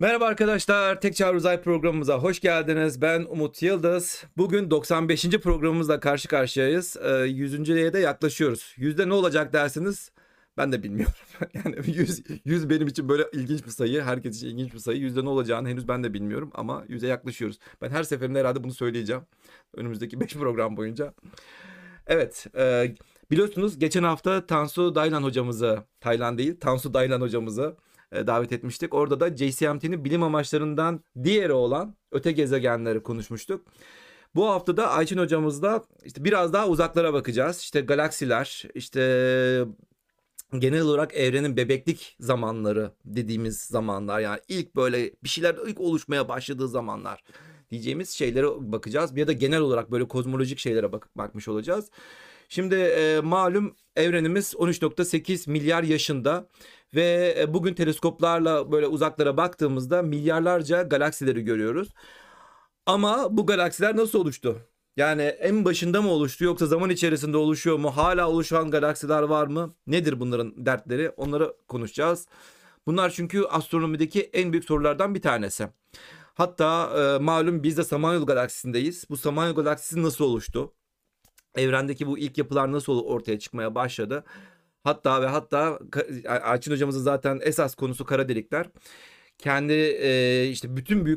Merhaba arkadaşlar, Tek Çağrı Uzay programımıza hoş geldiniz. Ben Umut Yıldız. Bugün 95. programımızla karşı karşıyayız. 100.ye de yaklaşıyoruz. Yüzde ne olacak dersiniz? Ben de bilmiyorum. Yani 100 benim için böyle ilginç bir sayı. Herkes için ilginç bir sayı. Yüzde ne olacağını henüz ben de bilmiyorum ama 100'e yaklaşıyoruz. Ben her seferinde herhalde bunu söyleyeceğim. Önümüzdeki 5 program boyunca. Evet, biliyorsunuz geçen hafta Tansu Daylan hocamızı, Taylan değil, Tansu Daylan hocamızı davet etmiştik. Orada da JCMT'nin bilim amaçlarından diğeri olan öte gezegenleri konuşmuştuk. Bu hafta da Ayçin hocamızla işte biraz daha uzaklara bakacağız. İşte galaksiler, işte genel olarak evrenin bebeklik zamanları dediğimiz zamanlar, yani ilk böyle bir şeyler ilk oluşmaya başladığı zamanlar diyeceğimiz şeylere bakacağız. Ya da genel olarak böyle kozmolojik şeylere bakmış olacağız. Şimdi malum evrenimiz 13,8 milyar yaşında ve bugün teleskoplarla böyle uzaklara baktığımızda milyarlarca galaksileri görüyoruz. Ama bu galaksiler nasıl oluştu? Yani en başında mı oluştu yoksa zaman içerisinde oluşuyor mu? Hala oluşan galaksiler var mı? Nedir bunların dertleri? Onları konuşacağız. Bunlar çünkü astronomideki en büyük sorulardan bir tanesi. Hatta malum biz de Samanyolu galaksisindeyiz. Bu Samanyolu galaksisi nasıl oluştu? Evrendeki bu ilk yapılar nasıl ortaya çıkmaya başladı? Hatta Ayçin hocamızın zaten esas konusu kara delikler. Kendi işte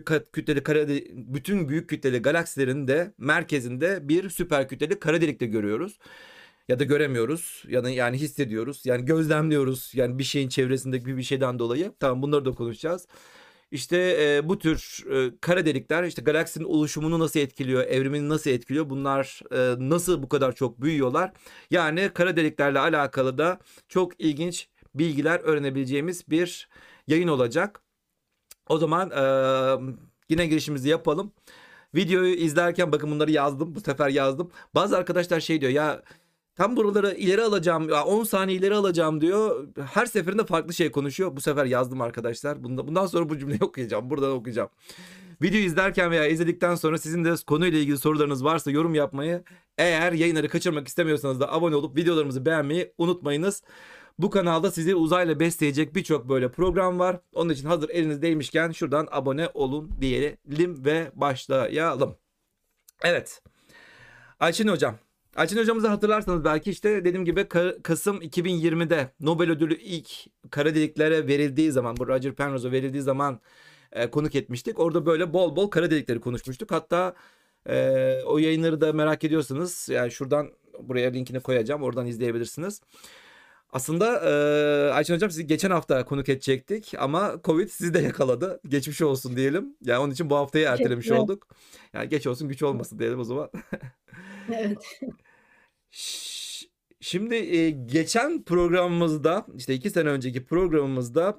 bütün büyük kütleli galaksilerin de merkezinde bir süper kütleli kara delik de görüyoruz. Ya da göremiyoruz. Yani hissediyoruz. Yani gözlemliyoruz. Yani bir şeyin çevresindeki bir şeyden dolayı. Tamam, bunları da konuşacağız. İşte bu tür kara delikler işte galaksinin oluşumunu nasıl etkiliyor, evrimini nasıl etkiliyor, bunlar nasıl bu kadar çok büyüyorlar. Yani kara deliklerle alakalı da çok ilginç bilgiler öğrenebileceğimiz bir yayın olacak. O zaman yine girişimizi yapalım. Videoyu izlerken bakın bunları yazdım. Bu sefer yazdım. Bazı arkadaşlar şey diyor ya, tam buraları ileri alacağım, 10 saniye ileri alacağım diyor. Her seferinde farklı şey konuşuyor. Bu sefer yazdım arkadaşlar. Bundan sonra bu cümleyi okuyacağım. Buradan okuyacağım. Videoyu izlerken veya izledikten sonra sizin de konuyla ilgili sorularınız varsa yorum yapmayı, eğer yayınları kaçırmak istemiyorsanız da abone olup videolarımızı beğenmeyi unutmayınız. Bu kanalda sizi uzayla besleyecek birçok böyle program var. Onun için hazır elinizdeymişken şuradan abone olun diyelim ve başlayalım. Evet. Ayçin hocam. Ayçin hocamızı hatırlarsanız belki işte dediğim gibi Kasım 2020'de Nobel ödülü ilk kara deliklere verildiği zaman, bu Roger Penrose'a verildiği zaman konuk etmiştik. Orada böyle bol bol kara delikleri konuşmuştuk. Hatta o yayınları da merak ediyorsanız yani şuradan buraya linkini koyacağım. Oradan izleyebilirsiniz. Aslında Ayçin hocam sizi geçen hafta konuk edecektik ama Covid sizi de yakaladı. Geçmiş olsun diyelim. Yani onun için bu haftayı ertelemiş Teşekkürler. olduk. Yani geç olsun güç olmasın diyelim o zaman. Evet. Ş- Şimdi geçen programımızda işte 2 sene önceki programımızda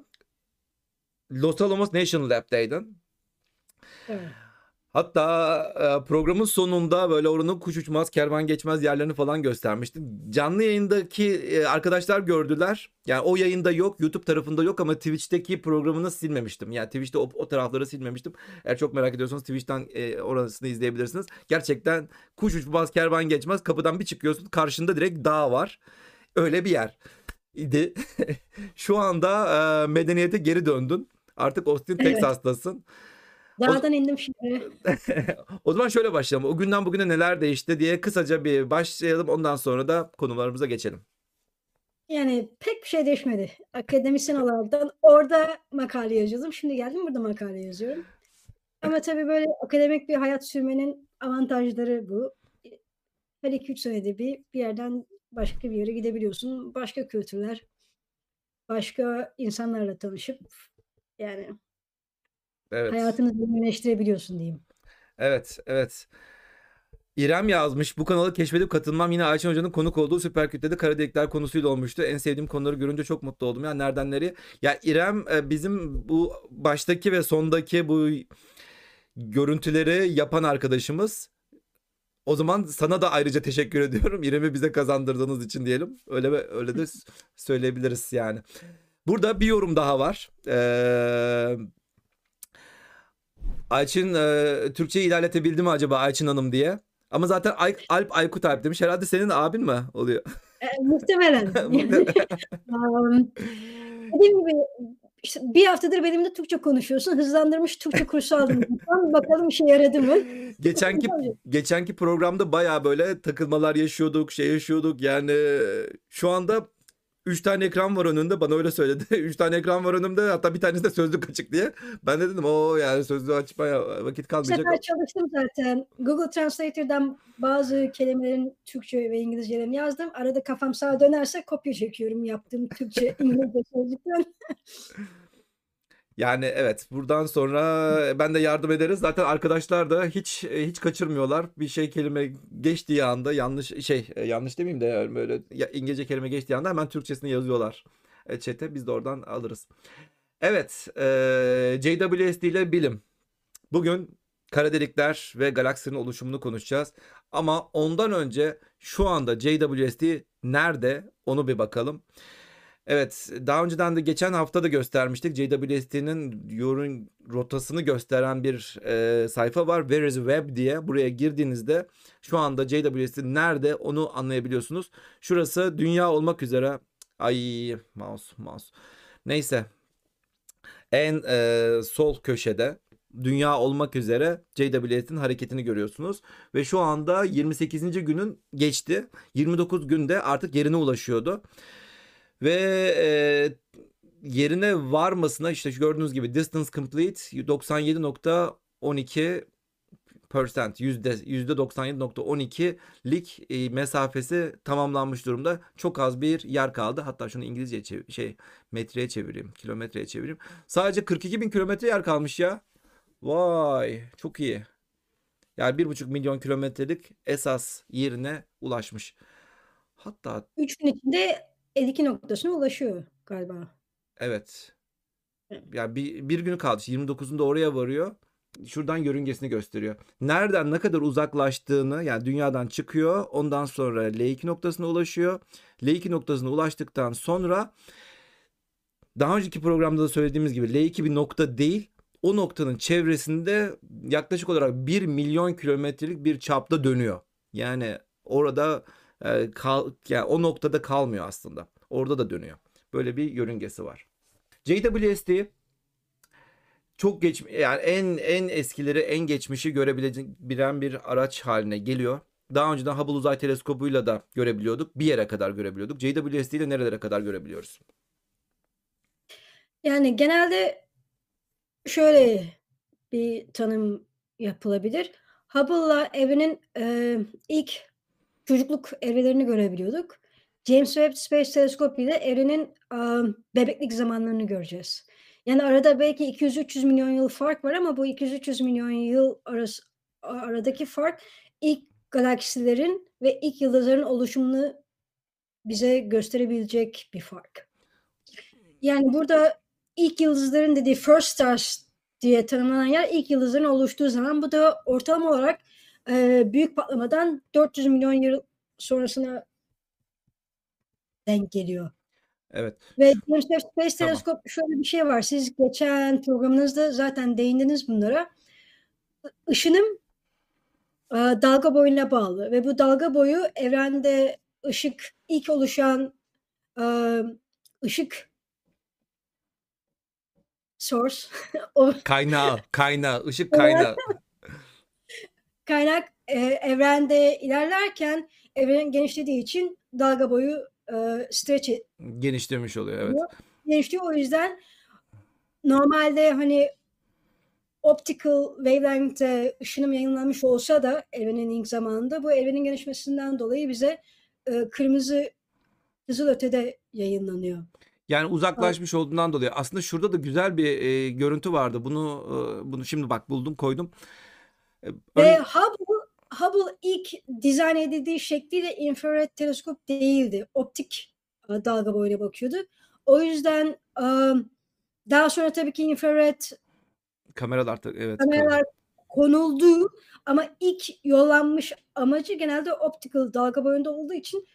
Los Alamos National Lab'daydın. Evet. Hatta programın sonunda böyle oranın kuş uçmaz, kervan geçmez yerlerini falan göstermiştin. Canlı yayındaki arkadaşlar gördüler. Yani o yayında yok, YouTube tarafında yok ama Twitch'teki programını silmemiştim. Yani Twitch'te o tarafları silmemiştim. Eğer çok merak ediyorsanız Twitch'ten orasını izleyebilirsiniz. Gerçekten kuş uçmaz, kervan geçmez. Kapıdan bir çıkıyorsun, karşında direkt dağ var. Öyle bir yer idi. Şu anda medeniyete geri döndün. Artık Austin, Evet. Texas'tasın. O, Dağdan indim şimdi. O zaman şöyle başlayalım. O günden bugüne neler değişti diye kısaca bir başlayalım. Ondan sonra da konularımıza geçelim. Yani pek bir şey değişmedi. Akademisyen olaraktan orada makale yazıyordum. Şimdi geldim burada makale yazıyorum. Ama tabii böyle akademik bir hayat sürmenin avantajları bu. Her 2-3 senede bir yerden başka bir yere gidebiliyorsun. Başka kültürler, başka insanlarla tanışıp yani Evet. hayatını zenginleştirebiliyorsun diyeyim. Evet. Evet. İrem yazmış. Bu kanalı keşfedip katılmam yine Ayşen Hoca'nın konuk olduğu süper kütlede kara delikler konusuyla olmuştu. En sevdiğim konuları görünce çok mutlu oldum. Ya nereden nereye? Ya İrem bizim bu baştaki ve sondaki bu görüntüleri yapan arkadaşımız. O zaman sana da ayrıca teşekkür ediyorum. İrem'i bize kazandırdığınız için diyelim. Öyle de söyleyebiliriz yani. Burada bir yorum daha var. Ayçin Türkçeyi ilerletebildi mi acaba Ayçin Hanım diye. Ama zaten Alp Aykut Alp demiş. Herhalde senin abin mi oluyor? Muhtemelen. Yani, Muhtemelen. dediğim gibi işte 1 haftadır benimle Türkçe konuşuyorsun. Hızlandırmış Türkçe kursu aldım. Bakalım işe yaradı mı? Geçenki geçenki programda bayağı böyle takılmalar yaşıyorduk, şey yaşıyorduk. Yani şu anda 3 tane ekran var önünde. Bana öyle söyledi. 3 tane ekran var önümde. Hatta bir tanesi de sözlük açık diye. Ben de dedim o yani sözlüğü açmaya vakit Bu kalmayacak. sefer çalıştım zaten. Google Translator'dan bazı kelimelerin Türkçe ve İngilizcelerini yazdım. Arada kafam sağa dönerse kopya çekiyorum yaptığım Türkçe, İngilizce sözlükten. Yani evet buradan sonra ben de yardım ederiz. Zaten arkadaşlar da hiç kaçırmıyorlar. Bir şey kelime geçtiği anda yanlış demeyeyim de yani böyle İngilizce kelime geçtiği anda hemen Türkçesini yazıyorlar. Chat'e biz de oradan alırız. Evet, JWST ile bilim. Bugün kara delikler ve galaksinin oluşumunu konuşacağız. Ama ondan önce şu anda JWST nerede onu bir bakalım. Evet, daha önceden de geçen hafta da göstermiştik. JWST'nin yorum rotasını gösteren bir sayfa var. Where is Web diye. Buraya girdiğinizde şu anda JWST nerede onu anlayabiliyorsunuz. Şurası dünya olmak üzere. Ay mouse. Neyse en sol köşede dünya olmak üzere JWST'nin hareketini görüyorsunuz. Ve şu anda 28. günün geçti. 29 günde artık yerine ulaşıyordu. Ve yerine varmasına işte şu gördüğünüz gibi distance complete 97.12 %97.12'lik mesafesi tamamlanmış durumda. Çok az bir yer kaldı. Hatta şunu İngilizce metreye çevireyim, kilometreye çevireyim. Sadece 42 bin kilometre yer kalmış ya. Vay, çok iyi. Yani 1,5 milyon kilometrelik esas yerine ulaşmış. Hatta 3 gün içinde 52 noktasına ulaşıyor galiba. evet. Yani bir günü kaldı. 29'unda oraya varıyor. Şuradan yörüngesini gösteriyor. Nereden ne kadar uzaklaştığını yani dünyadan çıkıyor. Ondan sonra L2 noktasına ulaşıyor. L2 noktasına ulaştıktan sonra daha önceki programda da söylediğimiz gibi L2 bir nokta değil. O noktanın çevresinde yaklaşık olarak 1 milyon kilometrelik bir çapta dönüyor. Yani orada yani o noktada kalmıyor aslında. Orada da dönüyor. Böyle bir yörüngesi var. JWST çok yani en eskileri en geçmişi görebilen bir araç haline geliyor. Daha önceden Hubble Uzay Teleskobu'yla da görebiliyorduk. Bir yere kadar görebiliyorduk. JWST ile nerelere kadar görebiliyoruz? Yani genelde şöyle bir tanım yapılabilir. Hubble'la evrenin, ilk çocukluk evrelerini görebiliyorduk. James Webb Space Telescope ile evrenin, bebeklik zamanlarını göreceğiz. Yani arada belki 200-300 milyon yıl fark var ama bu 200-300 milyon yıl aradaki fark ilk galaksilerin ve ilk yıldızların oluşumunu bize gösterebilecek bir fark. Yani burada ilk yıldızların dediği first stars diye tanımlanan yer ilk yıldızların oluştuğu zaman bu da ortalama olarak büyük patlamadan 400 milyon yıl sonrasına denk geliyor. Evet. Ve James Webb Space Tamam. Telescope şöyle bir şey var. Siz geçen programınızda zaten değindiniz bunlara. Işınım dalga boyuna bağlı ve bu dalga boyu evrende ilk oluşan ışık source o Işık kaynağı. kaynak evrende ilerlerken evren genişlediği için dalga boyu stretch Genişlemiş oluyor, evet. ediyor. Genişliyor. O yüzden normalde hani optical wavelength'te ışınım yayınlanmış olsa da evrenin ilk zamanında bu evrenin genişlemesinden dolayı bize kırmızı kızılötede yayınlanıyor. Yani uzaklaşmış olduğundan dolayı. Aslında şurada da güzel bir görüntü vardı. Bunu şimdi bak buldum, koydum. Ve Hubble ilk dizayn edildiği şekliyle infrared teleskop değildi. Optik dalga boyuna bakıyordu. O yüzden daha sonra tabii ki infrared Kameralar evet. kameralar konuldu ama ilk yollanmış amacı genelde optical dalga boyunda olduğu için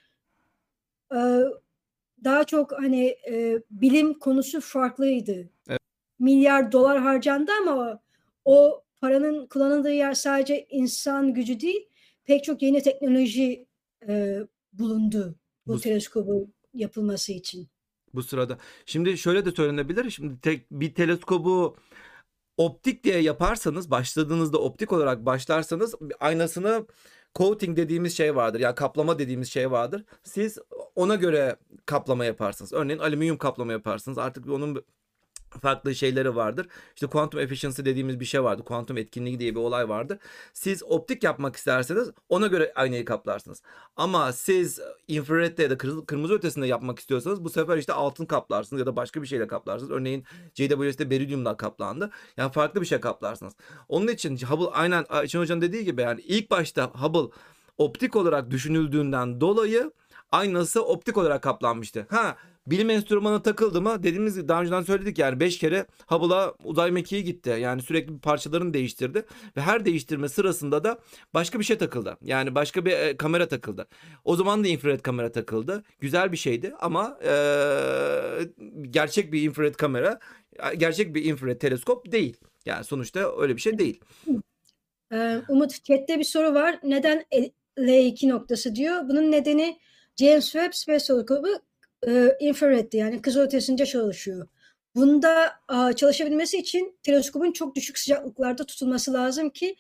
daha çok hani bilim konusu farklıydı. Evet. Milyar dolar harcandı ama o paranın kullanıldığı yer sadece insan gücü değil, pek çok yeni teknoloji bulundu bu teleskobun yapılması için. Bu sırada. Şimdi şöyle de söylenebilir. Şimdi bir teleskobu optik diye yaparsanız, başladığınızda optik olarak başlarsanız aynasını coating dediğimiz şey vardır. Yani kaplama dediğimiz şey vardır. Siz ona göre kaplama yaparsınız. Örneğin alüminyum kaplama yaparsınız. Artık onun farklı şeyleri vardır. İşte quantum efficiency dediğimiz bir şey vardı. Kuantum etkinliği diye bir olay vardır. Siz optik yapmak isterseniz ona göre aynayı kaplarsınız. Ama siz infrared'de ya da kırmızı ötesinde yapmak istiyorsanız bu sefer işte altın kaplarsınız ya da başka bir şeyle kaplarsınız. Örneğin JWS'de berilyumla kaplandı. Yani farklı bir şey kaplarsınız. Onun için Hubble aynen Ayşen Hoca'nın dediği gibi yani ilk başta Hubble optik olarak düşünüldüğünden dolayı aynası optik olarak kaplanmıştı. Ha, bilim enstrümanı takıldı mı? Dediğimiz gibi daha önceden söyledik yani 5 kere Hubble'a uzay mekiği gitti. Yani sürekli parçalarını değiştirdi ve her değiştirme sırasında da başka bir şey takıldı. Yani başka bir kamera takıldı. O zaman da infrared kamera takıldı. Güzel bir şeydi ama gerçek bir infrared kamera, gerçek bir infrared teleskop değil. Yani sonuçta öyle bir şey değil. Umut, chat'te bir soru var. Neden L2 noktası diyor? Bunun nedeni James Webb Space Telescope'u infrared'di, yani kızılötesinde çalışıyor. Bunda çalışabilmesi için teleskopun çok düşük sıcaklıklarda tutulması lazım ki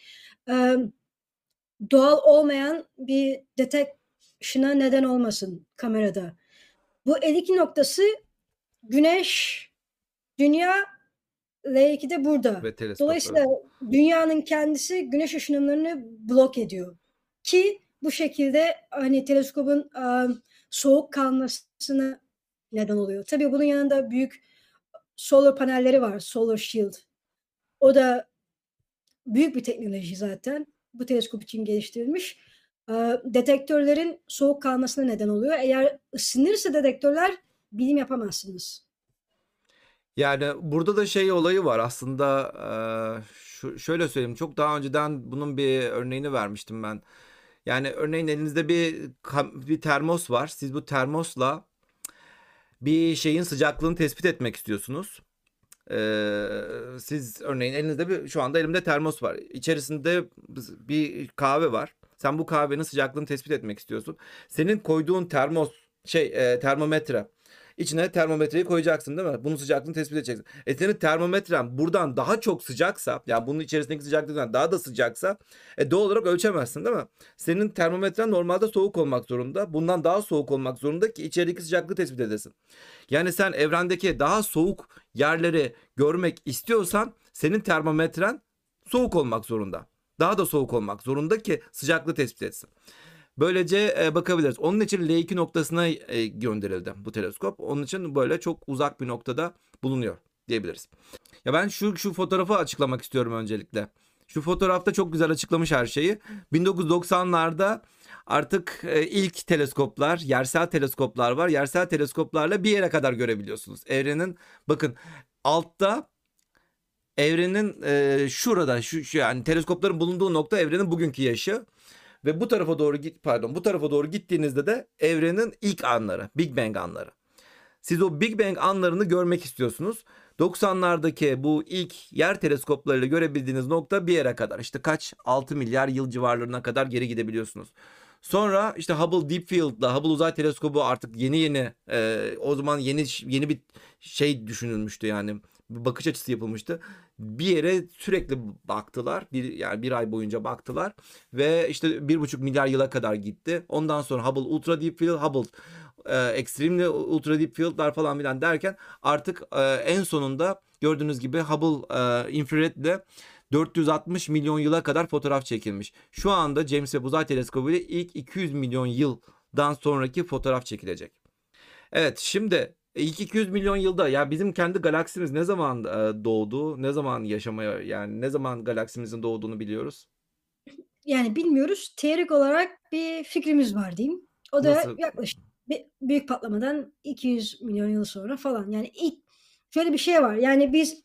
doğal olmayan bir detection'a neden olmasın kamerada. Bu L2 noktası Güneş, Dünya, L2 de burada. Ve teleskopları. Dolayısıyla dünyanın kendisi güneş ışınlarını blok ediyor. Ki bu şekilde hani teleskopun soğuk kalmasına neden oluyor. Tabii bunun yanında büyük solar panelleri var. Solar shield. O da büyük bir teknoloji zaten. Bu teleskop için geliştirilmiş. Detektörlerin soğuk kalmasına neden oluyor. Eğer ısınırsa detektörler bilim yapamazsınız. Yani burada da şey olayı var aslında, şöyle söyleyeyim, çok daha önceden bunun bir örneğini vermiştim ben. Yani örneğin elinizde bir termos var. Siz bu termosla bir şeyin sıcaklığını tespit etmek istiyorsunuz. Siz örneğin elinizde şu anda elimde termos var. İçerisinde bir kahve var. Sen bu kahvenin sıcaklığını tespit etmek istiyorsun. Senin koyduğun termometre. İçine termometreyi koyacaksın değil mi? Bunun sıcaklığını tespit edeceksin. Senin termometren buradan daha çok sıcaksa, yani bunun içerisindeki sıcaklıktan daha da sıcaksa, doğal olarak ölçemezsin değil mi? Senin termometren normalde soğuk olmak zorunda. Bundan daha soğuk olmak zorunda ki içerideki sıcaklığı tespit edesin. Yani sen evrendeki daha soğuk yerleri görmek istiyorsan senin termometren soğuk olmak zorunda. Daha da soğuk olmak zorunda ki sıcaklığı tespit etsin. Böylece bakabiliriz. Onun için L2 noktasına gönderildi bu teleskop. Onun için böyle çok uzak bir noktada bulunuyor diyebiliriz. Ya ben şu fotoğrafı açıklamak istiyorum öncelikle. Şu fotoğrafta çok güzel açıklamış her şeyi. 1990'larda artık ilk teleskoplar, yersel teleskoplar var. Yersel teleskoplarla bir yere kadar görebiliyorsunuz. Evrenin, bakın, altta evrenin şurada yani teleskopların bulunduğu nokta evrenin bugünkü yaşı. Ve bu tarafa doğru gittiğinizde de evrenin ilk anları, Big Bang anları. Siz o Big Bang anlarını görmek istiyorsunuz. 90'lardaki bu ilk yer teleskoplarıyla görebildiğiniz nokta bir yere kadar. İşte kaç? 6 milyar yıl civarlarına kadar geri gidebiliyorsunuz. Sonra işte Hubble Deep Field'la Hubble Uzay Teleskobu artık yeni o zaman yeni bir şey düşünülmüştü, yani bir bakış açısı yapılmıştı. Bir yere sürekli baktılar. Yani bir ay boyunca baktılar ve işte 1,5 milyar yıla kadar gitti. Ondan sonra Hubble Ultra Deep Field, Hubble Extremely Ultra Deep Field'lar falan filan derken artık en sonunda gördüğünüz gibi Hubble infrared ile 460 milyon yıla kadar fotoğraf çekilmiş. Şu anda James Webb Uzay Teleskobu ile ilk 200 milyon yıldan sonraki fotoğraf çekilecek. Evet, şimdi ilk 200 milyon yılda ya bizim kendi galaksimiz ne zaman doğdu? Ne zaman yaşamaya, yani ne zaman galaksimizin doğduğunu biliyoruz? Yani bilmiyoruz. Teorik olarak bir fikrimiz var diyeyim. O da Nasıl? yaklaşık bir büyük patlamadan 200 milyon yıl sonra falan. Yani şöyle bir şey var. Yani biz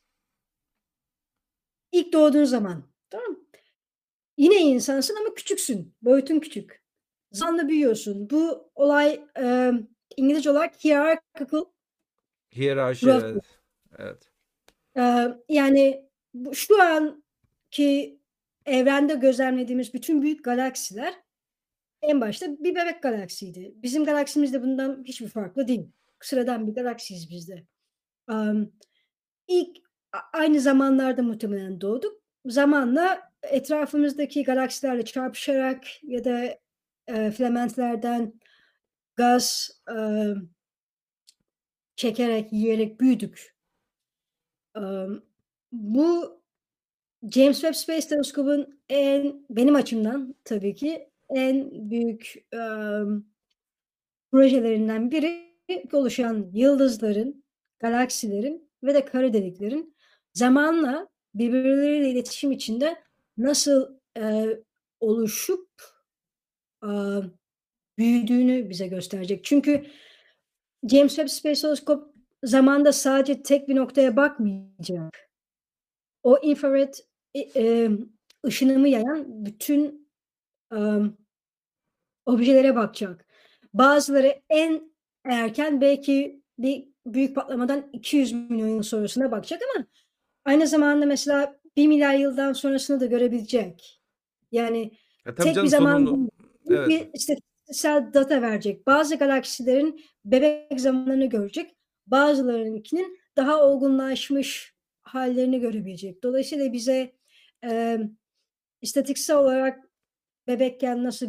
ilk doğduğun zaman, tamam mı? Yine insansın ama küçüksün. Boyutun küçük. Zamanla büyüyorsun. Bu olay İngilizce olarak hierarchical Hiyerarşi, growth. evet. Evet. Yani şu anki evrende gözlemlediğimiz bütün büyük galaksiler en başta bir bebek galaksiydi. Bizim galaksimiz de bundan hiçbir farklı değil sıradan bir galaksiyiz biz de. Amm, ilk aynı zamanlarda muhtemelen doğduk. Zamanla etrafımızdaki galaksilerle çarpışarak ya da, filamentlerden gaz, çekerek, yiyerek büyüdük. Bu James Webb Space Telescope'un benim açımdan tabii ki en büyük, projelerinden biri oluşan yıldızların, galaksilerin ve de kara deliklerin zamanla birbirleriyle iletişim içinde nasıl, oluşup, aaa, büyüdüğünü bize gösterecek. Çünkü James Webb Space Telescope zamanda sadece tek bir noktaya bakmayacak. O infrared ışınımı yayan bütün, emm, objelere bakacak. Bazıları en erken belki bir büyük patlamadan 200 milyon yıl sonrasına bakacak ama aynı zamanda mesela 1 milyar yıldan sonrasını da görebilecek. Yani Tabii tek bir canım zaman sonunu değil, büyük evet. bir istatistiksel data verecek. Bazı galaksilerin bebek zamanlarını görecek, bazılarınınkinin daha olgunlaşmış hâllerini görebilecek. Dolayısıyla bize, emm, istatistiksel olarak bebekken nasıl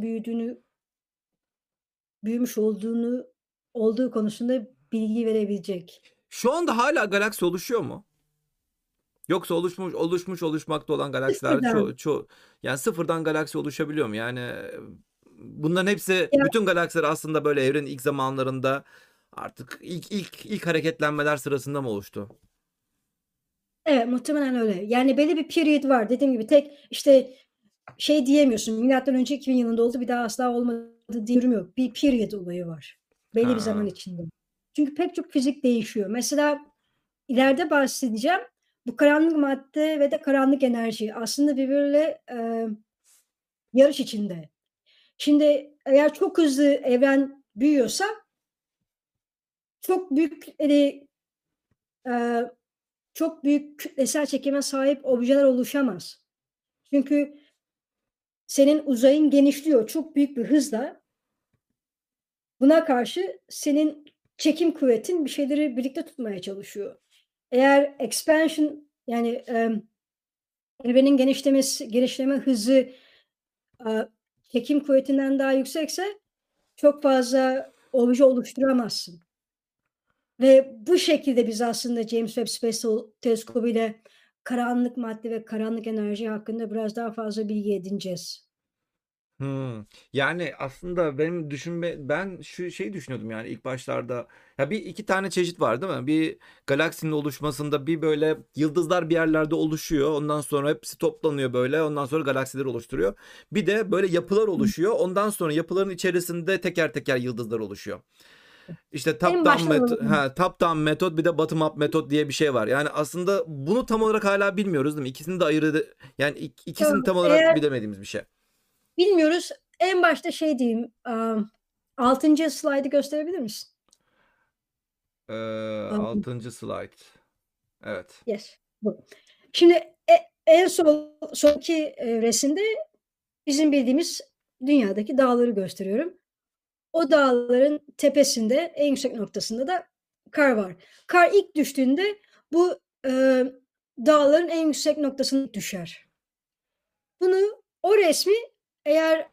büyümüş olduğu konusunda bilgi verebilecek. Şu anda hala galaksi oluşuyor mu? Yoksa oluşmakta olan galaksiler Sıfırdan. yani sıfırdan galaksi oluşabiliyor mu? Yani bunların hepsi Ya, bütün galaksiler aslında böyle evrenin ilk zamanlarında artık ilk hareketlenmeler sırasında mı oluştu? evet, muhtemelen öyle. Yani belli bir period var. Dediğim gibi tek, işte, şey diyemiyorsun, milattan önce 2000 yılında oldu, bir daha asla olmadı diye bir durum yok. Bir period olayı var belli bir zaman Ha. içinde. Çünkü pek çok fizik değişiyor. Mesela ileride bahsedeceğim, bu karanlık madde ve de karanlık enerji aslında birbiriyle, yarış içinde. Şimdi eğer çok hızlı evren büyüyorsa çok büyük, eee, çok büyük kütlesel çekime sahip objeler oluşamaz. Çünkü senin uzayın genişliyor çok büyük bir hızla. Buna karşı senin çekim kuvvetin bir şeyleri birlikte tutmaya çalışıyor. Eğer expansion yani, evrenin genişleme hızı, aaa, çekim kuvvetinden daha yüksekse çok fazla obje oluşturamazsın. Ve bu şekilde biz aslında James Webb Space Teleskobu ile karanlık madde ve karanlık enerji hakkında biraz daha fazla bilgi edineceğiz. Hımm. Yani, aslında ben şu şeyi düşünüyordum, yani, ilk başlarda, ya, 2 tane çeşit var, değil mi? Bir galaksinin oluşmasında bir, böyle, yıldızlar bir yerlerde oluşuyor. Ondan sonra hepsi toplanıyor, böyle. Ondan sonra galaksileri oluşturuyor. Bir de, böyle, yapılar Hı. oluşuyor. Ondan sonra yapıların içerisinde teker teker yıldızlar oluşuyor. İşte, En baştan alalım. top down metot bir de bottom up metot diye bir şey var. Yani, aslında bunu tam olarak hâlâ bilmiyoruz, değil mi? İkisini de yani, Tamam, ikisini tam olarak eğer bilemediğimiz bir şey. bilmiyoruz, en başta şey diyeyim, 6. slaydı gösterebilir misin? 6. slide. Evet. Yes, bu. Şimdi en sonki, resimde bizim bildiğimiz dünyadaki dağları gösteriyorum. O dağların tepesinde, en yüksek noktasında da kar var. Kar ilk düştüğünde bu, dağların en yüksek noktasına düşer. O resmi eğer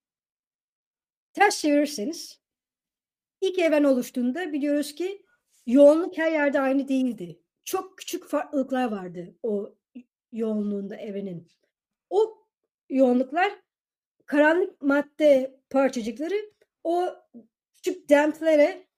ters çevirirseniz ilk evren oluştuğunda biliyoruz ki yoğunluk her yerde aynı değildi. Çok küçük farklılıklar vardı o yoğunluğunda evrenin. O yoğunluklar karanlık madde parçacıkları o küçük denklere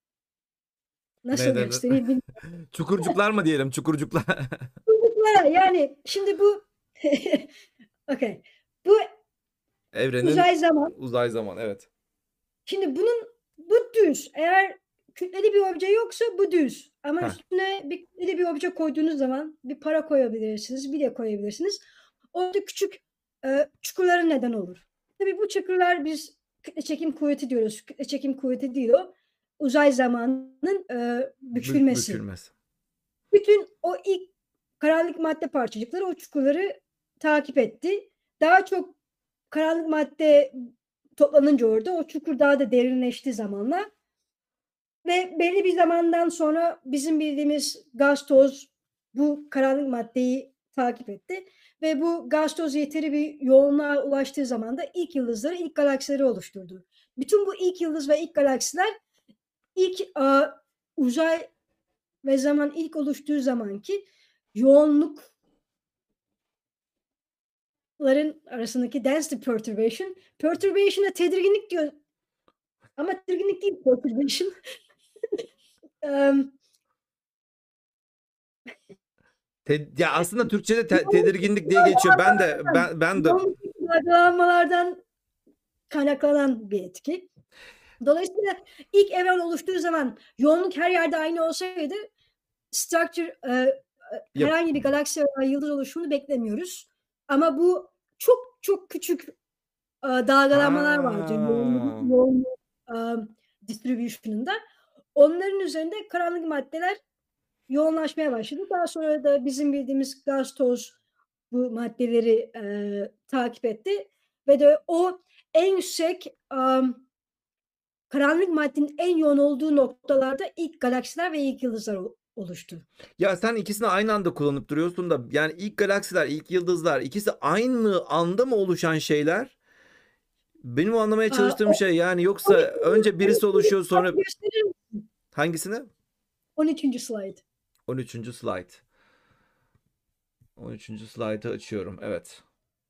Ne nasıl denir? göstereyim bilmiyorum. Çukurcuklar mı diyelim? Çukurcuklar. Yani şimdi bu okay. Bu Evrenin uzay zaman. uzay zaman. Evet. Şimdi bu düz. Eğer kütleli bir obje yoksa bu düz. Ama Heh. üstüne kütleli bir obje koyduğunuz zaman bir para koyabilirsiniz, bilye koyabilirsiniz. Orada küçük, çukurlara neden olur. Tabii bu çukurlar biz kütle çekim kuvveti diyoruz. Kütle çekim kuvveti değil o. Uzay zamanının, bükülmesi. Bükülmez. Bütün o ilk karanlık madde parçacıkları o çukurları takip etti. Daha çok karanlık madde toplanınca orada o çukur daha da derinleşti zamanla ve belli bir zamandan sonra bizim bildiğimiz gaz, toz bu karanlık maddeyi takip etti ve bu gaz, toz yeteri bir yoğunluğa ulaştığı zaman da ilk yıldızları, ilk galaksileri oluşturdu. Bütün bu ilk yıldız ve ilk galaksiler ilk, uzay ve zaman ilk oluştuğu zamanki yoğunlukların arasındaki density perturbation, perturbation'a tedirginlik diyor ama tedirginlik değil perturbation. Emm, Ya aslında Türkçe'de tedirginlik yoğunluktaki diye geçiyor. Ben de yoğunluktaki dalgalanmalardan kaynaklanan bir etki. Dolayısıyla ilk evren oluştuğu zaman yoğunluk her yerde aynı olsaydı structure, yap. herhangi bir galaksi veya yıldız oluşumunu beklemiyoruz. Ama bu çok çok küçük, dalgalanmalar vardır Ha. yoğunluk, distribution'ında. Onların üzerinde karanlık maddeler yoğunlaşmaya başladı. Daha sonra da bizim bildiğimiz gaz, toz bu maddeleri, takip etti ve de o en yüksek, karanlık maddenin en yoğun olduğu noktalarda ilk galaksiler ve ilk yıldızlar oluştu. Ya sen ikisini aynı anda kullanıp duruyorsun da yani ilk galaksiler, ilk yıldızlar ikisi aynı anda mı oluşan şeyler? Benim o anlamaya çalıştığım O şey yani yoksa 12. önce birisi 12. oluşuyor sonra slide gösterir misin? hangisini? 13. slide. 13. slide. 13. slide'ı açıyorum. Evet.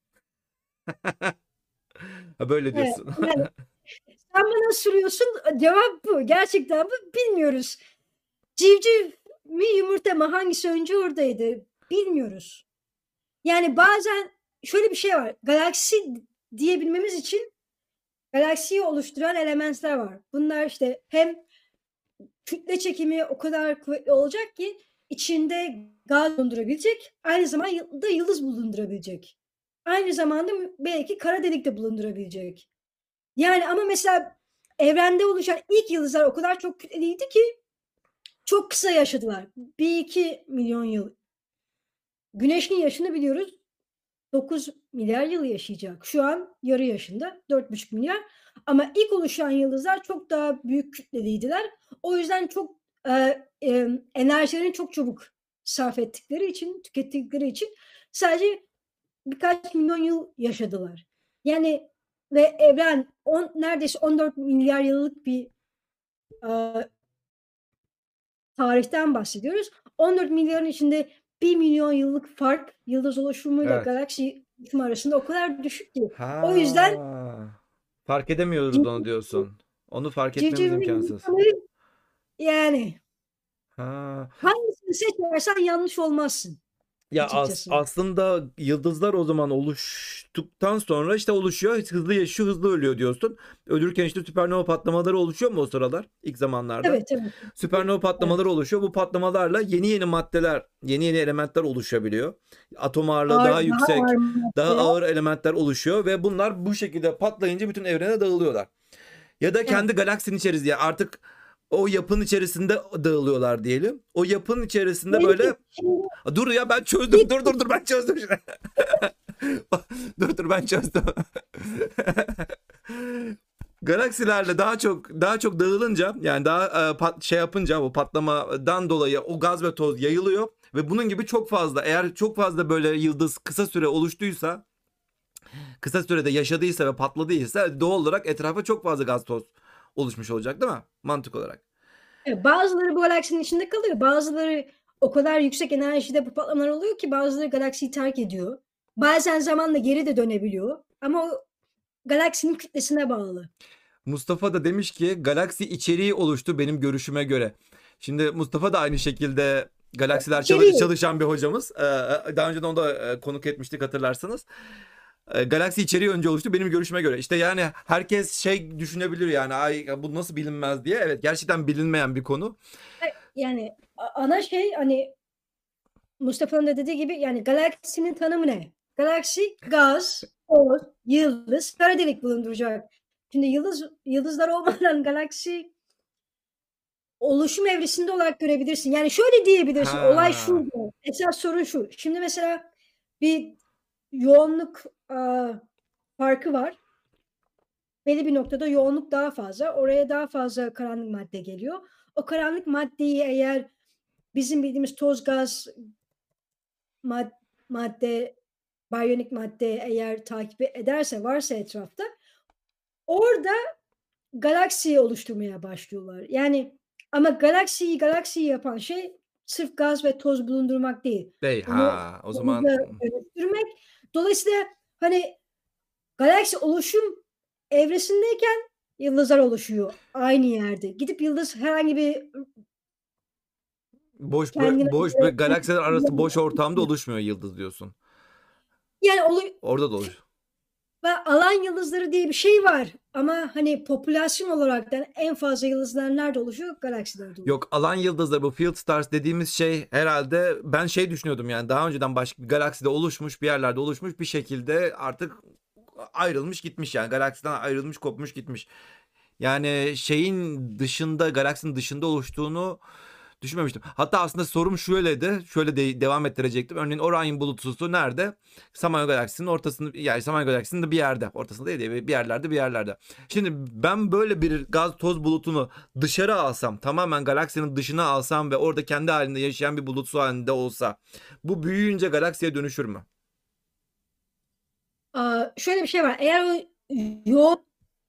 Ha, böyle Evet, diyorsun. yani sen bana soruyorsun, cevap bu. Gerçekten bu. Bilmiyoruz. Civciv mi yumurta mı hangisi önce oradaydı bilmiyoruz. Yani bazen şöyle bir şey var. Galaksi diyebilmemiz için galaksiyi oluşturan elementler var. Bunlar işte hem kütle çekimi o kadar kuvvetli olacak ki içinde gaz bulundurabilecek, aynı zamanda yıldız bulundurabilecek. Aynı zamanda belki kara delik de bulundurabilecek. Yani ama mesela evrende oluşan ilk yıldızlar o kadar çok kütleliydi ki çok kısa yaşadılar. 1-2 milyon yıl. Güneşin yaşını biliyoruz. 9 milyar yıl yaşayacak. Şu an yarı yaşında 4,5 milyar. Ama ilk oluşan yıldızlar çok daha büyük kütleliydiler. O yüzden çok enerjilerini çok çabuk sarf ettikleri için, tükettikleri için sadece birkaç milyon yıl yaşadılar. Yani ve evren neredeyse 14 milyar yıllık bir tarihten bahsediyoruz. 14 milyarın içinde 1 milyon yıllık fark yıldız oluşumuyla Evet. galaksi oluşumu arasında o kadar düşük ki. O yüzden Ha. Fark edemiyoruz onu civciv diyorsun. Onu fark etmemiz civciv ve imkansız. yumurtaları yani Ha. hangisini seçersen yanlış olmazsın Ya açıkçası. aslında yıldızlar o zaman oluştuktan sonra işte oluşuyor. Hızlı yaşıyor, hızlı ölüyor diyorsun. Ölürken işte süpernova patlamaları oluşuyor mu o sıralar? İlk zamanlarda. Evet, evet. Süpernova patlamaları Evet. oluşuyor. Bu patlamalarla yeni yeni maddeler, yeni yeni elementler oluşabiliyor. Atom ağırlığı Ağır, daha daha ağır yüksek, daha maddeler. ağır elementler oluşuyor ve bunlar bu şekilde patlayınca bütün evrene dağılıyorlar. Ya da kendi Evet. galaksinin içerisinde yani artık o yapının içerisinde dağılıyorlar diyelim. O yapının içerisinde böyle Şimdi dur ya ben çözdüm. ilk Dur ben çözdüm. Dur ben çözdüm. Galaksilerle daha çok dağılınca yani daha şey yapınca o patlamadan dolayı o gaz ve toz yayılıyor ve bunun gibi çok fazla eğer çok fazla böyle yıldız kısa süre oluştuysa kısa sürede yaşadıysa ve patladıysa doğal olarak etrafa çok fazla gaz toz oluşmuş olacak değil mi? Mantık olarak. bazıları bu galaksinin içinde kalıyor. Bazıları o kadar yüksek enerjide bu patlamalar oluyor ki bazıları galaksiyi terk ediyor. Bazen zamanla geri de dönebiliyor. Ama o galaksinin kütlesine bağlı. Mustafa da demiş ki galaksi içeriği oluştu benim görüşüme göre. Şimdi Mustafa da aynı şekilde galaksiler İçeriği. çalışan bir hocamız. Daha önceden onu da konuk etmiştik hatırlarsanız. Galaksi içeriği önce oluştu benim görüşüme göre. İşte yani herkes şey düşünebilir yani ay bu nasıl bilinmez diye. Evet gerçekten bilinmeyen bir konu. Yani ana şey hani Mustafa'nın da dediği gibi yani galaksinin tanımı ne? Galaksi gaz, toz, yıldız, kara delik bulunduracak. Şimdi yıldızlar olmadan galaksi oluşum evresinde olarak görebilirsin. Yani şöyle diyebilirsin. Olay Ha. şurada. Esas sorun şu. Şimdi mesela bir yoğunluk farkı var. Belli bir noktada yoğunluk daha fazla. Oraya daha fazla karanlık madde geliyor. o karanlık maddeyi eğer bizim bildiğimiz toz, gaz, mad madde, baryonik madde eğer takip ederse, varsa etrafta, orada galaksiyi oluşturmaya başlıyorlar. Yani ama galaksiyi yapan şey sırf gaz ve toz bulundurmak değil. Değil. Onu Ha, o zaman hızla dönüştürmek. Dolayısıyla, hani, galaksi oluşum evresindeyken yıldızlar oluşuyor aynı yerde. Gidip yıldız herhangi bir kendine boş göre böyle galaksiler arası boş ortamda oluşmuyor yıldız diyorsun. yani Orada da oluş. ve alan yıldızları diye bir şey var ama, hani, popülasyon olaraktan en fazla yıldızlar nerede oluşuyor? Galaksilerde oluşuyor. Yok, alan yıldızları, bu field stars dediğimiz şey herhalde, ben şey düşünüyordum yani, daha önceden başka bir galakside oluşmuş, bir yerlerde oluşmuş, bir şekilde artık ayrılmış gitmiş, yani galaksiden ayrılmış, kopmuş gitmiş. Yani şeyin dışında, galaksinin dışında oluştuğunu düşünmemiştim. Hatta aslında sorum şöyleydi. Şöyle devam ettirecektim. Örneğin Orion bulutusu nerede? Samanyolu galaksisinin ortasında, yani Samanyolu galaksisinin de bir yerde. Ortasında değil de bir yerlerde, bir yerlerde. Şimdi ben böyle bir gaz toz bulutunu dışarı alsam, tamamen galaksinin dışına alsam ve orada kendi halinde yaşayan bir bulut su halinde olsa, bu büyüyünce galaksiye dönüşür mü? Şöyle bir şey var. Eğer o yoğun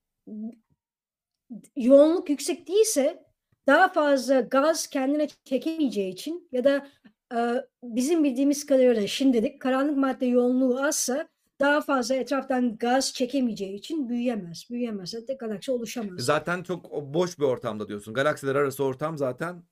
yoğunluk yüksek değilse daha fazla gaz kendine çekemeyeceği için ya da, bizim bildiğimiz kadarıyla şimdilik karanlık madde yoğunluğu azsa daha fazla etraftan gaz çekemeyeceği için büyüyemez. Büyüyemezse de galaksi oluşamaz. Zaten çok boş bir ortamda diyorsun. Galaksiler arası ortam zaten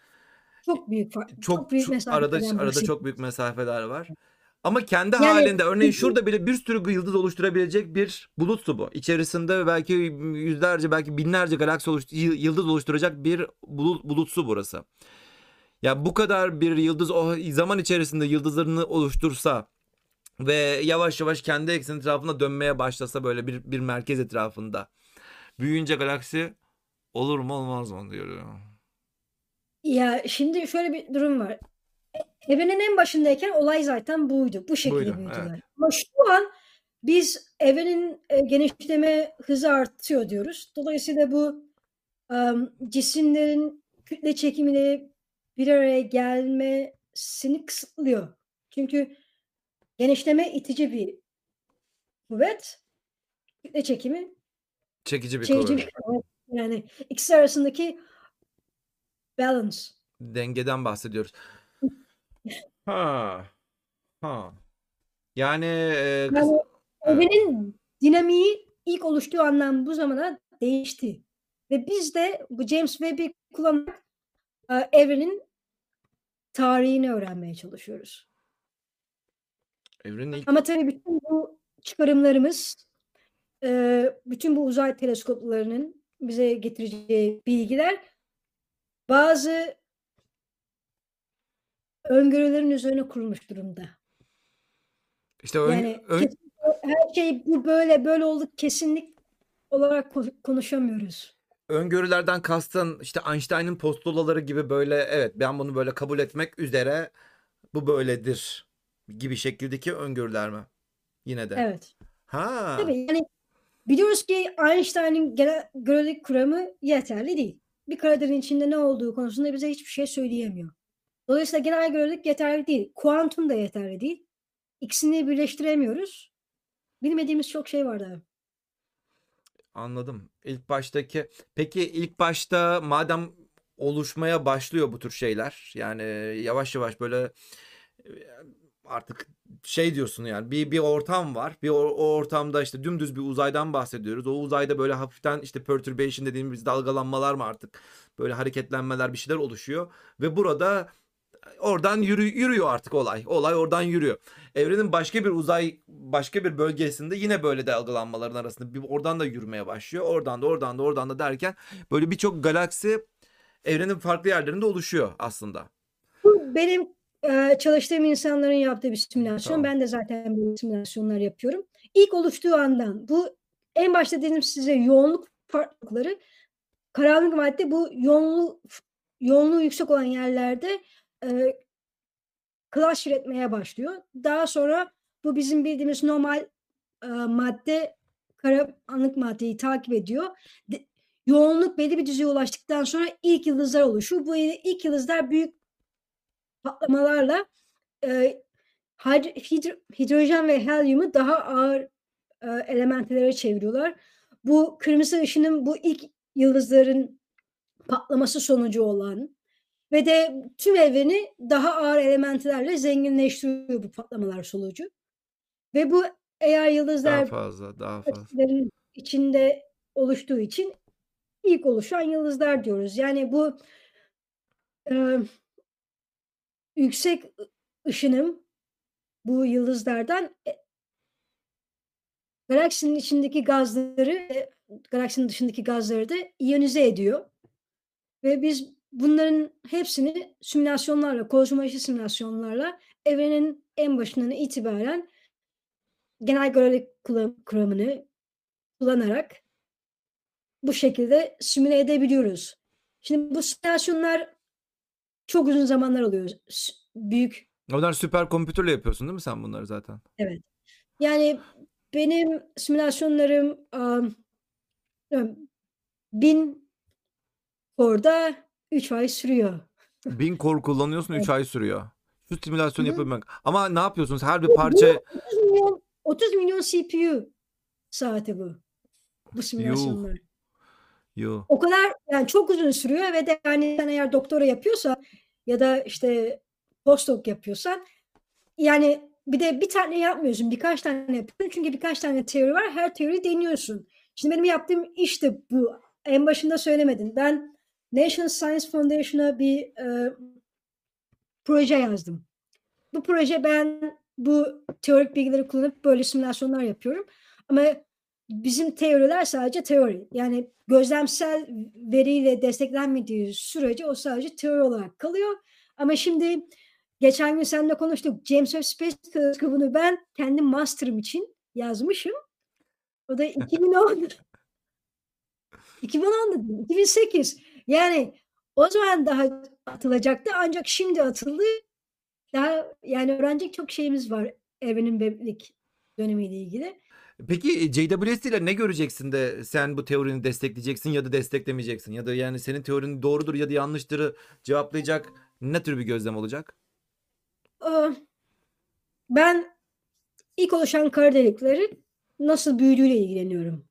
Çok büyük mesafelerden arada çok bahsediyoruz. büyük mesafeler var. Ama kendi Yani halinde, örneğin şurada bile bir sürü yıldız oluşturabilecek bir bulutsu bu. İçerisinde belki yüzlerce, belki binlerce yıldız oluşturacak bir bulutsu burası. Ya bu kadar bir yıldız o zaman içerisinde yıldızlarını oluştursa ve yavaş yavaş kendi ekseni etrafında dönmeye başlasa, böyle bir merkez etrafında, büyüyünce galaksi olur mu olmaz mı diyorum. ya, şimdi şöyle bir durum var. Evrenin en başındayken olay zaten buydu. Bu şekilde Buydu, evet. büyüdüler. Ama şu an biz evrenin, genişleme hızı artıyor diyoruz. Dolayısıyla bu, cisimlerin kütle çekimiyle bir araya gelmesini kısıtlıyor. Çünkü genişleme itici bir kuvvet, kütle çekimi Çekici bir çekici kuvvet. bir kuvvet. Yani ikisi arasındaki balance. Dengeden bahsediyoruz. Ha. Ha. Yani Yani evet. evrenin dinamiği ilk oluştuğu andan bu zamana değişti ve biz de bu James Webb'i kullanarak, evrenin tarihini öğrenmeye çalışıyoruz. Evrenin ilk Ama tabii bütün bu çıkarımlarımız, bütün bu uzay teleskoplarının bize getireceği bilgiler bazı öngörülerin üzerine kurulmuş durumda. işte Yani kesinlikle her şey bu böyle oldu kesinlik olarak konuşamıyoruz. öngörülerden kastın işte Einstein'ın postulaları gibi, böyle evet ben bunu böyle kabul etmek üzere bu böyledir gibi şekildeki öngörüler mi? Yine de. Evet. Ha, Tabii, yani biliyoruz ki Einstein'ın genel görelilik kuramı yeterli değil. Bir kara deliğin içinde ne olduğu konusunda bize hiçbir şey söyleyemiyor. Dolayısıyla genel görelilik yeterli değil. Kuantum da yeterli değil. İkisini birleştiremiyoruz. Bilmediğimiz çok şey var daha. anladım. Peki ilk başta madem oluşmaya başlıyor bu tür şeyler, yani yavaş yavaş böyle, e, artık şey diyorsun, yani bir ortam var. O ortamda işte dümdüz bir uzaydan bahsediyoruz. O uzayda böyle hafiften işte perturbation dediğimiz dalgalanmalar mı artık, böyle hareketlenmeler, bir şeyler oluşuyor ve burada oradan yürüyor artık olay. Olay oradan yürüyor. Evrenin başka bir bölgesinde yine böyle dalgalanmaların arasında oradan da yürümeye başlıyor. Oradan da derken böyle birçok galaksi evrenin farklı yerlerinde oluşuyor aslında. Bu benim, çalıştığım insanların yaptığı bir simülasyon. Tamam. Ben de zaten böyle simülasyonlar yapıyorum. İlk oluştuğu andan bu en başta dedim size yoğunluk farklılıkları, karanlık madde bu yoğunluğu yüksek olan yerlerde, eee, clash üretmeye başlıyor. Daha sonra bu bizim bildiğimiz normal, madde karanlık maddeyi takip ediyor. yoğunluk belli bir düzeye ulaştıktan sonra ilk yıldızlar oluşuyor. Bu ilk yıldızlar büyük patlamalarla hidrojen ve helyumu daha ağır elementlere çeviriyorlar. Bu kırmızı ışının bu ilk yıldızların patlaması sonucu olan ve de tüm evreni daha ağır elementlerle zenginleştiriyor bu patlamalar sonucu. Ve bu eğer Daha yıldızlar fazla, daha fazla. galaksilerin içinde oluştuğu için ilk oluşan yıldızlar diyoruz. Yani bu yüksek ışınım bu yıldızlardan galaksinin içindeki gazları, galaksinin dışındaki gazları da iyonize ediyor. Ve biz bunların hepsini simülasyonlarla, kozmoloji simülasyonlarla evrenin en başından itibaren genel görelilik kuramını kullanarak bu şekilde simüle edebiliyoruz. Şimdi bu simülasyonlar çok uzun zamanlar alıyor. Büyük. Onlar süper kompütürle yapıyorsun değil mi sen bunları zaten? Evet. Yani benim simülasyonlarım 1000 orada 3 ay sürüyor. 1000 core kullanıyorsun, 3 Evet. ay sürüyor. Şu Hı simülasyonu hı. yapabilmek. Ama ne yapıyorsunuz? Her bir Bu parça 30 milyon CPU saati bu. Bu yuh, simülasyonlar. yuh. O kadar yani çok uzun sürüyor ve de yani sen eğer doktora yapıyorsan ya da işte postdoc yapıyorsan yani bir de bir tane yapmıyorsun, birkaç tane yapıyorsun. Çünkü birkaç tane teori var. Her teoriyi deniyorsun. Şimdi benim yaptığım iş de bu. En başında söylemedim. Ben National Science Foundation'a bir proje yazdım. Bu proje ben bu teorik bilgileri kullanıp böyle simülasyonlar yapıyorum. Ama bizim teoriler sadece teori. Yani gözlemsel veriyle desteklenmediği sürece o sadece teori olarak kalıyor. Ama şimdi geçen gün seninle konuştuk. James Webb Space Telescope'unu ben kendi master'ım için yazmışım. O da 2010, 2010 değil, 2008. Yani o zaman daha atılacaktı ancak şimdi atıldı. Daha yani öğrenecek çok şeyimiz var evrenin bebeklik dönemiyle ilgili. Peki JWST ile ne göreceksin de sen bu teorini destekleyeceksin ya da desteklemeyeceksin? Ya da yani senin teorin doğrudur ya da yanlıştırı cevaplayacak ne tür bir gözlem olacak? Ben ilk oluşan kara delikleri nasıl büyüdüğüyle ilgileniyorum.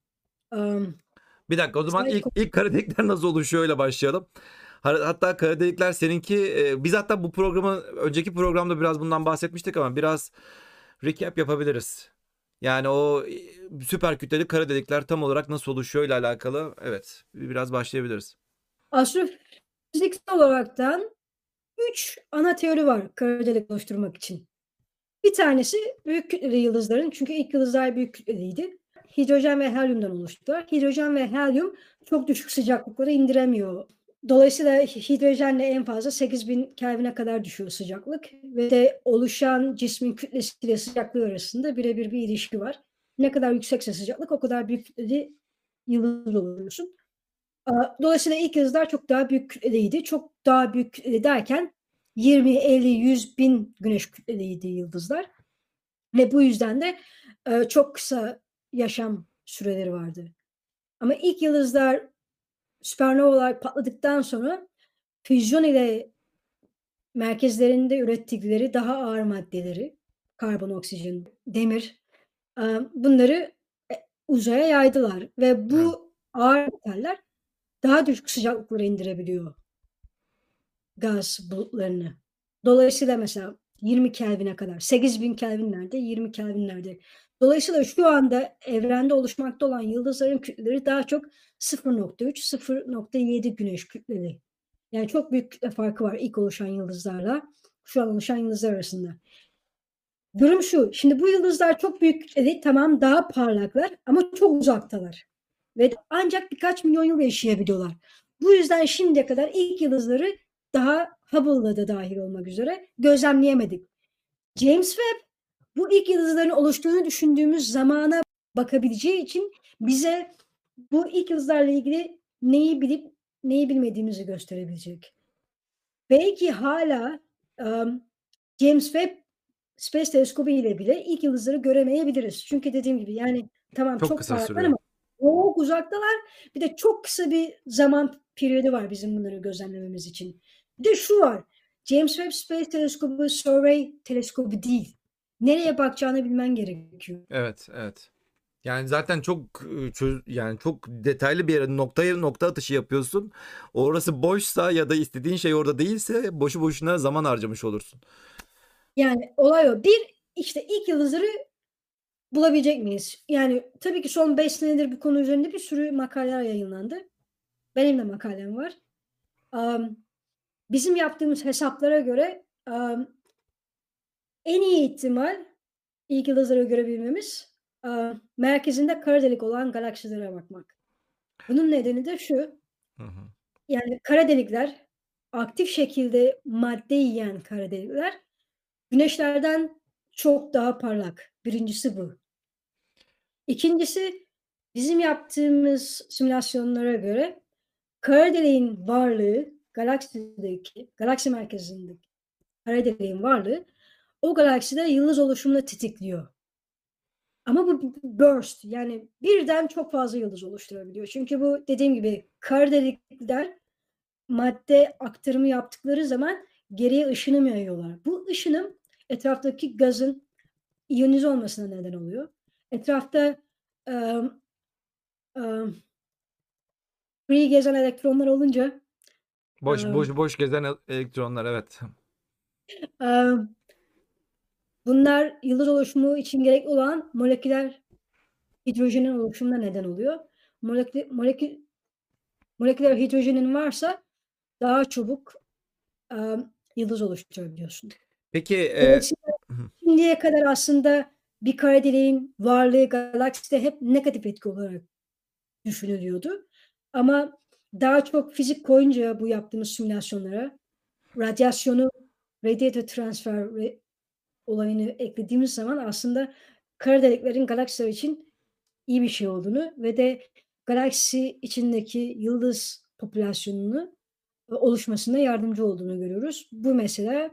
Bir dakika o zaman Mesela ilk kara delikler nasıl oluşuyor öyle başlayalım. Hatta kara delikler seninki biz hatta bu programı önceki programda biraz bundan bahsetmiştik ama biraz recap yapabiliriz. Yani o süper kütleli kara delikler tam olarak nasıl oluşuyor ile alakalı evet biraz başlayabiliriz. astrofiziksel olaraktan 3 ana teori var kara delik oluşturmak için. Bir tanesi büyük kütleli yıldızların, çünkü ilk yıldızlar büyük kütleliydi. Hidrojen ve helyumdan oluştular. Hidrojen ve helyum çok düşük sıcaklıkları indiremiyor. Dolayısıyla hidrojenle en fazla 8000 Kelvin'e kadar düşüyor sıcaklık ve de oluşan cismin kütlesiyle sıcaklığı arasında birebir bir ilişki var. Ne kadar yüksekse sıcaklık o kadar büyük kütleli yıldız oluyorsun. Dolayısıyla ilk yıldızlar çok daha büyük kütleliydi. Çok daha büyük kütleli derken 20, 50, 100 bin güneş kütleliydi yıldızlar. Ve bu yüzden de çok kısa yaşam süreleri vardı. Ama ilk yıldızlar süpernova olarak patladıktan sonra füzyon ile merkezlerinde ürettikleri daha ağır maddeleri, karbon, oksijen, demir, bunları uzaya yaydılar ve Evet. bu ağır metaller daha düşük sıcaklıklara indirebiliyor gaz bulutlarını. Dolayısıyla mesela 20 Kelvin'e kadar, 8000 Kelvin'lerde, 20 Kelvin'lerde. Dolayısıyla şu anda evrende oluşmakta olan yıldızların kütleleri daha çok 0.3, 0.7 güneş kütleli. Yani çok büyük kütle farkı var ilk oluşan yıldızlarla şu an oluşan yıldızlar arasında. Durum şu, şimdi bu yıldızlar çok büyük kütleli, tamam, daha parlaklar ama çok uzaktalar. Ve ancak birkaç milyon yıl yaşayabiliyorlar. Bu yüzden şimdiye kadar ilk yıldızları daha Hubble'la da dahil olmak üzere gözlemleyemedik. James Webb bu ilk yıldızların oluştuğunu düşündüğümüz zamana bakabileceği için bize bu ilk yıldızlarla ilgili neyi bilip neyi bilmediğimizi gösterebilecek. Belki hala James Webb Space Teleskobu ile bile ilk yıldızları göremeyebiliriz. Çünkü dediğim gibi yani tamam Çok çok kısa parlaklar sürüyor. ama çok uzaktalar. Bir de çok kısa bir zaman periyodu var bizim bunları gözlemlememiz için. Bir de şu var. James Webb Space Teleskobu Survey teleskobu değil. Nereye bakacağını bilmen gerekiyor. Evet, evet. Yani zaten çok yani çok detaylı bir yere noktaya nokta atışı yapıyorsun. Orası boşsa ya da istediğin şey orada değilse boşu boşuna zaman harcamış olursun. Yani olay o. Bir, işte ilk yıldızları bulabilecek miyiz? Yani tabii ki son 5 senedir bu konu üzerinde bir sürü makaleler yayınlandı. Benim de makalem var. Bizim yaptığımız hesaplara göre en iyi ihtimal ilk yıldızları görebilmemiz merkezinde kara delik olan galaksilere bakmak. Bunun nedeni de şu, Hı hı. yani kara delikler, aktif şekilde madde yiyen kara delikler güneşlerden çok daha parlak. Birincisi bu. İkincisi, bizim yaptığımız simülasyonlara göre kara deliğin varlığı, galaksi merkezindeki kara deliğin varlığı o galakside yıldız oluşumunu tetikliyor. Ama bu burst, yani birden çok fazla yıldız oluşturabiliyor. Çünkü bu dediğim gibi kara delikler madde aktarımı yaptıkları zaman geriye ışınım yayıyorlar. Bu ışınım etraftaki gazın iyonize olmasına neden oluyor. Etrafta emm, emm, free gezen elektronlar olunca Boş emm, boş boş gezen elektronlar, evet. emm, bunlar yıldız oluşumu için gerekli olan moleküler hidrojenin oluşumuna neden oluyor. Molekü moleküler hidrojenin varsa daha çabuk, yıldız oluşturabiliyorsun. Peki Dolayısıyla hı hı. şimdiye kadar aslında bir kara deliğin varlığı galakside hep negatif etki olarak düşünülüyordu. Ama daha çok fizik koyunca bu yaptığımız simülasyonlara radyasyonu, radiative transfer olayını eklediğimiz zaman aslında kara deliklerin galaksiler için iyi bir şey olduğunu ve de galaksi içindeki yıldız popülasyonunu oluşmasına yardımcı olduğunu görüyoruz. Bu mesela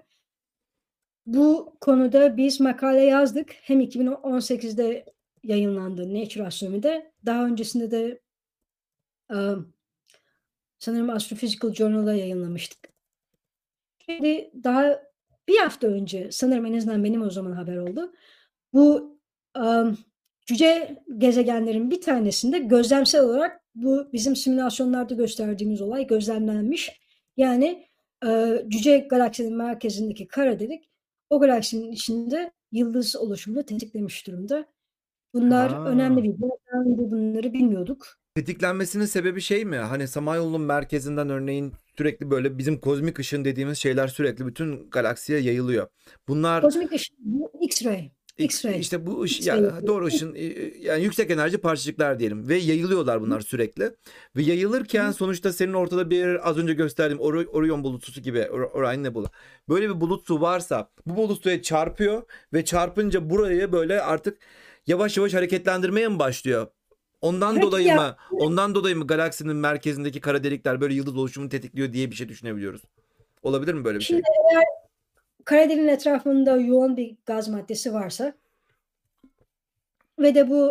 bu konuda biz makale yazdık. Hem 2018'de yayınlandı Nature Astronomy'de. Daha öncesinde de, emm, sanırım Astrophysical Journal'da yayınlamıştık. Şimdi daha bir hafta önce sanırım en azından benim o zaman haber oldu. Bu, emm, cüce gezegenlerin bir tanesinde gözlemsel olarak bu bizim simülasyonlarda gösterdiğimiz olay gözlemlenmiş. Yani, cüce galaksinin merkezindeki kara delik o galaksinin içinde yıldız oluşumunu tetiklemiş durumda. Bunlar önemli Ha. bilgiler. Daha önce bunları bilmiyorduk. Tetiklenmesinin sebebi şey mi? Hani Samanyolu'nun merkezinden örneğin sürekli böyle bizim kozmik ışın dediğimiz şeyler sürekli bütün galaksiye yayılıyor. Bunlar Kozmik ışın, bu X-ray. X-ray. işte bu X-ray ya yapıyor. doğru ışın yani yüksek enerji parçacıklar diyelim ve yayılıyorlar Hı bunlar sürekli. Ve hı. yayılırken sonuçta senin ortada bir az önce gösterdiğim Orion bulutusu gibi Orion Nebula. Böyle bir bulutsu varsa bu bulutsuya çarpıyor ve çarpınca burayı böyle artık yavaş yavaş hareketlendirmeye mi başlıyor? Ondan Hareket dolayı ya, mı? Ondan dolayı mı galaksinin merkezindeki kara delikler böyle yıldız oluşumunu tetikliyor diye bir şey düşünebiliyoruz. Olabilir mi böyle bir şimdi şey? eğer kara deliğin etrafında yoğun bir gaz maddesi varsa ve de bu,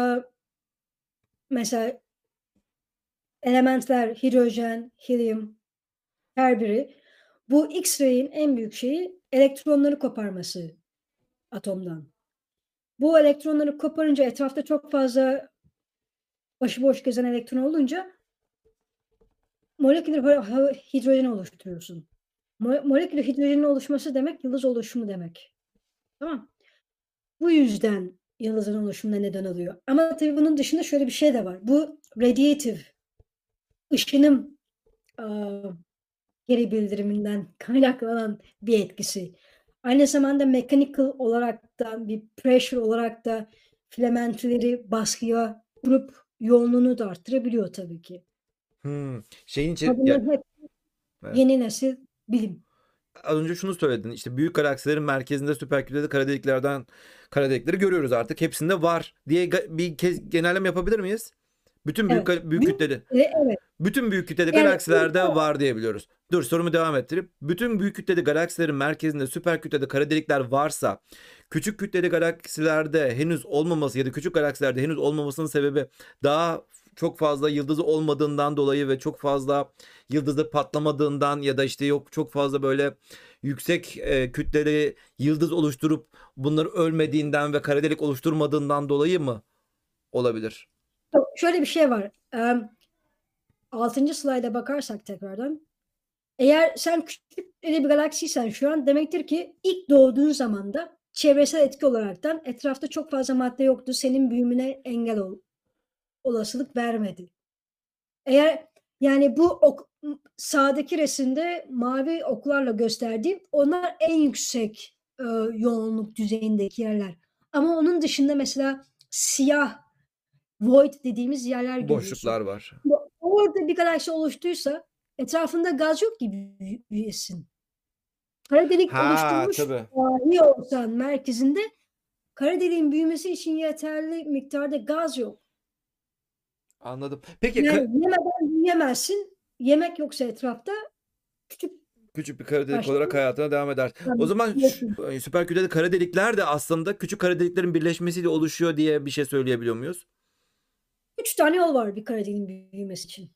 mesela elementler hidrojen, helyum her biri bu X-ray'in en büyük şeyi elektronları koparması atomdan. Bu elektronları koparınca etrafta çok fazla başıboş gezen elektron olunca moleküler hidrojen oluşturuyorsun. Moleküler hidrojenin oluşması demek yıldız oluşumu demek. Tamam. Bu yüzden yıldızın oluşumuna neden oluyor. Ama tabii bunun dışında şöyle bir şey de var. Bu radiative ışınım, aaa, geri bildiriminden kaynaklanan bir etkisi. Aynı zamanda mechanical olarak da bir pressure olarak da filamentleri baskıya vurup yoğunluğunu da arttırabiliyor tabii ki. Şeyin Ama için ya, bunların hep evet. yeni nesil bilim. Az önce şunu söyledin. İşte büyük galaksilerin merkezinde süperkütleli kara delikleri görüyoruz artık. Hepsinde var diye bir kez genelleme yapabilir miyiz? Bütün büyük Evet. büyük kütleli Evet. bütün büyük kütleli Yani galaksilerde var diyebiliyoruz. Dur, sorumu devam ettirip bütün büyük kütleli galaksilerin merkezinde süper kütleli kara delikler varsa küçük kütleli galaksilerde henüz olmaması ya da küçük galaksilerde henüz olmamasının sebebi daha çok fazla yıldızı olmadığından dolayı ve çok fazla yıldızı patlamadığından ya da işte yok çok fazla böyle yüksek kütleli yıldız oluşturup bunları ölmediğinden ve kara delik oluşturmadığından dolayı mı olabilir? şöyle bir şey var. 6. slayda bakarsak tekrardan, eğer sen küçük bir galaksiysen şu an demektir ki ilk doğduğun zamanda çevresel etki olaraktan etrafta çok fazla madde yoktu. Senin büyümene engel olasılık vermedi. Eğer yani bu sağdaki resimde mavi oklarla gösterdiğim onlar en yüksek yoğunluk düzeyindeki yerler. Ama onun dışında mesela siyah void dediğimiz yerler görüyorsun. Boşluklar var. Orada bir galaksi oluştuysa etrafında gaz yok gibi büyüyesin. Kara delik Ha, oluşturmuş tabii. dahi olsan merkezinde kara deliğin büyümesi için yeterli miktarda gaz yok. Anladım. Peki Yani yemeden büyüyemezsin. Yemek yoksa etrafta küçük küçük bir kara delik başka olarak hayatına devam eder. O zaman süper kütleli kara delikler de aslında küçük kara deliklerin birleşmesiyle oluşuyor diye bir şey söyleyebiliyor muyuz? 3 tane yol var bir kara deliğin büyümesi için.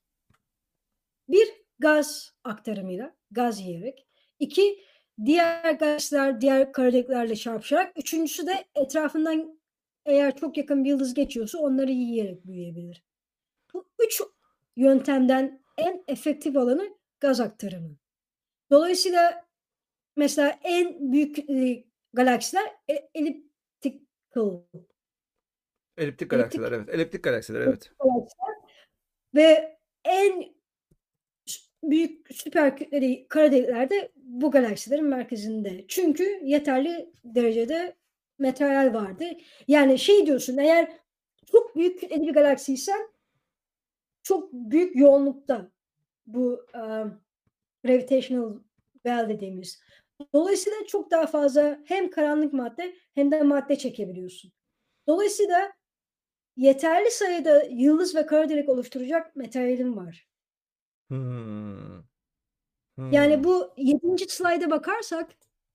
1, gaz aktarımıyla, gaz yiyerek. 2, diğer gazlar, diğer kara deliklerle çarpışarak. Üçüncüsü de etrafından eğer çok yakın bir yıldız geçiyorsa onları yiyerek büyüyebilir. Bu 3 yöntemden en efektif olanı gaz aktarımı. Dolayısıyla mesela en büyük, galaksiler elliptical Eliptik elliptik galaksiler, evet. Eliptik galaksiler, evet. galaksiler ve en büyük süper kütleli kara delikler de bu galaksilerin merkezinde. Çünkü yeterli derecede materyal vardı. Yani şey diyorsun, eğer çok büyük kütleli bir galaksiysen çok büyük yoğunlukta bu, gravitational well dediğimiz. Dolayısıyla çok daha fazla hem karanlık madde hem de madde çekebiliyorsun. Dolayısıyla yeterli sayıda yıldız ve kara delik oluşturacak materyalin var. Hmm. Yani Hmm. bu 7. slayda bakarsak,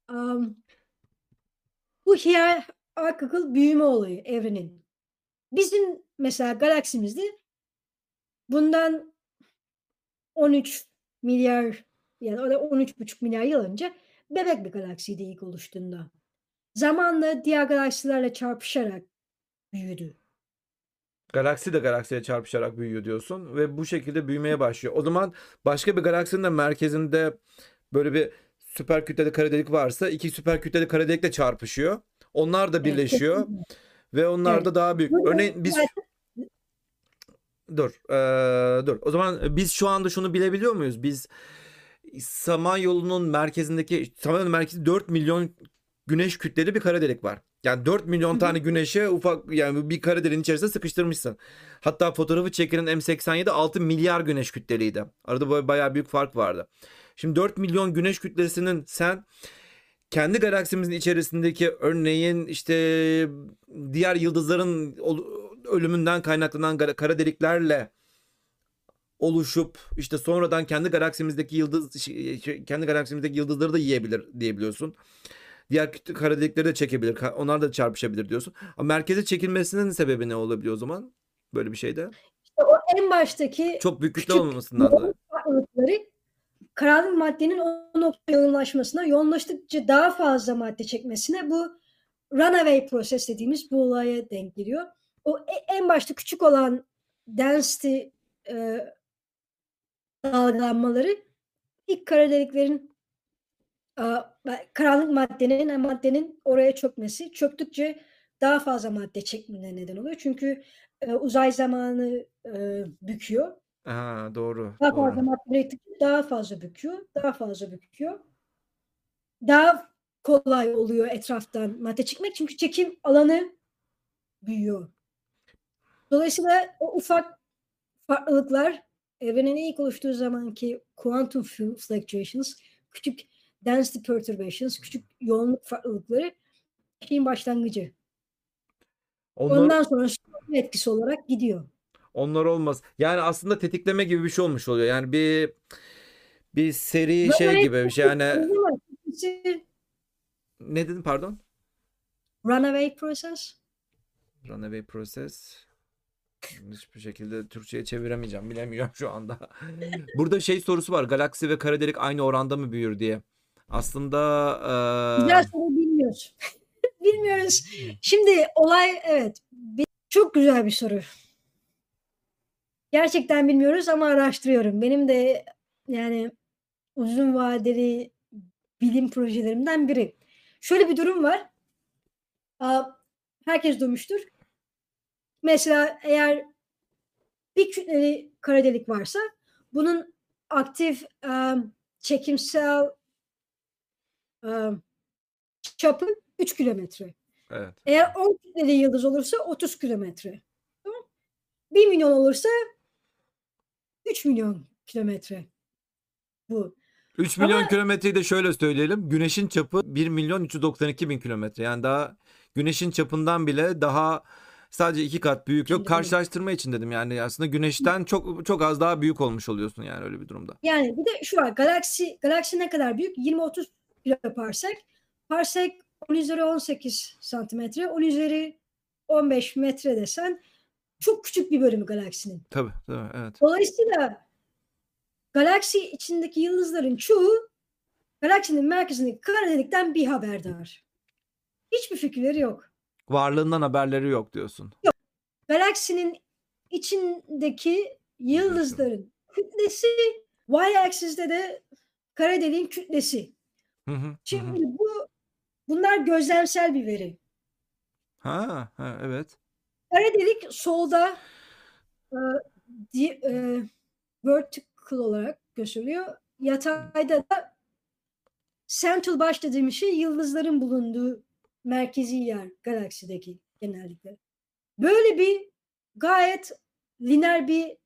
bu hiyerarchikal büyüme olayı evrenin. Bizim mesela galaksimizde bundan 13 milyar yani 13,5 milyar yıl önce bebek bir galaksiydi ilk oluştuğunda. Zamanla diğer galaksilerle çarpışarak büyüdü. Galaksi de galaksiye çarpışarak büyüyor diyorsun ve bu şekilde büyümeye başlıyor. O zaman başka bir galaksinin de merkezinde böyle bir süper kütleli kara delik varsa iki süper kütleli kara delikle çarpışıyor. Onlar da Evet, birleşiyor kesinlikle. ve onlar Evet. da daha büyük. Burada Örneğin biz zaten dur, dur. O zaman biz şu anda şunu bilebiliyor muyuz? Biz Samanyolu'nun merkezindeki Samanyolu'nun merkezi 4 milyon güneş kütleli bir kara delik var. Yani 4 milyon Hı hı. tane güneşe ufak yani bir kara deliğin içerisine sıkıştırmışsın. Hatta fotoğrafı çekilen M87 6 milyar güneş kütleliydi. Arada böyle bayağı büyük fark vardı. Şimdi 4 milyon güneş kütlesinin sen kendi galaksimizin içerisindeki örneğin işte diğer yıldızların ölümünden kaynaklanan kara deliklerle oluşup işte sonradan kendi galaksimizdeki yıldızları da yiyebilir diyebiliyorsun. Diğer kara delikleri de çekebilir. Onlar da çarpışabilir diyorsun. Ama merkeze çekilmesinin sebebi ne olabiliyor o zaman? Böyle bir şeyde. işte o en baştaki Çok büyük kütle küçük olmamasından dolayı. yoğun farklılıkları karanlık maddenin o noktaya yoğunlaşmasına, yoğunlaştıkça daha fazla madde çekmesine bu runaway process dediğimiz bu olaya denk geliyor. O en başta küçük olan density, eee, dalgalanmaları ilk kara deliklerin, karanlık maddenin oraya çökmesi, çöktükçe daha fazla madde çekimine neden oluyor. Çünkü, uzay zamanı, büküyor. Ha, doğru, Daha fazla doğru. madde biriktikçe daha fazla büküyor, daha fazla büküyor. Daha kolay oluyor etraftan madde çekmek çünkü çekim alanı büyüyor. Dolayısıyla o ufak farklılıklar evrenin ilk oluştuğu zamanki quantum fluctuations, küçük density perturbations, küçük yoğunluk farklılıkları şeyin başlangıcı. Onlar Ondan sonra etkisi olarak gidiyor. Onlar olmaz. Yani aslında tetikleme gibi bir şey olmuş oluyor. Yani bir seri şey Runaway gibi bir şey. Process Yani değil mi? İkincisi ne dedin pardon? Runaway Process. Runaway Process. Hiçbir şekilde Türkçe'ye çeviremeyeceğim. Bilemiyorum şu anda. Burada şey sorusu var. Galaksi ve kara delik aynı oranda mı büyür diye. Aslında Güzel soru, bilmiyoruz. Bilmiyoruz. Şimdi olay, evet. Çok güzel bir soru. Gerçekten bilmiyoruz ama araştırıyorum. Benim de yani uzun vadeli bilim projelerimden biri. Şöyle bir durum var. Herkes duymuştur. Mesela eğer bir kütleli kara delik varsa bunun aktif çekimsel çapı 3 kilometre. evet. Eğer 10 kütleli yıldız olursa 30 kilometre. 1 milyon olursa 3 milyon kilometre bu. 3 Ama milyon kilometreyi de şöyle söyleyelim. Güneşin çapı 1 milyon 392 bin kilometre. Yani daha güneşin çapından bile daha sadece 2 kat büyük. Yok, şimdi evet. karşılaştırma için dedim. Yani aslında güneşten çok çok az daha büyük olmuş oluyorsun yani öyle bir durumda. Yani bir de şu var. Galaksi ne kadar büyük? 20-30 kiloparsek. Parsek 10 üzeri 18 santimetre. 10 üzeri 15 metre desen çok küçük bir bölümü galaksinin. Tabii, tabii, evet. Dolayısıyla galaksi içindeki yıldızların çoğu galaksinin merkezindeki kara delikten bir haberdar. Hiçbir fikirleri yok. Varlığından haberleri yok diyorsun. Galaksinin içindeki yıldızların kütlesi, y-axis'te de kara deliğin kütlesi. Hı hı, hı hı. Şimdi bunlar gözlemsel bir veri. Ha, evet. Kara delik solda vertical olarak gösteriliyor. Yatayda da central box dediğimiz şey yıldızların bulunduğu merkezi yer galaksideki genellikle. Böyle bir gayet lineer bir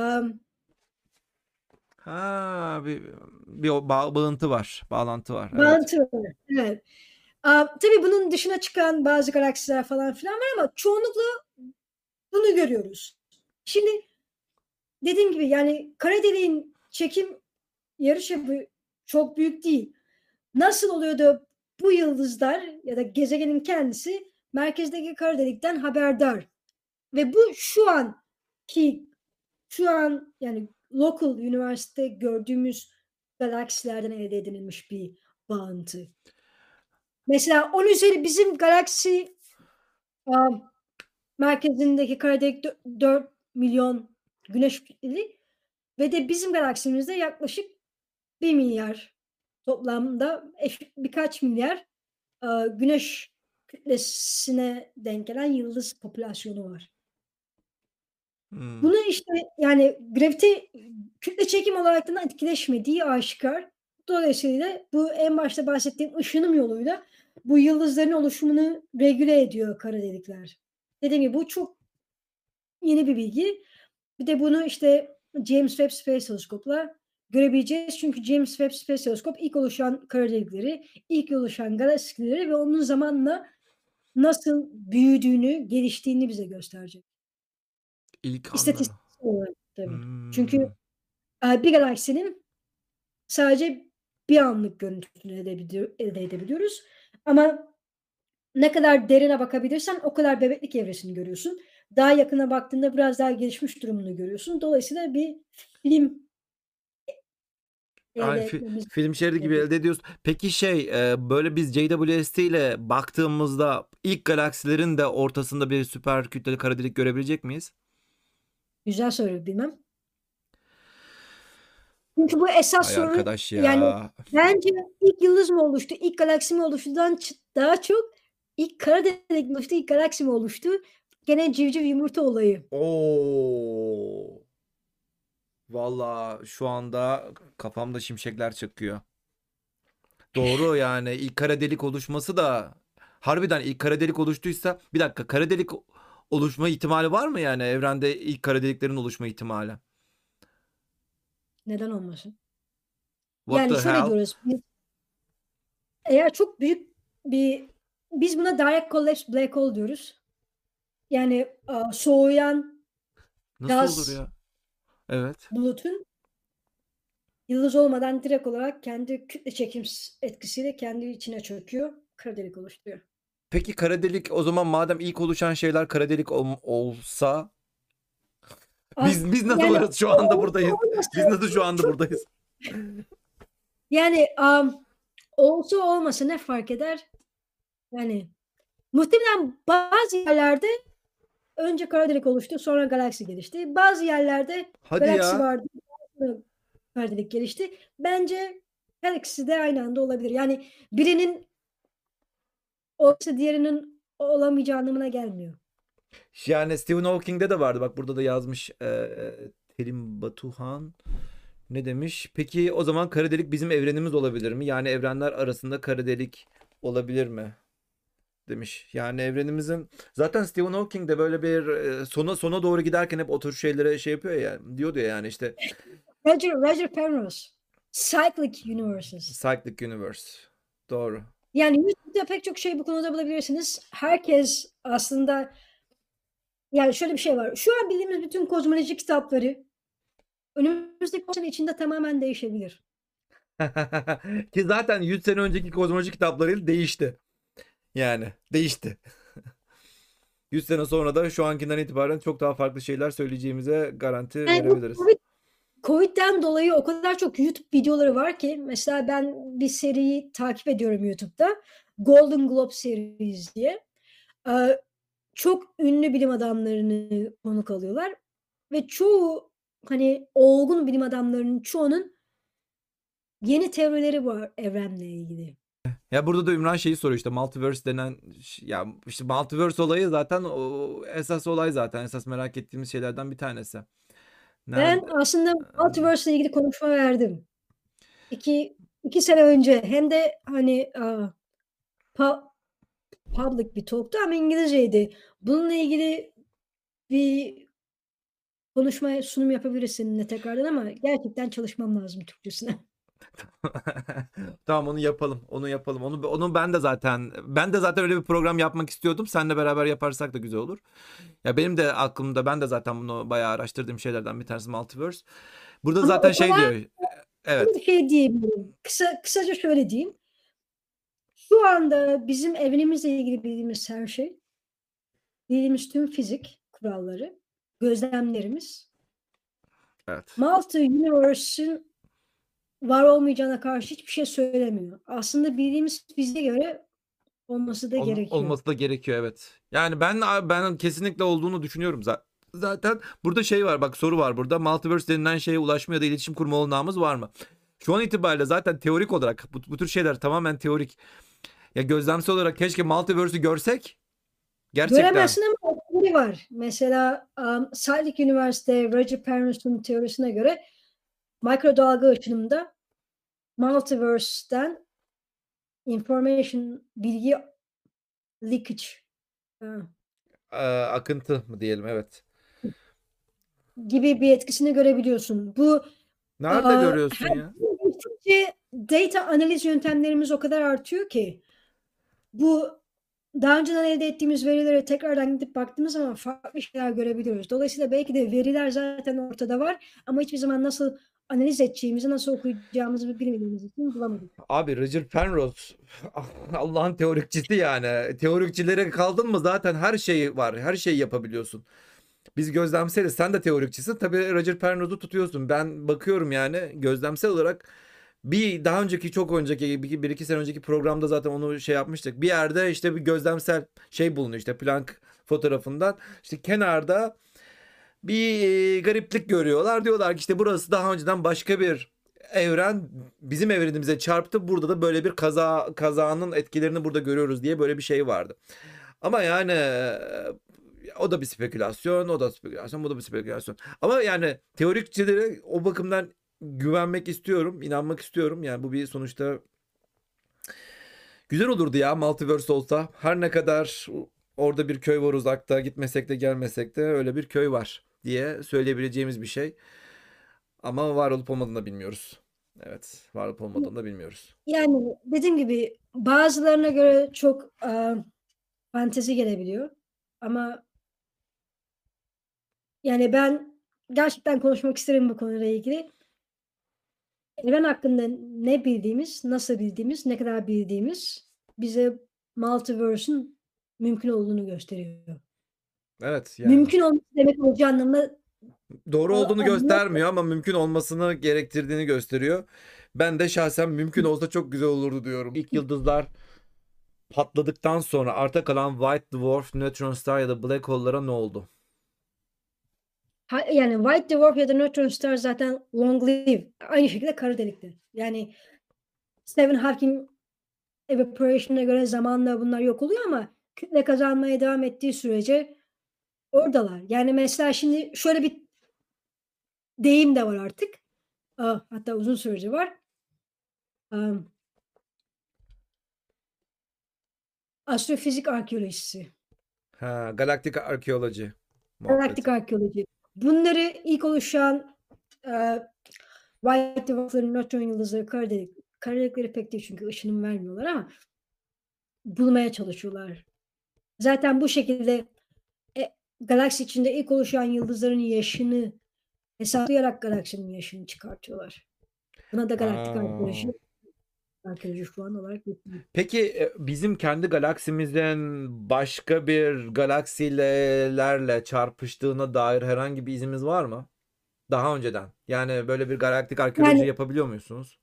Ha, bir bağıntı var. Bağlantı var. Evet. bağıntı var. Evet. Tabii bunun dışına çıkan bazı galaksiler falan filan var ama çoğunlukla bunu görüyoruz. Şimdi dediğim gibi yani kara deliğin çekim yarıçapı çok büyük değil. Nasıl oluyor da bu yıldızlar ya da gezegenin kendisi merkezdeki kara delikten haberdar? Ve bu şu an yani local üniversite gördüğümüz galaksilerden elde edilmiş bir bağıntı. Mesela 10 üzeri bizim galaksi merkezindeki kara delik 4 milyon güneş kütleli ve de bizim galaksimizde yaklaşık 1 milyar toplamda birkaç milyar güneş kütlesine denk gelen yıldız popülasyonu var. Hmm. Bunu işte yani kütle çekim olaraktan etkileşmediği aşikar. Dolayısıyla bu en başta bahsettiğim ışınım yoluyla bu yıldızların oluşumunu regüle ediyor kara delikler. Dediğim gibi bu çok yeni bir bilgi. Bir de bunu işte James Webb Space Telescope'la görebileceğiz. Çünkü James Webb Space Telescope ilk oluşan kara delikleri, ilk oluşan galaksileri ve onun zamanla nasıl büyüdüğünü, geliştiğini bize gösterecek. İlk anları. İstatistiksel olarak tabii. Çünkü Hmm. bir galaksinin sadece bir anlık görüntüsünü elde edebiliyoruz. Ama ne kadar derine bakabilirsen o kadar bebeklik evresini görüyorsun. Daha yakına baktığında biraz daha gelişmiş durumunu görüyorsun. Dolayısıyla bir film Yani elde etmemiz film şeridi gibi elde ediyoruz. Peki böyle biz JWST ile baktığımızda ilk galaksilerin de ortasında bir süper kütleli kara delik görebilecek miyiz? güzel soru, bilmem. Çünkü bu esas Ay soru arkadaş yani ya. bence ilk yıldız mı oluştu, ilk galaksi mi oluştudan daha çok ilk kara delik mi oluştu, ilk galaksi mi oluştu? Gene civciv yumurta olayı. Oo. Valla şu anda kafamda şimşekler çakıyor. Doğru, yani ilk kara delik oluşması da harbiden ilk kara delik oluştuysa bir dakika, kara delik oluşma ihtimali var mı, yani evrende ilk kara deliklerin oluşma ihtimali? Neden olmasın? What Yani the şöyle hell? diyoruz. Eğer çok büyük biz buna direct collapse black hole diyoruz. Yani soğuyan Nasıl olur Gaz ya? Evet. bulutun yıldız olmadan direkt olarak kendi kütle çekim etkisiyle kendi içine çöküyor, kara delik oluşturuyor. Peki kara delik o zaman madem ilk oluşan şeyler kara delik olsa biz nasıl Yani varız şu anda olsa buradayız? olmasa Biz nasıl şu anda çok buradayız? yani, olsa olmasa ne fark eder? Yani muhtemelen bazı yerlerde önce kara delik oluştu, sonra galaksi gelişti. Bazı yerlerde Hadi galaksi ya. vardı, sonra kara delik gelişti. Bence her ikisi de aynı anda olabilir. Yani birinin olsa diğerinin olamayacağı anlamına gelmiyor. Yani Stephen Hawking'de de vardı. Bak burada da yazmış Terim Batuhan. Ne demiş? Peki o zaman kara delik bizim evrenimiz olabilir mi? Yani evrenler arasında kara delik olabilir mi? Demiş. Yani evrenimizin zaten Stephen Hawking de böyle bir sona doğru giderken hep o tür şeylere şey yapıyor ya. Diyordu ya yani işte Roger Penrose, Cyclic Universes. Cyclic Universe. Doğru. Yani YouTube'da pek çok şey bu konuda bulabilirsiniz. Herkes aslında yani şöyle bir şey var. Şu an bildiğimiz bütün kozmoloji kitapları önümüzdeki 10 sene içinde tamamen değişebilir. Ki zaten 100 sene önceki kozmoloji kitaplarıyla değişti. Yani değişti. 100 sene sonra da şu ankinden itibaren çok daha farklı şeyler söyleyeceğimize garanti Yani bu verebiliriz. Covid'den dolayı o kadar çok YouTube videoları var ki mesela ben bir seriyi takip ediyorum YouTube'da. Golden Globe Series diye. Çok ünlü bilim adamlarını konuk alıyorlar ve çoğu hani olgun bilim adamlarının çoğunun yeni teorileri var evrenle ilgili. Ya burada da Ümran şeyi soruyor işte multiverse denen ya işte multiverse olayı zaten o esas olay zaten esas merak ettiğimiz şeylerden bir tanesi. Ben Nerede? aslında Multiverse ile ilgili konuşma verdim. 2 sene önce hem de hani, pa public bir talk'tu ama İngilizceydi. Bununla ilgili bir konuşma, sunum yapabiliriz seninle tekrardan ama gerçekten çalışmam lazım Türkçesine. Tamam onu yapalım. Onu yapalım. Onu ben de zaten öyle bir program yapmak istiyordum. Seninle beraber yaparsak da güzel olur. Ya benim de aklımda ben de zaten bunu bayağı araştırdığım şeylerden bir tanesi multiverse. Burada Ama zaten o şey kadar diyor. şöyle Evet. bir şey diyebilirim. Kısaca şöyle diyeyim. Şu anda bizim evrenimizle ilgili bildiğimiz her şey, bildiğimiz tüm fizik kuralları, gözlemlerimiz, Evet. Multi-Universe'ün var olmayacağına karşı hiçbir şey söylemiyor. Aslında bildiğimiz fiziğe göre olması da gerekiyor. Olması da gerekiyor evet. Yani ben kesinlikle olduğunu düşünüyorum zaten. Burada şey var bak soru var burada. Multiverse denilen şeye ulaşma ya da iletişim kurma olanağımız var mı? Şu an itibariyle zaten teorik olarak bu tür şeyler tamamen teorik. Ya gözlemsel olarak keşke multiverse'ü görsek. Gerçekten. Göremezsin ama biri var. Mesela Cyclic Universe'de Roger Penrose'un teorisine göre mikrodalga ışınımda multiverse'den bilgi leakage Akıntı mı diyelim evet. gibi bir etkisini görebiliyorsun. Bu Nerede görüyorsun her ya? gün geçtikçe data analiz yöntemlerimiz o kadar artıyor ki bu daha önceden elde ettiğimiz verilere tekrardan gidip baktığımız zaman farklı şeyler görebiliyoruz. Dolayısıyla belki de veriler zaten ortada var ama hiçbir zaman nasıl analiz edeceğimizi, nasıl okuyacağımızı bilmediğimiz için bulamadık. Abi Roger Penrose Allah'ın teorikçisi yani. Teorikçilere kaldın mı zaten her şey var. Her şeyi yapabiliyorsun. Biz gözlemseliz. Sen de teorikçisin. Tabii Roger Penrose'u tutuyorsun. Ben bakıyorum yani gözlemsel olarak bir daha önceki çok önceki bir iki sene önceki programda zaten onu şey yapmıştık. Bir yerde işte bir gözlemsel şey bulunuyor işte Planck fotoğrafından. İşte kenarda bir gariplik görüyorlar. Diyorlar ki işte burası daha önceden başka bir evren bizim evrenimize çarptı. Burada da böyle bir kazanın etkilerini burada görüyoruz diye böyle bir şey vardı. Ama yani o da bir spekülasyon, o da spekülasyon, bu da bir spekülasyon. Ama yani teorikçilere o bakımdan güvenmek istiyorum, inanmak istiyorum. Yani bu bir sonuçta güzel olurdu ya multiverse olsa. Her ne kadar orada bir köy var uzakta, gitmesek de gelmesek de öyle bir köy var diye söyleyebileceğimiz bir şey. Ama var olup olmadığını da bilmiyoruz. Evet, var olup olmadığını da bilmiyoruz. Yani dediğim gibi bazılarına göre çok fantezi gelebiliyor ama Yani ben gerçekten konuşmak isterim bu konuyla ilgili. Evren hakkında ne bildiğimiz, nasıl bildiğimiz, ne kadar bildiğimiz bize multiverse'ün mümkün olduğunu gösteriyor. Evet yani. Mümkün olması demek olacağı anlamına Doğru olduğunu anlamına göstermiyor ama mümkün olmasını gerektirdiğini gösteriyor. Ben de şahsen mümkün olsa çok güzel olurdu diyorum. İlk yıldızlar patladıktan sonra arta kalan White Dwarf, Neutron Star ya da Black Hole'lara ne oldu? Yani White Dwarf ya da Neutron Star zaten long live. Aynı şekilde kara deliktir. Yani Stephen Hawking evaporation'a göre zamanla bunlar yok oluyor ama kütle kazanmaya devam ettiği sürece oradalar. Yani mesela şimdi şöyle bir deyim de var artık. Hatta uzun süredir var. Amm, astrofizik arkeolojisi, Ha, galaktik arkeoloji galaktik muhabbeti. arkeoloji. Bunları ilk oluşan, eee, White Dwarf'ların, nötron yıldızları, kara delikleri pek değil çünkü ışınım vermiyorlar ama bulmaya çalışıyorlar. Zaten bu şekilde, galaksi içinde ilk oluşan yıldızların yaşını hesaplayarak galaksinin yaşını çıkartıyorlar. Buna da galaktik Aa. arkeoloji şu an olarak geçiyor. Peki bizim kendi galaksimizin başka bir galaksilerle çarpıştığına dair herhangi bir izimiz var mı? Daha önceden. Yani böyle bir galaktik arkeoloji Yani yapabiliyor musunuz?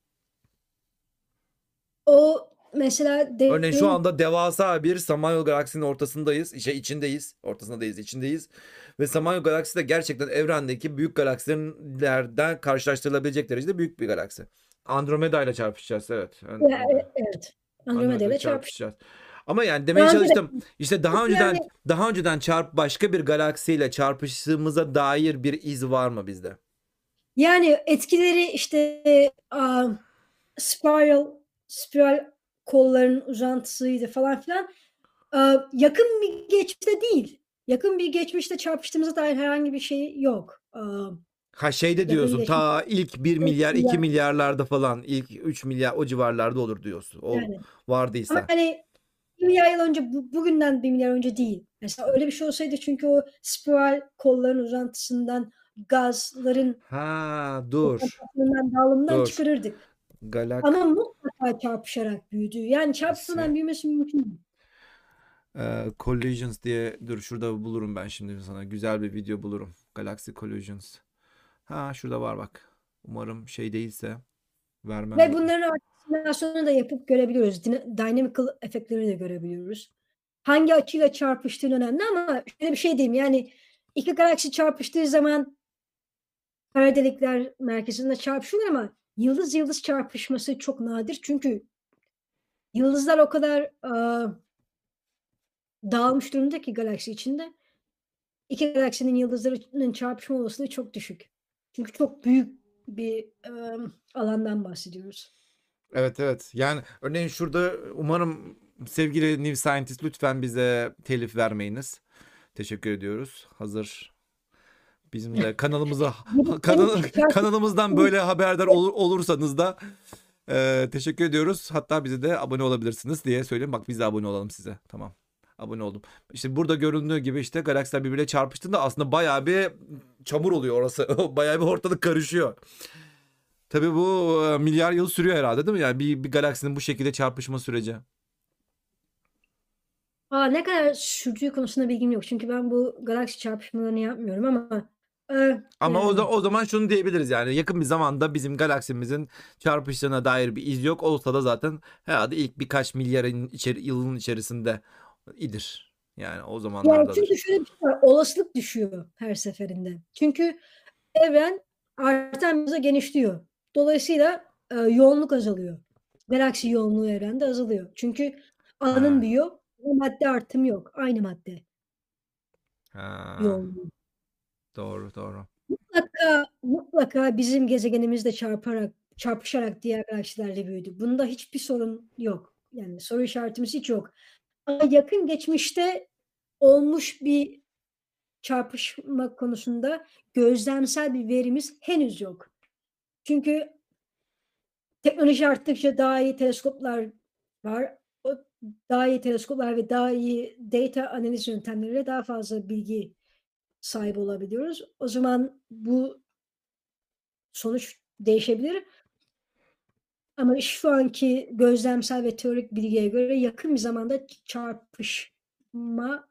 o mesela Örneğin şu derin anda devasa bir Samanyolu galaksinin ortasındayız. İçindeyiz. Ortasında değiliz, içindeyiz. Ve Samanyolu galaksisi de gerçekten evrendeki büyük galaksilerden karşılaştırılabilecek derecede büyük bir galaksi. Andromeda ile çarpışacağız, evet. ya, evet. Andromeda Andromeda ile ile çarpış. çarpışacağız. Ama yani demeye Daha önce de çalıştım. İşte yani daha önceden başka bir galaksiyle çarpıştığımıza dair bir iz var mı bizde? yani etkileri işte, spiral kolların uzantısıydı falan filan. Yakın bir geçmişte değil. Yakın bir geçmişte çarpıştığımıza dair herhangi bir şey yok. Ha şeyde Yakın diyorsun geçmiş ta ilk 1 milyar 2 milyarlarda falan ilk 3 milyar o civarlarda olur diyorsun. O yani. Ama vardıysa. hani 1.000.000 yıl önce bugünden 1.000.000 yıl önce değil. Mesela öyle bir şey olsaydı çünkü o spiral kolların uzantısından gazların Ha dur. konsantrasyonundan, dağılımından Dur. çıkarırdık. Galaksi Ama mutlaka çarpışarak büyüdü. Yani çarpmadan büyümesi mümkün değil. Collisions diye dur şurada bulurum ben şimdi sana güzel bir video bulurum. Galaxy Collisions. Ha şurada var bak. Umarım şey değilse vermem. Ve bunların artık simülasyonunu da yapıp görebiliyoruz. Dynamical efektleri de görebiliyoruz. Hangi açıyla çarpıştığın önemli ama şöyle bir şey diyeyim, yani 2 galaksi çarpıştığı zaman kara delikler merkezinde çarpışıyorlar ama yıldız yıldız çarpışması çok nadir. Çünkü yıldızlar o kadar, dağılmış durumda ki galaksi içinde. 2 galaksinin yıldızlarının çarpışma olasılığı çok düşük. Çünkü çok büyük bir, alandan bahsediyoruz. Evet evet. Yani örneğin şurada umarım sevgili New Scientist lütfen bize telif vermeyiniz. Teşekkür ediyoruz. Hazır bizim de kanalımıza kanalımızdan böyle haberdar olursanız da teşekkür ediyoruz. Hatta bize de abone olabilirsiniz diye söyleyeyim. Bak biz de abone olalım size. Tamam. Abone oldum. İşte burada göründüğü gibi işte galaksiler birbirine çarpıştığında aslında bayağı bir çamur oluyor orası. Bayağı bir ortalık karışıyor. Tabii bu milyar yıl sürüyor herhalde değil mi? Yani bir galaksinin bu şekilde çarpışma süreci. Ne kadar sürdüğü konusunda bilgim yok. Çünkü ben bu galaksi çarpışmalarını yapmıyorum ama, Ama yani o zaman şunu diyebiliriz yani yakın bir zamanda bizim galaksimizin çarpıştığına dair bir iz yok. Olsa da zaten herhalde ilk birkaç milyarın yılın içerisinde idir. Yani o yani çünkü zamanlardadır. şöyle bir şey var, olasılık düşüyor her seferinde. Çünkü evren artan hızla genişliyor. Dolayısıyla, yoğunluk azalıyor. Galaksi yoğunluğu evrende azalıyor. Çünkü alanın Ha, büyüyor ama madde artımı yok. Aynı madde ha, yoğunluğu. doğru doğru. Mutlaka bizim gezegenimizde çarpışarak diğer galaksilerle büyüdü. Bunda hiçbir sorun yok. Yani soru işaretimiz hiç yok. Ama yakın geçmişte olmuş bir çarpışma konusunda gözlemsel bir verimiz henüz yok. Çünkü teknoloji arttıkça daha iyi teleskoplar var. O daha iyi teleskoplar ve daha iyi data analiz yöntemleriyle daha fazla bilgi sahip olabiliyoruz. O zaman bu sonuç değişebilir ama şu anki gözlemsel ve teorik bilgiye göre yakın bir zamanda çarpışma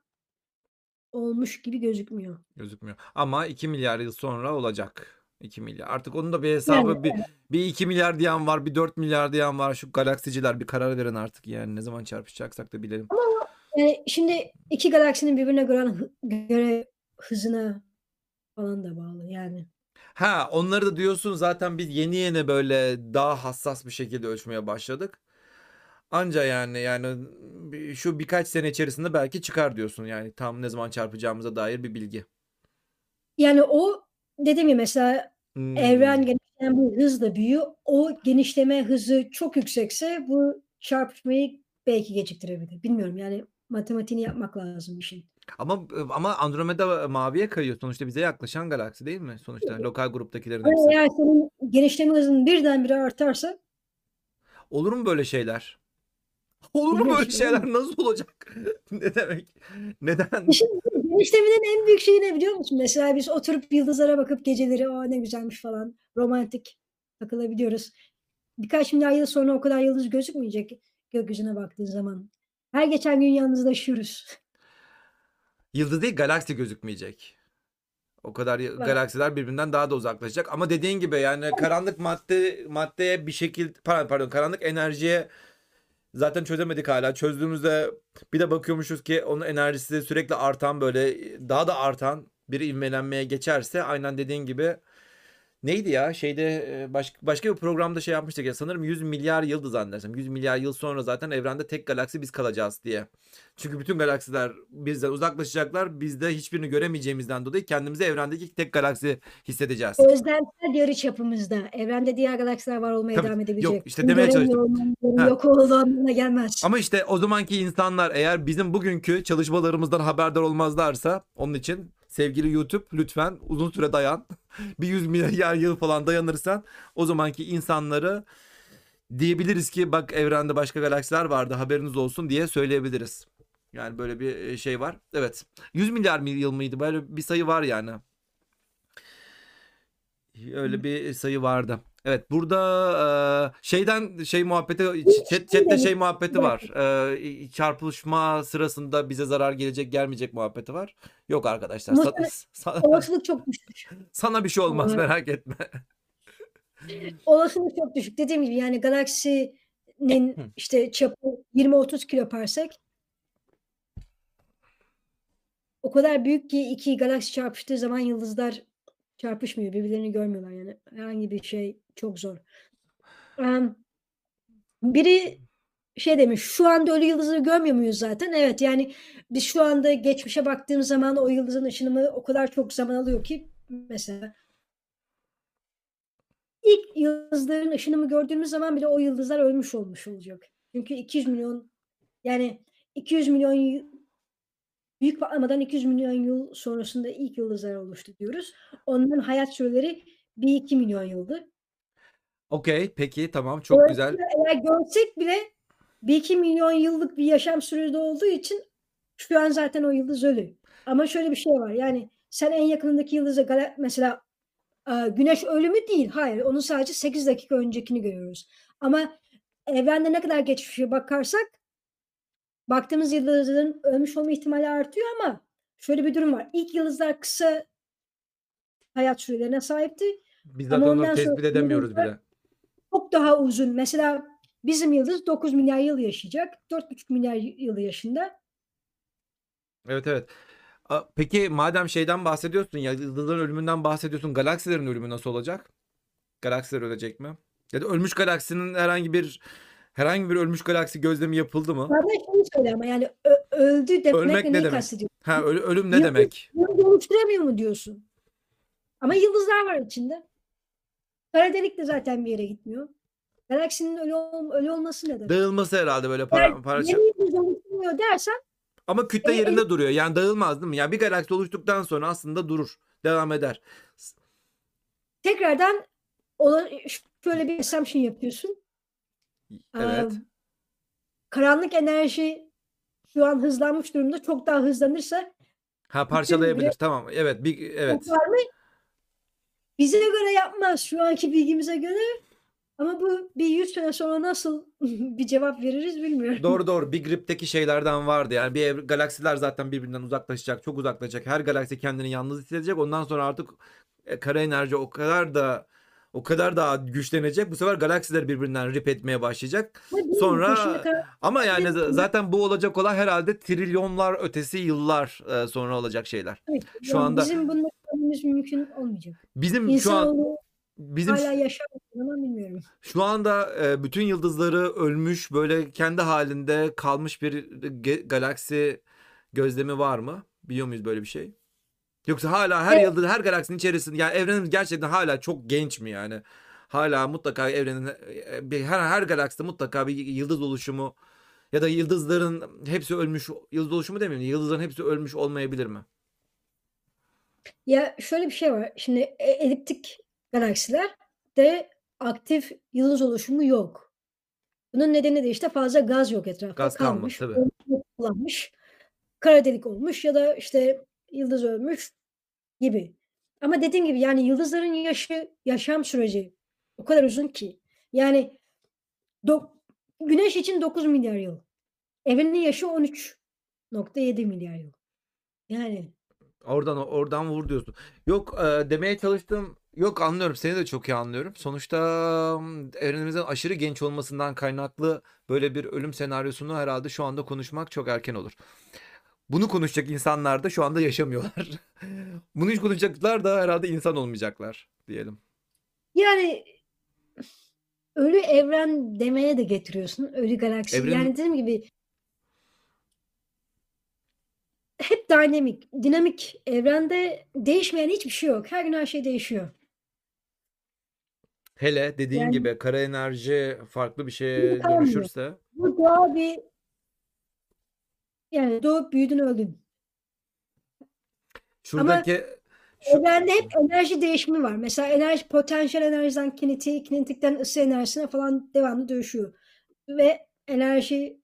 olmuş gibi gözükmüyor. Gözükmüyor. Ama 2 milyar yıl sonra olacak. 2 milyar. Artık onun da bir Yani, hesabı bir 2 milyar diyen var, bir 4 milyar diyen var. Şu galaksiciler bir karar verin artık yani ne zaman çarpışacaksak da bilelim. ama yani şimdi 2 galaksinin birbirine göre hızına falan da bağlı yani. Ha, onları da diyorsun zaten biz yeni yeni böyle daha hassas bir şekilde ölçmeye başladık. Anca yani şu birkaç sene içerisinde belki çıkar diyorsun yani tam ne zaman çarpacağımıza dair bir bilgi. Yani o dediğim gibi mesela evren Hmm. genişleyen bir hızla büyüyor. O genişleme hızı çok yüksekse bu çarpışmayı belki geciktirebilir. Bilmiyorum yani matematiğini yapmak lazım işin. Ama Andromeda maviye kayıyor sonuçta bize yaklaşan galaksi değil mi? Sonuçta lokal gruptakilerin Ama hepsi. eğer senin genişleme hızın birdenbire artarsa Olur mu böyle şeyler? Olur mu böyle ilginç değil mi? şeyler? Nasıl olacak? Ne demek? Neden? İşin genişlemenin en büyük şeyi ne biliyor musun? Mesela biz oturup yıldızlara bakıp geceleri "A, ne güzelmiş." falan romantik takılabiliyoruz. Birkaç milyar yıl sonra o kadar yıldız gözükmeyecek gökyüzüne baktığın zaman. Her geçen gün yalnızlaşıyoruz. Yıldız değil galaksi gözükmeyecek. O kadar Bak, galaksiler birbirinden daha da uzaklaşacak. Ama dediğin gibi yani karanlık maddeye bir şekilde pardon karanlık enerjiye zaten çözemedik hala. Çözdüğümüzde bir de bakıyormuşuz ki onun enerjisi sürekli artan böyle daha da artan bir ivmelenmeye geçerse aynen dediğin gibi neydi ya şeyde başka bir programda şey yapmıştık ya sanırım 100 milyar yıldı zannedersem 100 milyar yıl sonra zaten evrende tek galaksi biz kalacağız diye. Çünkü bütün galaksiler bizden uzaklaşacaklar biz de hiçbirini göremeyeceğimizden dolayı kendimizi evrendeki tek galaksi hissedeceğiz. gözlemsel yarıçapımızda evrende diğer galaksiler var olmaya Tabii devam yok edebilecek. işte Bunu demeye göremiyor çalıştım. olmanın Ha. yok olduğu anlamına gelmez. Ama işte o zamanki insanlar eğer bizim bugünkü çalışmalarımızdan haberdar olmazlarsa onun için sevgili YouTube lütfen uzun süre dayan. Bir 100 milyar yıl falan dayanırsan o zamanki insanları diyebiliriz ki bak evrende başka galaksiler vardı haberiniz olsun diye söyleyebiliriz. Yani böyle bir şey var. Evet. 100 milyar yıl mıydı? Böyle bir sayı var yani. Öyle bir sayı vardı. Evet burada şey muhabbeti Bir şey chatte demiş. şey Bir muhabbeti dakika. var. Çarpışma sırasında bize zarar gelecek gelmeyecek muhabbeti var. Yok arkadaşlar Olasılık çok düşük. sana bir şey olmaz Eee, merak etme. Olasılık çok düşük. Dediğim gibi yani galaksinin Hı. işte çapı 20-30 kiloparsek o kadar büyük ki 2 galaksi çarpıştığı zaman yıldızlar çarpışmıyor. Birbirlerini görmüyorlar yani. Herhangi bir şey çok zor. Emm, biri şey demiş, "Şu anda ölü yıldızları görmüyor muyuz zaten?" Evet, yani biz şu anda geçmişe baktığımız zaman o yıldızın ışınımı o kadar çok zaman alıyor ki mesela ilk yıldızların ışınımı gördüğümüz zaman bile o yıldızlar ölmüş olmuş olacak. Çünkü 200 milyon yani 200 milyon büyük patlamadan 200 milyon yıl sonrasında ilk yıldızlar oluştu diyoruz. Onların hayat süreleri 1-2 milyon yıldı. Okey peki tamam çok güzel. Dolayısıyla eğer görsek bile 1-2 milyon yıllık bir yaşam sürede olduğu için şu an zaten o yıldız ölü. Ama şöyle bir şey var, yani sen en yakınındaki yıldıza mesela, Güneş ölü mü? Değil. Hayır. Onun sadece 8 dakika öncekini görüyoruz. Ama evrende ne kadar geçmişe bakarsak baktığımız yıldızların ölmüş olma ihtimali artıyor ama şöyle bir durum var. İlk yıldızlar kısa hayat sürelerine sahipti Biz ama zaten onları ondan tespit sonraki edemiyoruz yıldızlar bile. çok daha uzun. Mesela bizim yıldız 9 milyar yıl yaşayacak. 4,5 milyar yılı yaşında. Evet evet. Peki madem şeyden bahsediyorsun ya yıldızların ölümünden bahsediyorsun galaksilerin ölümü nasıl olacak? Galaksiler ölecek mi? Ya da ölmüş galaksinin herhangi bir ölmüş galaksi gözlemi yapıldı mı? Bazen şeyi söylüyor ama yani öldü Ölmek demekle ne neyi demek? kastediyorsun? Ha ölüm ne Yıldız demek? yıldız oluşturamıyor mu diyorsun? Ama yıldızlar var içinde. Kara delik de zaten bir yere gitmiyor. Galaksinin ölü olması ne demek? Dağılması herhalde böyle Eğer parça. yeni yıldız oluşturmuyor dersen Ama kütle en yerinde duruyor. Yani dağılmaz değil mi? Yani bir galaksi oluştuktan sonra aslında durur. Devam eder. tekrardan ola şöyle bir assumption yapıyorsun. Evet. Karanlık enerji şu an hızlanmış durumda. Çok daha hızlanırsa Ha, Bütün parçalayabilir. Tamam. Evet. Evet. var mı? Bize göre yapmaz şu anki bilgimize göre ama bu bir 100 sene sonra nasıl bir cevap veririz bilmiyorum. Doğru doğru. Big Rip'teki şeylerden vardı. Yani galaksiler zaten birbirinden uzaklaşacak. Çok uzaklaşacak. Her galaksi kendini yalnız hissedecek. Ondan sonra artık kara enerji o kadar da güçlenecek. Bu sefer galaksiler birbirinden rip etmeye başlayacak. Ama bilmiyorum, peşine Sonra karar ama yani vermedim. zaten bu olacak olan herhalde trilyonlar ötesi yıllar sonra olacak şeyler. Evet, Şu yani anda bizim bunu görmemiz mümkün olmayacak. bizim şu an İnsanoğlu bizim hâlâ yaşar mı ama bilmiyorum. Şu anda bütün yıldızları ölmüş böyle kendi halinde kalmış bir galaksi gözlemi var mı? Biliyor muyuz böyle bir şey? Yoksa hala her Evet, yıldız, her galaksinin içerisinde yani evrenimiz gerçekten hala çok genç mi yani? Hala mutlaka evrenin her galakside mutlaka bir yıldız oluşumu ya da yıldızların hepsi ölmüş, yıldız oluşumu demeyeyim, yıldızların hepsi ölmüş olmayabilir mi? ya şöyle bir şey var. Şimdi eliptik galaksilerde aktif yıldız oluşumu yok. Bunun nedeni de işte fazla gaz yok etrafta Gaz kalmadı kalmamış, tabii. kullanmış, kara delik olmuş ya da işte yıldız ölmüş gibi. Ama dediğim gibi yani yıldızların yaşam süreci o kadar uzun ki. Yani dok Güneş için 9 milyar yıl. Evrenin yaşı 13,7 milyar yıl. Yani Oradan vur diyorsun. Yok demeye çalıştım. Yok, anlıyorum. Seni de çok iyi anlıyorum. Sonuçta evrenimizin aşırı genç olmasından kaynaklı böyle bir ölüm senaryosunu herhalde şu anda konuşmak çok erken olur. Bunu konuşacak insanlar da şu anda yaşamıyorlar. Bunu hiç konuşacaklar da herhalde insan olmayacaklar diyelim. yani ölü evren demeye de getiriyorsun, ölü galaksi. Evrenin Yani dediğim gibi hep dinamik evrende değişmeyen hiçbir şey yok. Her gün her şey değişiyor. hele dediğin Yani gibi kara enerji farklı bir şimdi şeye kalmıyor. dönüşürse Bu doğal bir yani doğup büyüdün öldün. Ama şuradaki şu evrende hep enerji değişimi var. Mesela potansiyel enerjiden kinetiğe, kinetikten ısı enerjisine falan devamlı dönüşüyor. Ve enerji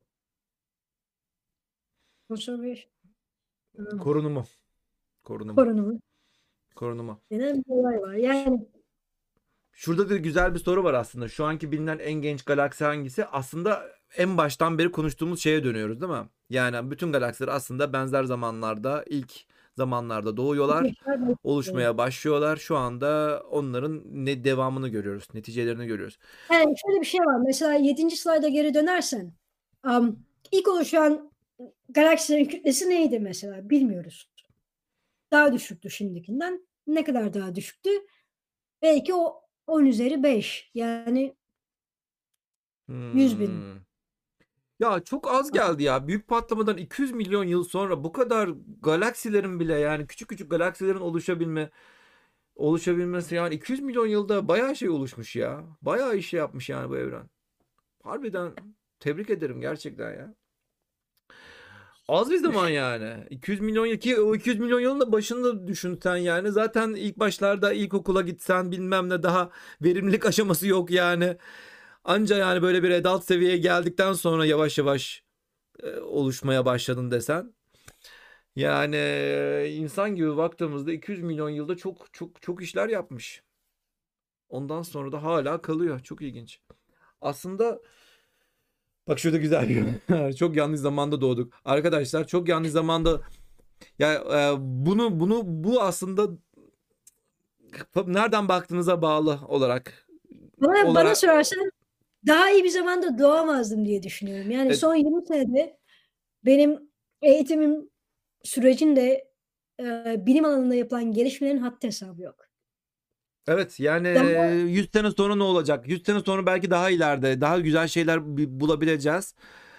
konservation korunumu korunumu korunumu korunumu. denen bir olay var. Yani Şurada da güzel bir soru var aslında. Şu anki bilinen en genç galaksi hangisi? Aslında en baştan beri konuştuğumuz şeye dönüyoruz, değil mi? Yani bütün galaksiler aslında benzer zamanlarda, ilk zamanlarda doğuyorlar, yaşlar başlıyor. oluşmaya başlıyorlar. Şu anda onların ne devamını görüyoruz, neticelerini görüyoruz. Yani şöyle bir şey var. Mesela 7. slayda geri dönersen, ilk oluşan galaksilerin kütlesi neydi mesela? Bilmiyoruz. Daha düşüktü şimdikinden. Ne kadar daha düşüktü? Belki o 10 üzeri 5. Yani 100.000. Hmm. Ya çok az geldi ya. Büyük patlamadan 200 milyon yıl sonra bu kadar galaksilerin bile, yani küçük küçük galaksilerin oluşabilmesi, yani 200 milyon yılda bayağı şey oluşmuş ya. Bayağı iş yapmış yani bu evren. Harbiden tebrik ederim gerçekten ya. Az bir zaman yani. 200 milyon yıl, ki o 200 milyon yılın da başını düşün sen yani. Zaten ilk başlarda ilkokula gitsen bilmem ne, daha verimlilik aşaması yok yani. Anca yani böyle bir adult seviyeye geldikten sonra yavaş yavaş oluşmaya başladın desen. Yani insan gibi baktığımızda 200 milyon yılda çok çok çok işler yapmış. Ondan sonra da hala kalıyor. Çok ilginç. Aslında bak şurada güzel bir çok yanlış zamanda doğduk. Arkadaşlar çok yanlış zamanda ya, bu aslında nereden baktığınıza bağlı olarak Bana olarak sorarsan daha iyi bir zamanda doğamazdım diye düşünüyorum. Yani e, son 20 senede benim eğitimim sürecinde, bilim alanında yapılan gelişmelerin haddi hesabı yok. evet yani Zaman 100 sene sonra ne olacak? 100 sene sonra belki daha ileride daha güzel şeyler bulabileceğiz.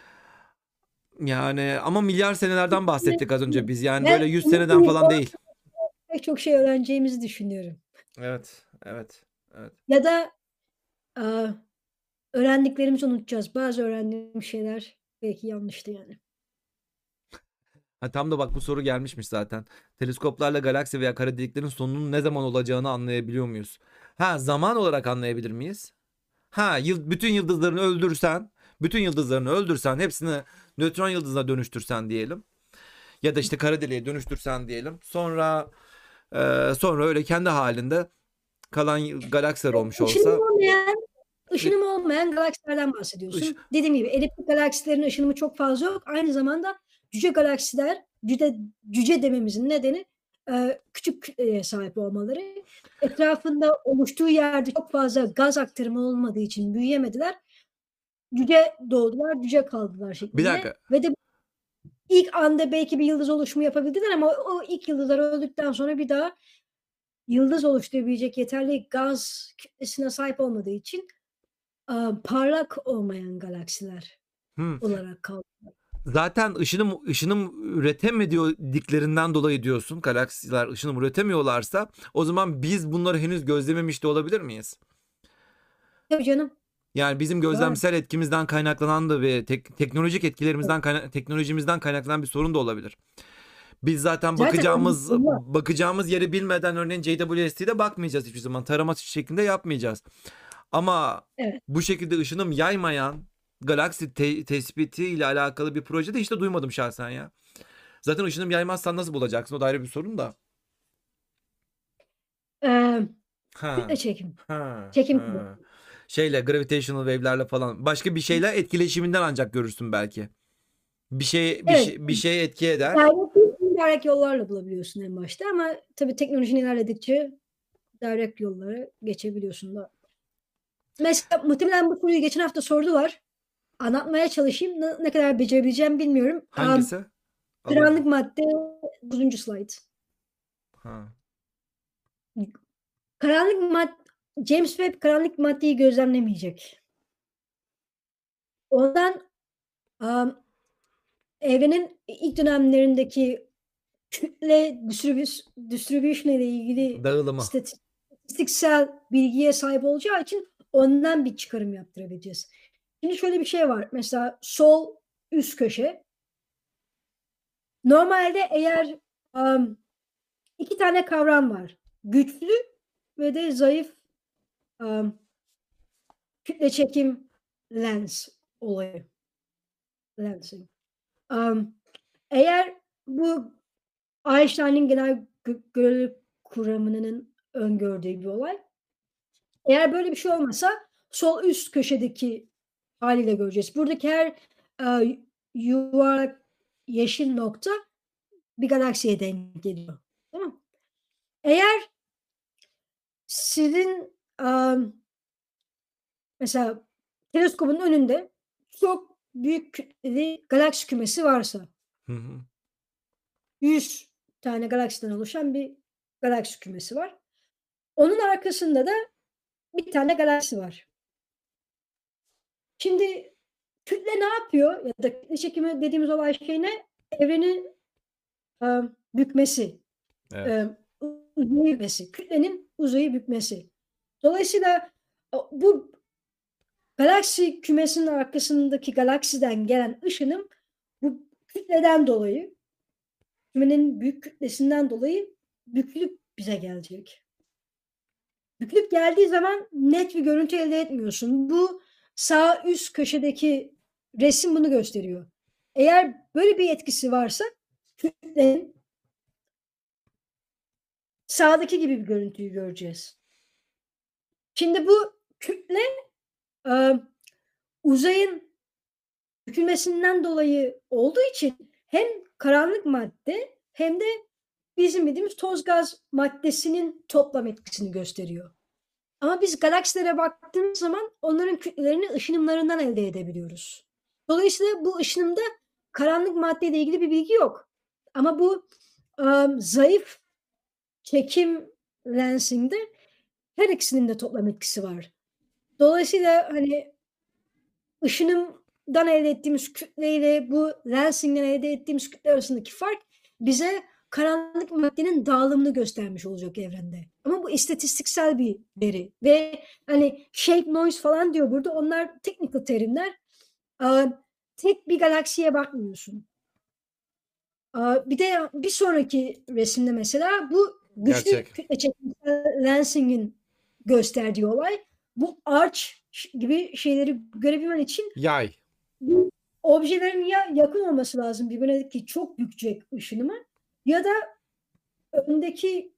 Yani ama milyar senelerden bahsettik az önce biz. Yani böyle ve 100 umut seneden falan değil. pek çok şey öğreneceğimizi düşünüyorum. Evet, evet, evet. Ya da, aaa, öğrendiklerimizi unutacağız. Bazı öğrendiğim şeyler belki yanlıştı yani. Ha, tam da bak bu soru gelmişmiş zaten. Teleskoplarla galaksi veya kara deliklerin sonunun ne zaman olacağını anlayabiliyor muyuz? Ha, zaman olarak anlayabilir miyiz? Ha, bütün yıldızlarını öldürsen, hepsini nötron yıldızına dönüştürsen diyelim. Ya da işte kara deliğe dönüştürsen diyelim. Sonra öyle kendi halinde kalan galaksiler olmuş Işınım olsa olmayan ve ışınımı olmayan galaksilerden ış- bahsediyorsun. Dediğim gibi eliptik galaksilerin ışınımı çok fazla yok. Aynı zamanda cüce galaksiler, cüce dememizin nedeni küçük kütleye sahip olmaları. Etrafında oluştuğu yerde çok fazla gaz aktarımı olmadığı için büyüyemediler. Cüce doğdular, cüce kaldılar bir şeklinde. dakika. Ve de ilk anda belki bir yıldız oluşumu yapabildiler ama o ilk yıldızlar öldükten sonra bir daha yıldız oluşturabilecek yeterli gaz kütlesine sahip olmadığı için parlak olmayan galaksiler Hmm. olarak kaldı. Zaten ışınım üretemediklerinden dolayı diyorsun. Galaksiler ışınım üretemiyorlarsa o zaman biz bunları henüz gözlememiş de olabilir miyiz? Tabii canım, Yani bizim var. gözlemsel etkimizden kaynaklanan da ve teknolojik etkilerimizden teknolojimizden kaynaklanan bir sorun da olabilir. Biz zaten Zaten onlar bakacağımız yeri bilmeden örneğin JWST'de bakmayacağız hiçbir zaman. Tarama şeklinde yapmayacağız. Ama evet. bu şekilde ışınım yaymayan galaksi tespiti ile alakalı bir projede hiç de duymadım şahsen ya. Zaten ışınım yaymazsan nasıl bulacaksın? O da ayrı bir sorun da. Kütle Ha. çekim. Ha. Çekim kuvveti. Ha. Şeyle gravitational wave'lerle falan başka bir şeyler etkileşiminden ancak görürsün belki. Evet. Bir şey etki eder. Direct değil, indirect yollarla bulabiliyorsun en başta ama tabii teknoloji ilerledikçe direct yollara geçebiliyorsun da. Mesela muhtemelen bu soruyu geçen hafta sordular. Anlatmaya çalışayım. Ne kadar becerebileceğim bilmiyorum. Hangisi? Karanlık Alamadım. madde 9. slide. Ha. James Webb karanlık maddeyi gözlemlemeyecek. Ondan evrenin ilk dönemlerindeki kütle distribution ile ilgili Dağılımı. istatistiksel bilgiye sahip olacağı için ondan bir çıkarım yaptırabileceğiz. Şimdi şöyle bir şey var. Mesela sol üst köşe. Normalde eğer iki tane kavram var. Güçlü ve de zayıf kütle çekim lens olayı. Lensing. Eğer bu Einstein'ın genel görelilik kuramının öngördüğü bir olay. Eğer böyle bir şey olmasa sol üst köşedeki haliyle göreceğiz. Buradaki her yuvarlak yeşil nokta bir galaksiye denk geliyor. Değil mi? Eğer sizin mesela teleskopun önünde çok büyük kütleli galaksi kümesi varsa Hı hı. 100 tane galaksiden oluşan bir galaksi kümesi var. Onun arkasında da bir tane galaksi var. Şimdi kütle ne yapıyor? Ya da kütle çekimi dediğimiz olay şey ne? Evrenin bükmesi, Evet. uzayı bükmesi, kütlenin uzayı bükmesi. Dolayısıyla bu galaksi kümesinin arkasındaki galaksiden gelen ışınım bu kütleden dolayı, kümenin büyük kütlesinden dolayı bükülüp bize gelecek. Bükülüp geldiği zaman net bir görüntü elde etmiyorsun. Bu sağ üst köşedeki resim bunu gösteriyor. Eğer böyle bir etkisi varsa kütlenin sağdaki gibi bir görüntüyü göreceğiz. Şimdi bu kütle uzayın bükülmesinden dolayı olduğu için hem karanlık madde hem de bizim bildiğimiz toz gaz maddesinin toplam etkisini gösteriyor. Ama biz galaksilere baktığımız zaman onların kütlelerini ışınımlarından elde edebiliyoruz. Dolayısıyla bu ışınımda karanlık maddeyle ilgili bir bilgi yok. Ama bu zayıf çekim lensinde her ikisinin de toplam etkisi var. Dolayısıyla hani ışınımdan elde ettiğimiz kütleyle bu lensingden elde ettiğimiz kütle arasındaki fark bize karanlık maddenin dağılımını göstermiş olacak evrende. Ama bu istatistiksel bir veri ve hani shape noise falan diyor burada. Onlar technical terimler. Tek bir galaksiye bakmıyorsun. Bir de bir sonraki resimde mesela bu güçlü Gerçek. kütle çekimsel lensing'in gösterdiği olay. Bu arch gibi şeyleri görebilmen için Yay. objelerin ya yakın olması lazım birbirine ki çok bükecek ışınımı ya da öndeki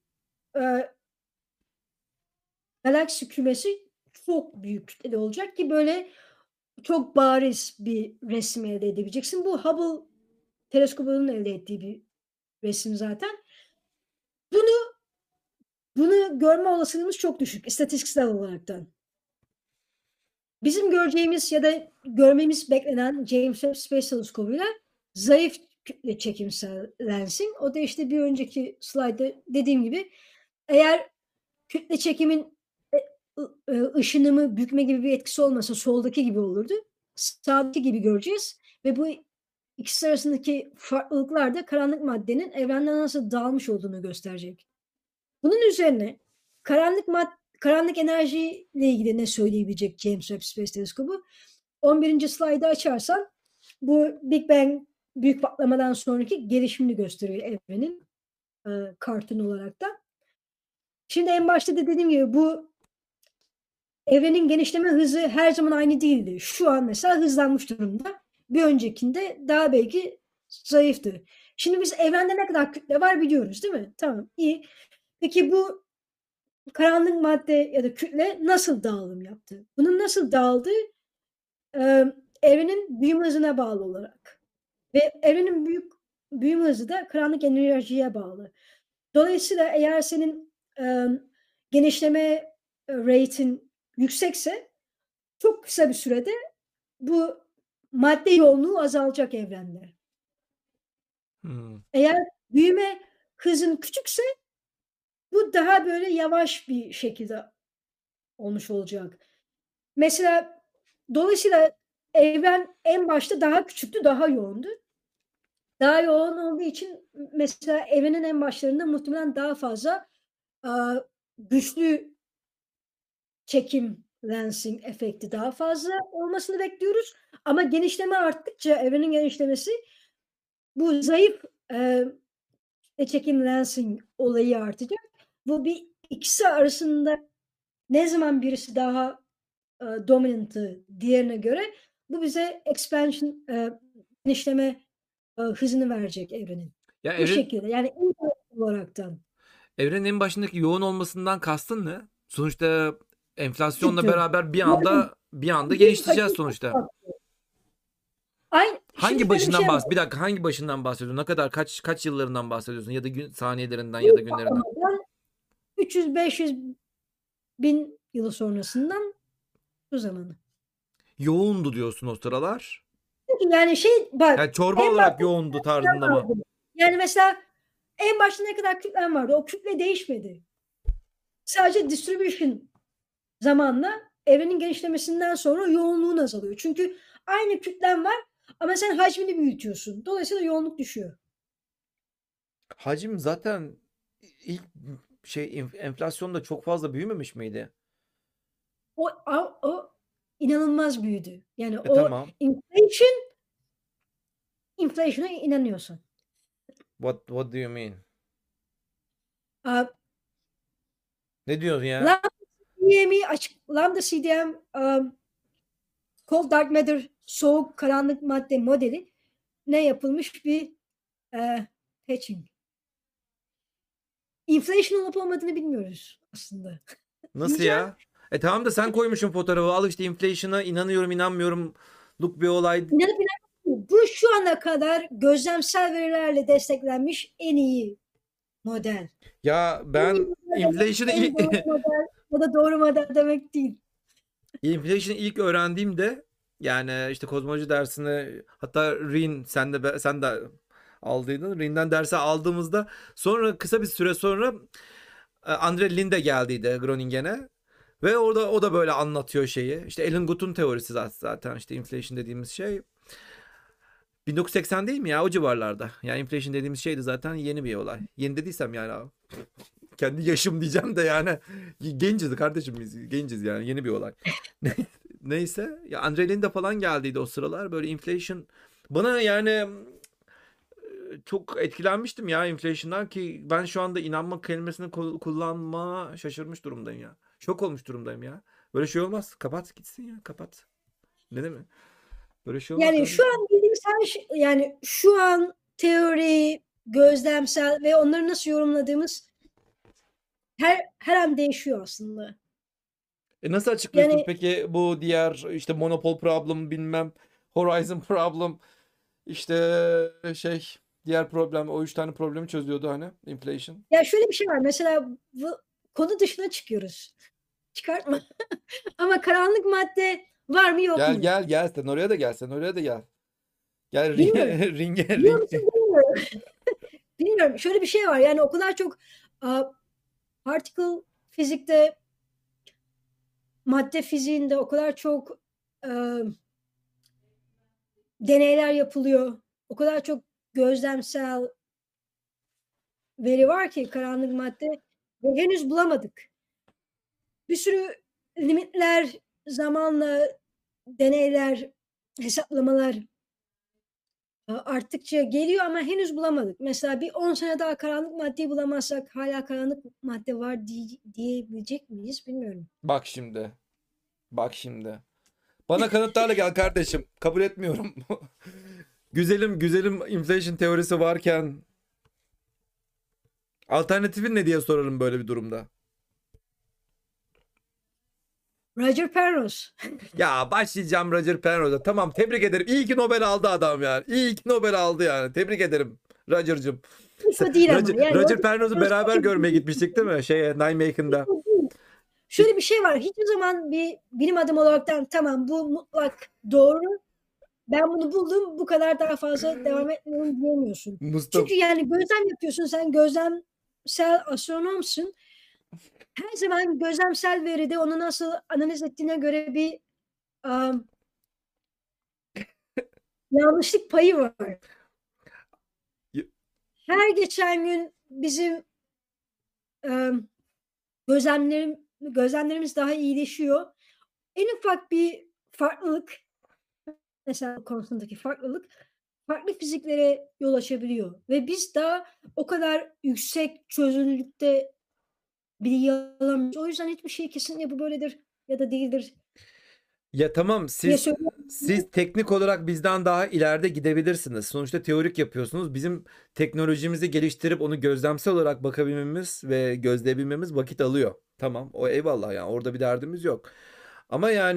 galaksi kümesi çok büyük kütleli olacak ki böyle çok bariz bir resim elde edebileceksin. Bu Hubble teleskobunun elde ettiği bir resim zaten. Bunu bunu görme olasılığımız çok düşük istatistiksel olaraktan. Bizim göreceğimiz ya da görmemiz beklenen James Webb Space Teleskobu'yla zayıf kütle çekimsel lensing. O da işte bir önceki slaytta dediğim gibi eğer kütle çekimin ışınımı bükme gibi bir etkisi olmasa soldaki gibi olurdu. Sağdaki gibi göreceğiz ve bu ikisi arasındaki farklılıklar da karanlık maddenin evrenden nasıl dağılmış olduğunu gösterecek. Bunun üzerine karanlık enerjiyle ilgili ne söyleyebilecek James Webb Space Teleskobu? 11. slaydı açarsan bu Big Bang büyük patlamadan sonraki gelişimini gösteriyor evrenin kartun olarak da. Şimdi en başta da dediğim gibi bu evrenin genişleme hızı her zaman aynı değildi. Şu an mesela hızlanmış durumda. Bir öncekinde daha belki zayıftı. Şimdi biz evrende ne kadar kütle var biliyoruz değil mi? Tamam, iyi. Peki bu karanlık madde ya da kütle nasıl dağılım yaptı? Bunun nasıl dağıldığı evrenin büyüme hızına bağlı olarak. Ve evrenin büyüme hızı da karanlık enerjiye bağlı. Dolayısıyla eğer senin genişleme rate'in yüksekse çok kısa bir sürede bu madde yoğunluğu azalacak evrende. Eğer büyüme hızın küçükse bu daha böyle yavaş bir şekilde olmuş olacak. Mesela dolayısıyla evren en başta daha küçüktü, daha yoğundu. Daha yoğun olduğu için mesela evrenin en başlarında muhtemelen daha fazla güçlü çekim lensing efekti daha fazla olmasını bekliyoruz. Ama genişleme arttıkça evrenin genişlemesi bu zayıf çekim lensing olayı artacak. Bu ikisi arasında ne zaman birisi daha dominant'ı diğerine göre bu bize expansion genişleme hızını verecek evrenin. Ya Bu şekilde yani ilk olaraktan. evrenin en başındaki yoğun olmasından kastın ne? Sonuçta enflasyonla Küçüktür. beraber Yani bir anda bir genişleyeceğiz hacim sonuçta. şimdi Hangi şöyle bir başından şey var. bir dakika hangi başından bahsediyorsun? Ne kadar kaç yıllarından bahsediyorsun ya da saniyelerinden ya da İlk günlerinden? patlamadan 300-500 bin yılı sonrasından bu zamanı. Yoğundu diyorsun o sıralar. Yani bak Yani çorba en olarak başta yoğundu tarzında mı? vardı. Yani mesela en başta ne kadar kütlen vardı? O kütle değişmedi. Sadece distribution zamanla evrenin genişlemesinden sonra yoğunluğun azalıyor. Çünkü aynı kütlen var ama sen hacmini büyütüyorsun. Dolayısıyla yoğunluk düşüyor. Hacim zaten ilk enflasyonda çok fazla büyümemiş miydi? O inanılmaz büyüdü. Yani o Tamam. inflation'a inanıyorsun. What do you mean? Aa, Ne diyorsun ya? Lambda CDM Cold Dark Matter soğuk karanlık madde modeli ne yapılmış bir hatching. Inflation olup olmadığını bilmiyoruz aslında. Nasıl Diyeceğim. ya? Tamam da sen koymuşsun fotoğrafı. Al işte inflation'a inanıyorum inanmıyorum. Bir olay. İnanıp inanmıyorum. Bu şu ana kadar gözlemsel verilerle desteklenmiş en iyi model. Ya ben inflation'ı En doğru model ya da doğru model demek değil. inflation'ı ilk öğrendiğimde yani işte kozmoloji dersini hatta Rin sen de aldıydın. Rin'den dersi aldığımızda sonra kısa bir süre sonra Andre Linde geldiydi Groningen'e. Ve orada o da böyle anlatıyor şeyi. İşte Alan Guth'un teorisi zaten işte inflation dediğimiz şey. 1980 değil mi ya o civarlarda? Yani inflation dediğimiz şeydi zaten yeni bir olay. Yeni dediysem yani abi. Kendi yaşım diyeceğim de yani genciz kardeşim biz genciz yani yeni bir olay. Neyse ya Andre Linde falan geldiydi o sıralar böyle inflation bana yani çok etkilenmiştim ya inflation'dan ki ben şu anda inanma kelimesini kullanma şaşırmış durumdayım ya. Şok olmuş durumdayım ya. Böyle şey olmaz. Kapat gitsin ya kapat. Ne demek? Böyle şey olmaz Yani şu kardeşim. an Yani şu an teori, gözlemsel ve onları nasıl yorumladığımız her an değişiyor aslında. Nasıl açıklıyorsunuz Yani peki bu diğer işte monopol problem bilmem horizon problem işte şey diğer problem o 3 tane problemi çözüyordu hani inflation. ya şöyle bir şey var. Mesela bu konu dışına çıkıyoruz. Çıkartma. Ama karanlık madde var mı yok Gel mu? gel gel sen oraya da gel sen oraya da gel. Gel Bilmiyorum. Biliyor musun ringe. bilmiyorum. Bilmiyorum. Şöyle bir şey var. Yani o kadar çok particle fizikte, madde fiziğinde o kadar çok deneyler yapılıyor. O kadar çok gözlemsel veri var ki karanlık madde ve henüz bulamadık. Bir sürü limitler, zamanla deneyler, hesaplamalar arttıkça geliyor ama henüz bulamadık. Mesela bir 10 sene daha karanlık maddeyi bulamazsak hâlâ karanlık madde var diyebilecek miyiz bilmiyorum. Bak şimdi. Bak şimdi. Bana kanıtlarla gel kardeşim. Kabul etmiyorum. Güzelim güzelim inflation teorisi varken alternatifin ne diye sorarım böyle bir durumda. Roger Penrose. Ya başlayacağım Roger Penrose'a. Tamam tebrik ederim. İyi ki Nobel aldı adam yani. İyi ki Nobel aldı yani. Tebrik ederim Roger'cığım. Hiç o değil ama. Yani Roger Roger Penrose'u Penrose beraber çok görmeye gitmiştik değil mi? hiç Nijmegen'da. o değil. Şöyle bir şey var. Hiçbir zaman bir bilim adamı olaraktan tamam bu mutlak doğru. Ben bunu buldum. Bu kadar daha fazla devam etmiyorum diyemiyorsun. Mustafa. Çünkü yani gözlem yapıyorsun. Sen gözlemsel astronomsun. Her zaman gözlemsel veride onu nasıl analiz ettiğine göre bir yanlışlık payı var. Her geçen gün bizim gözlemlerimiz daha iyileşiyor. En ufak bir farklılık, mesela konusundaki farklılık, farklı fiziklere yol açabiliyor ve biz daha o kadar yüksek çözünürlükte bilgi alamıyoruz. O yüzden hiçbir şey kesinlikle bu böyledir ya da değildir Ya tamam diye siz teknik olarak bizden daha ileride gidebilirsiniz. Sonuçta teorik yapıyorsunuz. Bizim teknolojimizi geliştirip onu gözlemsel olarak bakabilmemiz ve gözleyebilmemiz vakit alıyor. Tamam, o eyvallah yani orada bir derdimiz yok. Ama yani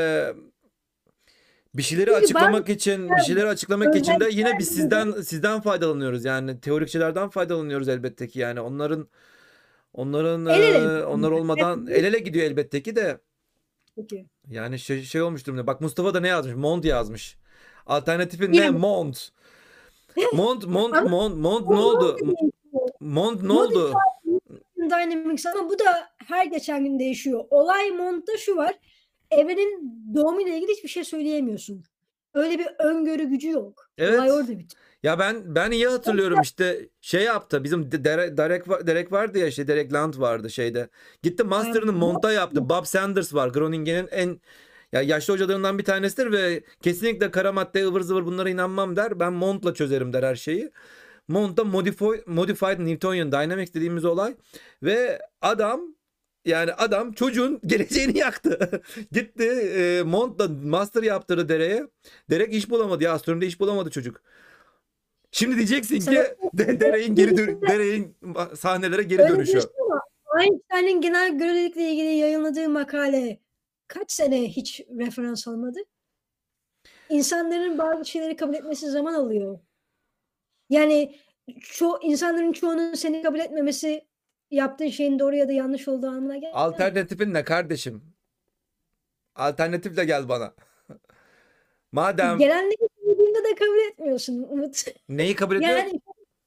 Çünkü bazı bir şeyleri açıklamak için de yine biz gözlemler sizden faydalanıyoruz. Yani teorikçilerden faydalanıyoruz elbette ki. Yani onların el ele. onlar olmadan el ele gidiyor elbette ki de. Peki. Yani şey olmuş durumda. Bak Mustafa da ne yazmış? Mont yazmış. Alternatifi ne? Yine Mont. ama Mont o ne mod oldu? da değişiyor. Mont ne Modify oldu? Dynamics ama bu da her geçen gün değişiyor. Olay Mont'ta şu var. Evrenin doğumuyla ilgili hiçbir şey söyleyemiyorsun. Öyle bir öngörü gücü yok. Olay Evet. orada bitiyor. Ya ben iyi hatırlıyorum işte şey yaptı. Bizim Derek vardı ya işte Derek Land vardı şeyde. Gitti master'ını Mont'ta yaptı. Bob Sanders var. Groningen'in en ya yaşlı hocalarından bir tanesidir ve kesinlikle kara madde ıvır zıvır bunlara inanmam der. Ben Mont'la çözerim der her şeyi. Mont'ta Modified Newtonian Dynamics dediğimiz olay ve adam çocuğun geleceğini yaktı. Gitti Mont'la master yaptırdı Derek'e. Derek iş bulamadı ya astronomide iş bulamadı çocuk. Şimdi diyeceksin Sana ki Derek'in sahnelere geri öyle dönüşü. diyorsun ama Einstein'ın genel görelilikle ilgili yayınladığı makale kaç sene hiç referans almadı? İnsanların bazı şeyleri kabul etmesi zaman alıyor. Yani insanların çoğunun seni kabul etmemesi yaptığın şeyin doğru ya da yanlış olduğu anlamına gelmiyor. Alternatifin ne kardeşim? Alternatifle gel bana. Madem Gelenleri söylediğinde de kabul etmiyorsun Umut. neyi kabul etmiyor? Yani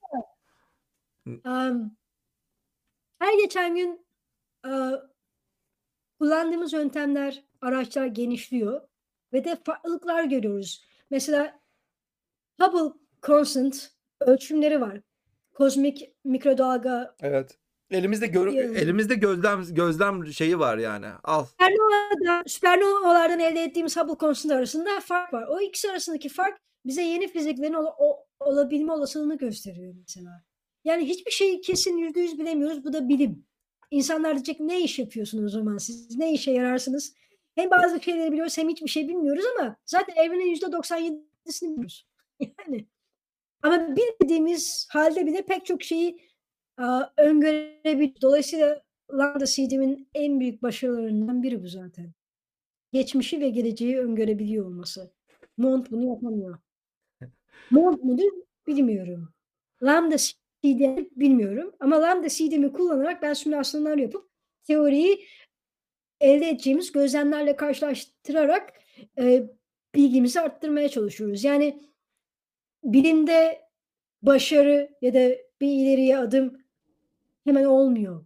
her geçen gün kullandığımız yöntemler, araçlar genişliyor ve de farklılıklar görüyoruz. Mesela Hubble Constant ölçümleri var. Kozmik mikrodalga Evet. ııı, Elimizde gözlem şeyi var yani. Al. süpernovalardan elde ettiğimiz Hubble Constant arasında fark var. O ikisi arasındaki fark bize yeni fiziklerin olabilme olasılığını gösteriyor mesela. Yani hiçbir şeyi kesin %100 bilemiyoruz. Bu da bilim. İnsanlar diyecek ne iş yapıyorsunuz o zaman siz? Ne işe yararsınız? Hem bazı şeyleri biliyoruz hem hiçbir şey bilmiyoruz ama zaten evrenin %97'sini biliyoruz. Yani ama bilmediğimiz halde bile pek çok şeyi, öngörebil Dolayısıyla Lambda CD'min en büyük başarılarından biri bu zaten. Geçmişi ve geleceği öngörebiliyor olması. Mont bunu yapamıyor. Mont mudur bilmiyorum. Lambda CD bilmiyorum ama Lambda CD'mi kullanarak ben simülasyonlar yapıp teoriyi elde edeceğimiz gözlemlerle karşılaştırarak, eee, bilgimizi arttırmaya çalışıyoruz. Yani bilimde başarı ya da bir ileriye adım hemen olmuyor.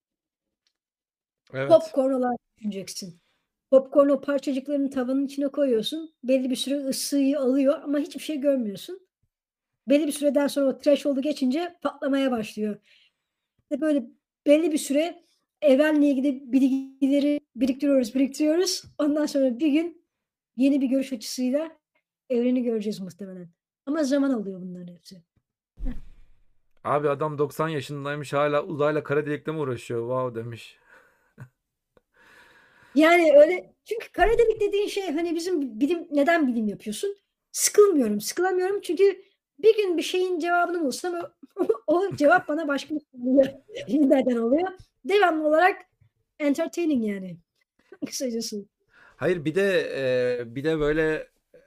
Evet. Popcorn olarak düşüneceksin. Popcorn o parçacıklarını tavanın içine koyuyorsun. Belli bir süre ısıyı alıyor ama hiçbir şey görmüyorsun. Belli bir süreden sonra o threshold'u geçince patlamaya başlıyor. Ve böyle belli bir süre evrenle ilgili bilgileri biriktiriyoruz, biriktiriyoruz. Ondan sonra bir gün yeni bir görüş açısıyla evreni göreceğiz muhtemelen. Ama zaman alıyor bunların hepsi. Heh. Abi adam 90 yaşındaymış hala uzayla kara delikle mi uğraşıyor? Wow demiş. Yani öyle çünkü kara delik dediğin şey, hani, bizim neden bilim yapıyorsun? Sıkılmıyorum, sıkılamıyorum çünkü bir gün bir şeyin cevabını bulsam o cevap bana başka bir soruya neden oluyor. Devamlı olarak entertaining yani kısacası. Hayır bir de böyle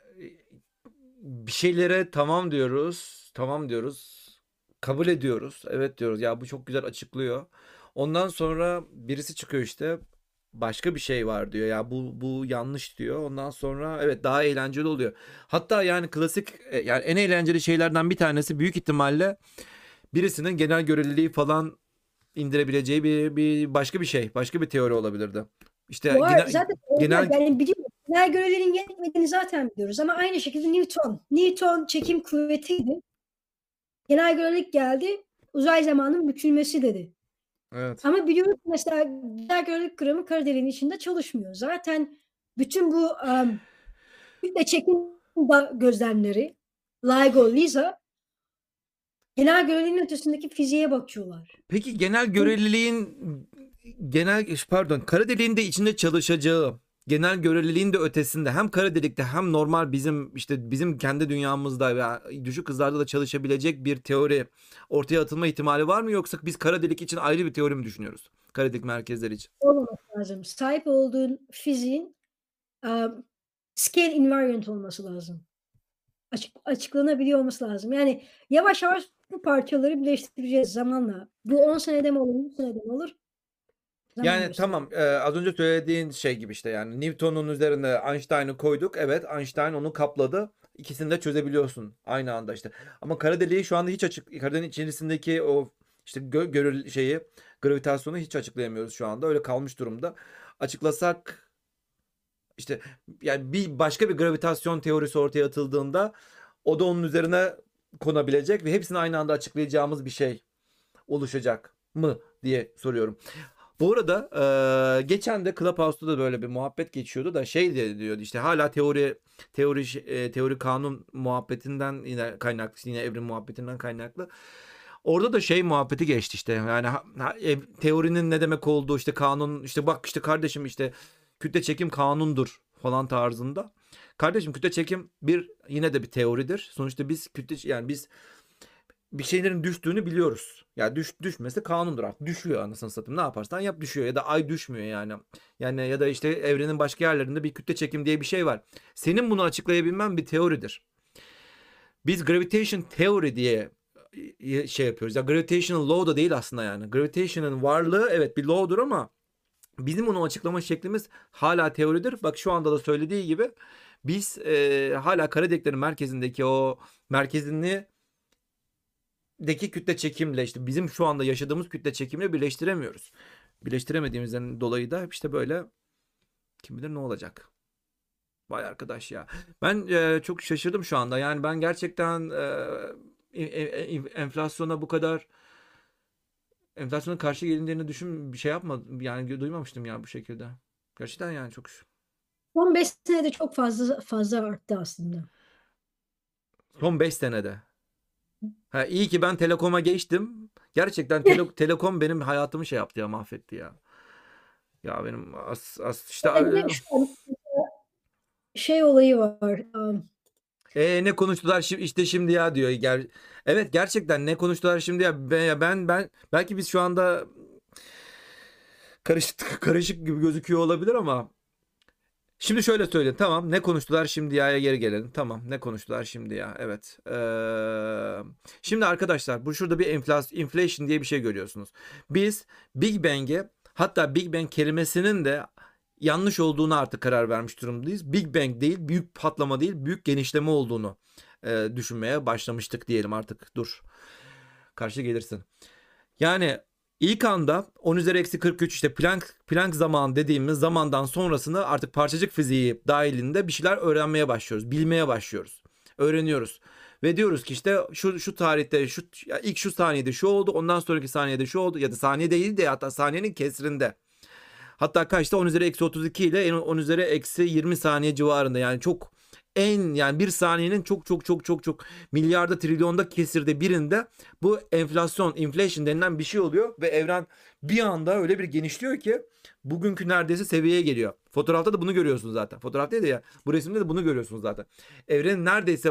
bir şeylere tamam diyoruz. Tamam diyoruz. Kabul ediyoruz. Evet diyoruz. Ya bu çok güzel açıklıyor. Ondan sonra birisi çıkıyor işte başka bir şey var diyor. Ya bu yanlış diyor. Ondan sonra evet daha eğlenceli oluyor. Hatta yani klasik yani en eğlenceli şeylerden bir tanesi büyük ihtimalle birisinin genel göreliliği falan indirebileceği bir başka bir şey, başka bir teori olabilirdi. İşte Var. Zaten genel yani biliyoruz. Genel görelilik yetmediğini zaten biliyoruz ama aynı şekilde Newton çekim kuvvetiydi. Genel görelilik geldi, uzay zamanın bükülmesi dedi. evet. Ama biliyoruz ki mesela genel görelilik kuramı kara deliğin içinde çalışmıyor. Zaten bütün bu, kütle çekim gözlemleri, LIGO, LISA genel göreliğin ötesindeki fiziğe bakıyorlar. Peki genel göreliliğin pardon kara deliğin de içinde çalışacağı genel göreliliğin de ötesinde hem kara delikte hem normal bizim kendi dünyamızda veya düşük hızlarda da çalışabilecek bir teori ortaya atılma ihtimali var mı yoksa biz kara delik için ayrı bir teori mi düşünüyoruz? Kara delik merkezleri için. Olmaması lazım. Sahip olduğun fiziğin, scale invariant olması lazım. Açıklanabiliyor olması lazım. Yani yavaş yavaş bu parçaları birleştireceğiz zamanla. Bu 10 senede mi olur, 100 senede mi olur? Zaman Yani gösterecek. tamam az önce söylediğin şey gibi işte yani Newton'un üzerine Einstein'ı koyduk. Evet Einstein onu kapladı. İkisini de çözebiliyorsun aynı anda işte. Ama kara deliği şu anda hiç açık kara deliğin içerisindeki o işte gravitasyonu hiç açıklayamıyoruz şu anda. Öyle kalmış durumda. Açıklasak işte yani bir başka bir gravitasyon teorisi ortaya atıldığında o da onun üzerine konabilecek ve hepsini aynı anda açıklayacağımız bir şey oluşacak mı diye soruyorum. Bu arada geçen de Clubhouse'da da böyle bir muhabbet geçiyordu da şey diye diyordu işte hala teori kanun muhabbetinden yine kaynaklı yine evrim muhabbetinden kaynaklı. Orada da şey muhabbeti geçti işte yani teorinin ne demek olduğu işte kanun işte bak işte kardeşim işte kütle çekim kanundur falan tarzında. Kardeşim kütle çekim yine de bir teoridir. Sonuçta biz bir şeylerin düştüğünü biliyoruz. Ya düşmesi kanundur artık. Düşüyor anasını satayım. Ne yaparsan yap düşüyor. Ya da ay düşmüyor yani. Yani ya da işte evrenin başka yerlerinde bir kütle çekim diye bir şey var. Senin bunu açıklayabilmen bir teoridir. Biz gravitation theory diye şey yapıyoruz. Ya gravitational law da değil aslında yani. Gravitation'ın varlığı evet bir law'dur ama bizim onu açıklama şeklimiz hala teoridir. Bak şu anda da söylediği gibi biz hala kara deliklerin merkezindeki o merkezini deki kütle çekimle işte bizim şu anda yaşadığımız kütle çekimle birleştiremiyoruz. Birleştiremediğimizden dolayı da işte böyle kim bilir ne olacak. Vay arkadaş ya. Ben çok şaşırdım şu anda. Yani ben gerçekten enflasyona bu kadar enflasyona karşı gelindiğini bir şey yapmadım. Yani duymamıştım ya bu şekilde. Gerçekten yani çok Son 5 senede çok fazla arttı aslında. son 5 senede. Ha, iyi ki ben Telekom'a geçtim. Gerçekten Telekom benim hayatımı şey yaptı ya mahvetti ya. Ya benim işte Bir de şu an şey olayı var, Ne konuştular işte şimdi ya diyor. Evet, gerçekten ne konuştular şimdi ya. Ben belki biz şu anda karışık gibi gözüküyor olabilir ama şimdi şöyle söyle. Tamam, ne konuştular şimdi ya'ya geri gelelim. Tamam, ne konuştular şimdi ya. Evet. Şimdi arkadaşlar, şurada bir inflation diye bir şey görüyorsunuz. Biz Big Bang'e, hatta Big Bang kelimesinin de yanlış olduğunu artık karar vermiş durumdayız. Big Bang değil, büyük patlama değil, büyük genişleme olduğunu düşünmeye başlamıştık diyelim artık. Dur. Karşı gelirsin. Yani ilk anda 10 üzeri eksi 43 işte Planck zaman dediğimiz zamandan sonrasında artık parçacık fiziği dahilinde bir şeyler öğrenmeye başlıyoruz. Bilmeye başlıyoruz. Öğreniyoruz. Ve diyoruz ki işte şu tarihte ilk şu saniyede şu oldu, ondan sonraki saniyede şu oldu, ya da saniye değil de hatta saniyenin kesrinde. Hatta kaçta 10 üzeri eksi 32 ile 10 üzeri eksi 20 saniye civarında, yani yani bir saniyenin çok milyarda trilyonda kesirde birinde bu inflation denilen bir şey oluyor ve evren bir anda öyle bir genişliyor ki bugünkü neredeyse seviyeye geliyor. Fotoğrafta da bunu görüyorsunuz zaten. Fotoğraf değil de ya, bu resimde de bunu görüyorsunuz zaten. Evrenin neredeyse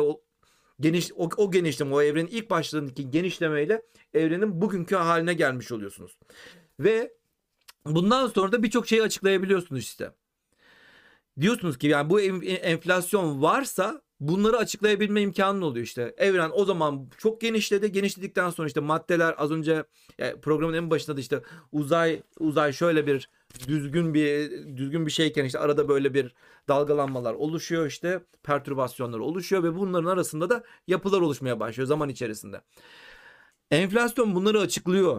o genişleme, o evrenin ilk başlarındaki genişlemeyle evrenin bugünkü haline gelmiş oluyorsunuz. Ve bundan sonra da birçok şeyi açıklayabiliyorsunuz işte. Diyorsunuz ki yani bu enflasyon varsa bunları açıklayabilme imkanın oluyor işte. Evren o zaman çok genişledi. Genişledikten sonra işte maddeler, az önce programın en başında da işte uzay şöyle bir düzgün bir şeyken işte arada böyle bir dalgalanmalar oluşuyor, işte pertürbasyonlar oluşuyor ve bunların arasında da yapılar oluşmaya başlıyor zaman içerisinde. Enflasyon bunları açıklıyor.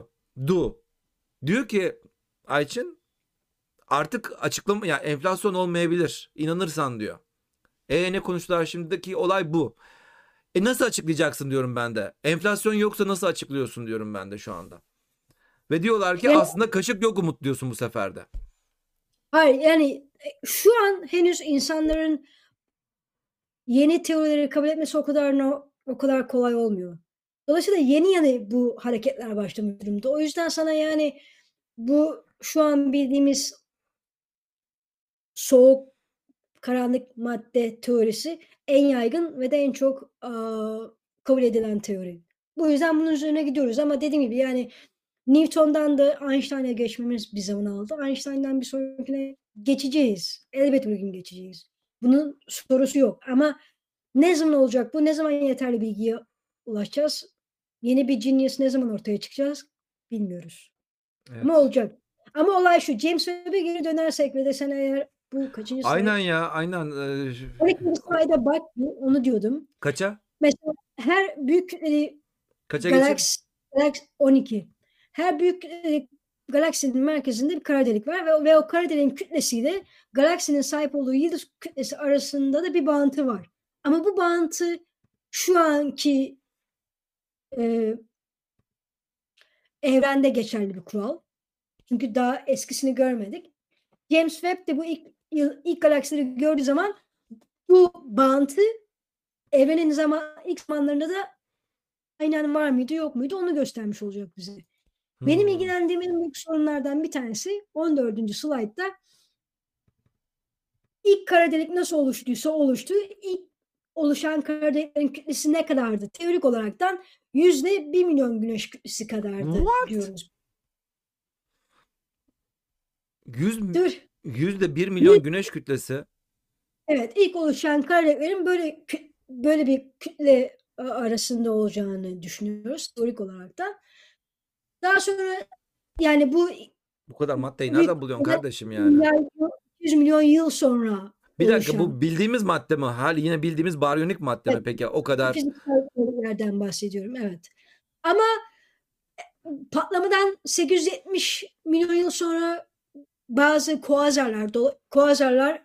Diyor ki Ayçin, artık açıklama ya, enflasyon olmayabilir inanırsan diyor. Ne konuştular şimdiki olay bu. Nasıl açıklayacaksın diyorum ben de. Enflasyon yoksa nasıl açıklıyorsun diyorum ben de şu anda. Ve diyorlar ki Yani, aslında kaşık yok Umut diyorsun bu sefer de. hayır, yani şu an henüz insanların yeni teorileri kabul etmesi o kadar kolay olmuyor. Dolayısıyla yeni bu hareketler başlamış durumda. O yüzden sana yani bu şu an bildiğimiz soğuk karanlık madde teorisi en yaygın ve de en çok, kabul edilen teori. Bu yüzden bunun üzerine gidiyoruz ama dediğim gibi, yani, Newton'dan da Einstein'a geçmemiz bir zaman aldı. Einstein'dan bir sonrakine geçeceğiz. Elbet bir gün geçeceğiz. Bunun sorusu yok ama ne zaman olacak bu? Ne zaman yeterli bilgiye ulaşacağız? Yeni bir genius ne zaman ortaya çıkacağız? Bilmiyoruz ama Evet. olacak. Ama olay şu, James Webb'e geri dönersek ve de sen eğer bu kaçıncı Aynen slide? ya, aynen. 12'nci slayda bak, onu diyordum. Kaça? Mesela her büyük kütleli Kaça geçeyim? 12. Her büyük kütleli galaksinin merkezinde bir kara delik var ve o kara deliğin kütlesiyle galaksinin sahip olduğu yıldız kütlesi arasında da bir bağıntı var. Ama bu bağıntı şu anki, eee, evrende geçerli bir kural. Çünkü daha eskisini görmedik. James Webb de bu ilk galaksileri gördüğü zaman bu bağıntı evrenin ilk zamanlarında da aynen var mıydı, yok muydu onu göstermiş olacak bize. Benim Hmm. ilgilendiğim en büyük sorunlardan bir tanesi 14. slaytta ilk kara delik nasıl oluştuysa oluştu. İlk oluşan kara deliklerin kütlesi ne kadardı? Teorik olaraktan %1.000.000 güneş kütlesi kadardı What? diyoruz. 100, Dur. %1 milyon İlk güneş kütlesi. Evet, ilk oluşan kara deliklerin böyle bir kütle arasında olacağını düşünüyoruz teorik olaraktan. Daha sonra yani bu Bu kadar maddeyi büyük nereden buluyorsun kütlede kardeşim yani? milyar yıl, 200 milyon yıl sonra Bir dakika, oluşan bu bildiğimiz madde mi? Yine bildiğimiz baryonik madde evet, mi peki? O kadar. fiziksel teorilerden bahsediyorum, evet. Ama patlamadan 870 milyon yıl sonra bazı kuazarlar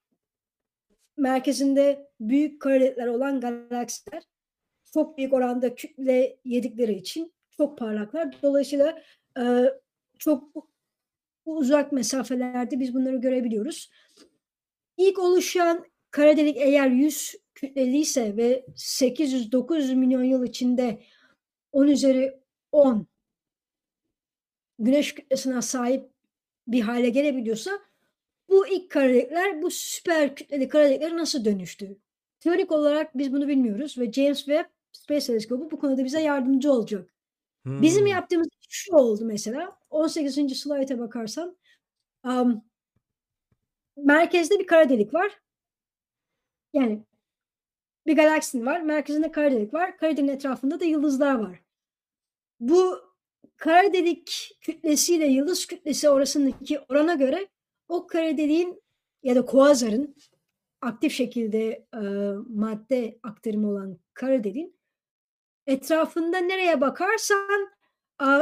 merkezinde büyük kara delikler olan galaksiler çok büyük oranda kütle yedikleri için çok parlaklar. Dolayısıyla, çok uzak mesafelerde biz bunları görebiliyoruz. İlk oluşan kara delik eğer 100 kütleliyse ve 800-900 milyon yıl içinde 10^10 güneş kütlesine sahip bir hale gelebiliyorsa bu ilk kara delikler bu süper kütleli kara deliklere nasıl dönüştü? teorik olarak biz bunu bilmiyoruz ve James Webb Space Teleskobu bu konuda bize yardımcı olacak. Bizim Hımm. yaptığımız şu oldu mesela, 18. slayta bakarsan, amm, merkezde bir kara delik var. Yani bir galaksin var, merkezinde kara delik var, kara deliğin etrafında da yıldızlar var. Bu kara delik kütlesiyle yıldız kütlesi arasındaki orana göre o kara deliğin ya da kuazarın aktif şekilde, madde aktarımı olan kara deliğin etrafında nereye bakarsan, aaa,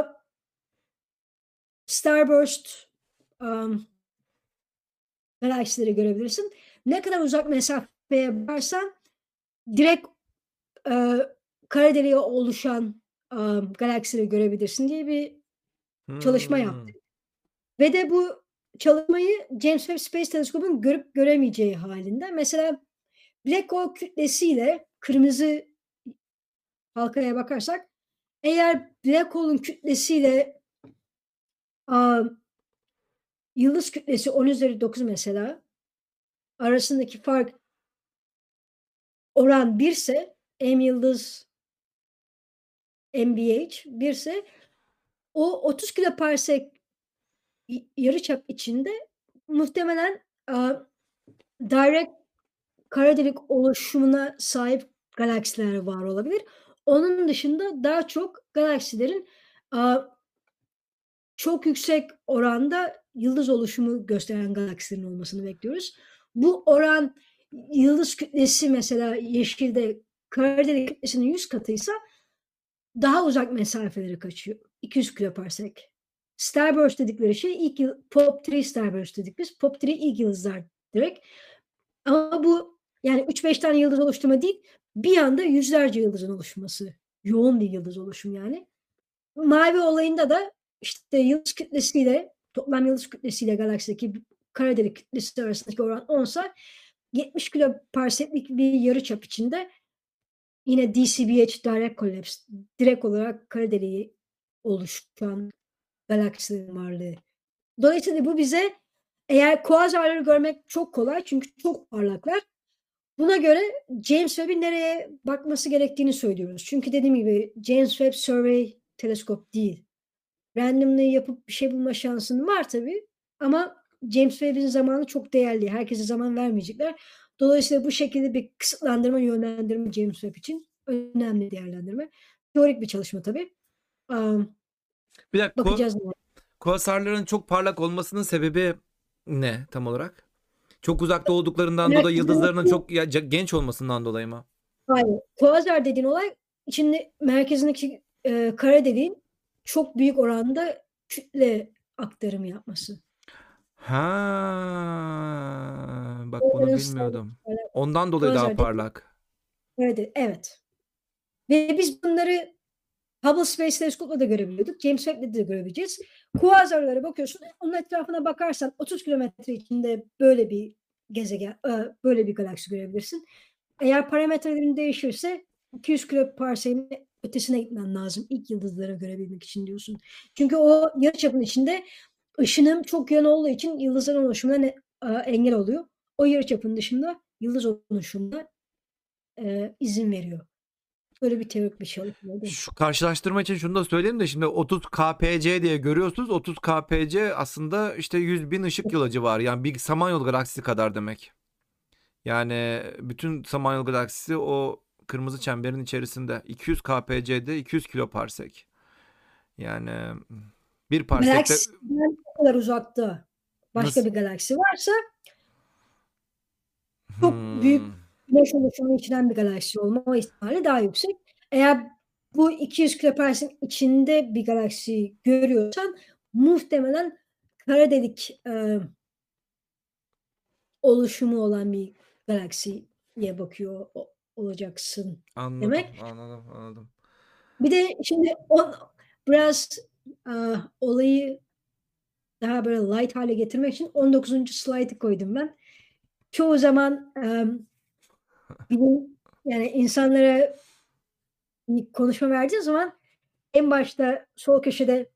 starburst, amm, galaksileri görebilirsin. Ne kadar uzak mesafeye bakarsan direkt, eee, kara deliği oluşan, galaksileri görebilirsin diye bir çalışma Hımm. yaptık ve de bu çalışmayı James Webb Space Teleskobu'nun görüp göremeyeceği hâlinde mesela black hole kütlesiyle kırmızı halkaya bakarsak eğer black hole'un kütlesiyle, aaa, yıldız kütlesi 10^9 mesela arasındaki fark oran 1'se M yıldız MBH 1'se o 30 kiloparsek yarıçap içinde muhtemelen, direct kara delik oluşumuna sahip galaksiler var olabilir. Onun dışında daha çok galaksilerin, aaa, çok yüksek oranda yıldız oluşumu gösteren galaksilerin olmasını bekliyoruz. Bu oran yıldız kütlesi mesela yeşilde kara delik kütlesinin 100 katıysa daha uzak mesafeleri kaçıyor. 200 kiloparsek. Starburst dedikleri şey ilk Pop-3 starburst dedik biz. Pop-3 ilk yıldızlar direkt. Ama bu yani 3-5 tane yıldız oluşturma değil, bir anda yüzlerce yıldızın oluşması. Yoğun bir yıldız oluşumu yani. Mavi olayında da işte yıldız kütlesiyle, toplam yıldız kütlesiyle galaksideki kara delik kütlesi arasındaki oran 10'sa 70 kiloparseklik bir yarıçap içinde yine DCBH direct collapse, direkt olarak kara deliği oluşan galaksilerin varlığı. Dolayısıyla bu bize eğer kuazarları görmek çok kolay çünkü çok parlaklar. Buna göre James Webb'in nereye bakması gerektiğini söylüyoruz. Çünkü dediğim gibi James Webb Survey teleskop değil. Randomly yapıp bir şey bulma şansın var tabii ama James Webb'in zamanı çok değerli. Herkese zaman vermeyecekler. Dolayısıyla bu şekilde bir kısıtlandırma, yönlendirme James Webb için önemli değerlendirme. Teorik bir çalışma tabii. Bir dakika, Bakacağız neler. kuasarların çok parlak olmasının sebebi ne tam olarak? Çok uzakta olduklarından dolayı yıldızlarının Merkezindeki çok genç olmasından dolayı mı? hayır. Kuazar dediğin olay içinde merkezindeki, kara deliğin çok büyük oranda kütle aktarımı yapması. Ha, bak bunu Onların sayısı bilmiyordum. parlak. Ondan dolayı daha Kuazar dediğin parlak. evet. Ve biz bunları Hubble Space Teleskop'la da görebiliyorduk. James Webb'le de görebileceğiz. Kuazarlara bakıyorsun, onun etrafına bakarsan 30 kilometre içinde böyle bir gezegen, böyle bir galaksi görebilirsin. Eğer parametrelerin değişirse 200 kiloparseğin ötesine gitmen lazım ilk yıldızları görebilmek için diyorsun. Çünkü o yarıçapın içinde ışınım çok yoğun olduğu için yıldızların oluşumuna engel oluyor. O yarıçapın dışında yıldız oluşumuna izin veriyor. Böyle bir teorik bir çalışmaydı. Şu karşılaştırma için şunu da söyleyeyim de şimdi 30 kpc diye görüyorsunuz. 30 kpc aslında işte 100.000 ışık yılı civarı. Yani bir Samanyolu galaksisi kadar demek. Yani bütün Samanyolu galaksisi o kırmızı çemberin içerisinde. 200 kpc'de 200 kiloparsek. Yani bir parsekte Galaksiden o kadar uzakta başka nasıl? bir galaksi varsa çok büyük Hmm, güneş oluşumu içeren bir galaksi olma ihtimali daha yüksek. Eğer bu 200 kiloparseğin içinde bir galaksi görüyorsan muhtemelen kara delik, oluşumu olan bir galaksiye bakıyor olacaksın anladım, demek. anladım, anladım. Bir de şimdi biraz, olayı daha böyle light hâle getirmek için 19. slaytı koydum ben. Çoğu zaman, bilim yani insanlara bir konuşma verdiğin zaman en başta sol köşede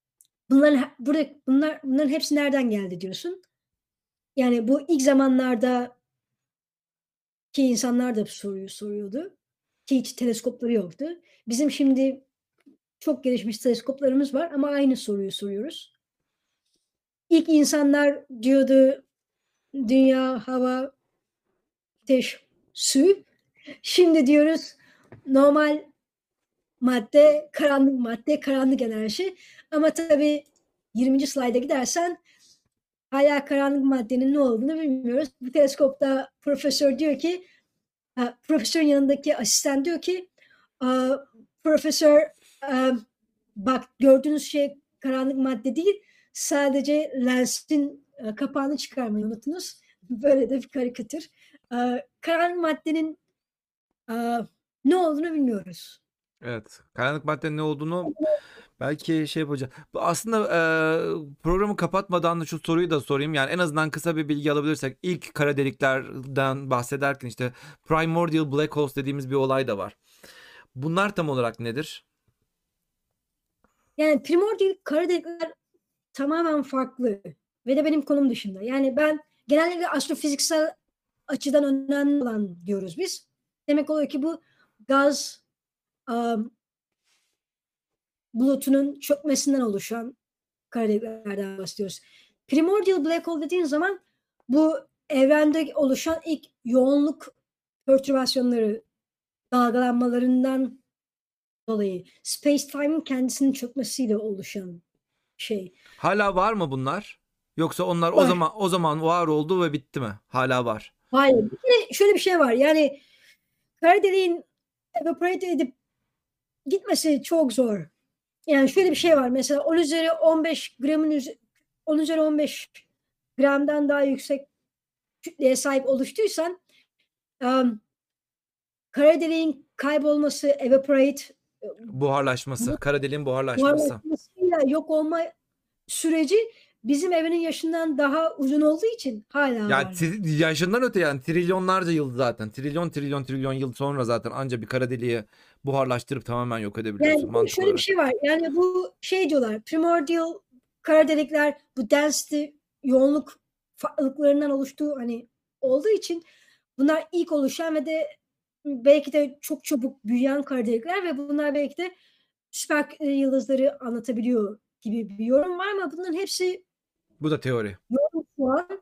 bunların hepsi nereden geldi diyorsun. Yani bu ilk zamanlarda ki insanlar da bu soruyu soruyordu ki hiç teleskopları yoktu. Bizim şimdi çok gelişmiş teleskoplarımız var ama aynı soruyu soruyoruz. İlk insanlar diyordu dünya, hava, ateş, su. Şimdi diyoruz normal madde, karanlık madde, karanlık enerji. Ama tabii 20. slayda gidersen hala karanlık maddenin ne olduğunu bilmiyoruz. Bu teleskopta profesör diyor ki, profesörün yanındaki asistan diyor ki, profesör bak gördüğünüz şey karanlık madde değil, sadece lensin kapağını çıkarmayı unutunuz. Böyle de bir karikatür. Karanlık maddenin ne olduğunu bilmiyoruz. Evet. Karanlık maddenin ne olduğunu belki şey yapacağım. Aslında programı kapatmadan da şu soruyu da sorayım. Yani en azından kısa bir bilgi alabilirsek. İlk kara deliklerden bahsederken işte primordial black holes dediğimiz bir olay da var. Bunlar tam olarak nedir? Yani primordial kara delikler tamamen farklı ve de benim konum dışında. Yani ben genellikle astrofiziksel açıdan önemli olan diyoruz biz. Demek oluyor ki bu gaz bulutunun çökmesinden oluşan kara deliklerden bahsediyoruz. Primordial black hole dediğin zaman bu evrende oluşan ilk yoğunluk pertürbasyonları, dalgalanmalarından dolayı space-time'in kendisinin çökmesiyle oluşan şey. Hala var mı bunlar? Yoksa onlar Var. o zaman var oldu ve bitti mi? Hala var. Hayır. Bir kere şöyle bir şey var. Yani kara deliğin evaporate edip gitmesi çok zor. Yani şöyle bir şey var. Mesela 10 üzeri 15 gramın 10 üzeri 15 gramdan daha yüksek kütleye sahip oluştuysan kara deliğin kaybolması, evaporate Buharlaşması. Kara deliğin buharlaşması. buharlaşmasıyla yok olma süreci bizim evrenin yaşından daha uzun olduğu için hala Ya var. yaşından öte yani trilyonlarca yıl zaten. Trilyon yıl sonra zaten anca bir kara deliği buharlaştırıp tamamen yok edebiliyorsun Yani mantık şöyle bir olarak. şey var. Yani bu şey diyorlar. Primordial kara delikler bu density yoğunluk farklılıklarından oluştuğu hani olduğu için bunlar ilk oluşan ve de belki de çok çabuk büyüyen kara delikler ve bunlar belki de süper yıldızları anlatabiliyor gibi bir yorum var ama bunların hepsi Bu da teori. yorum şu an.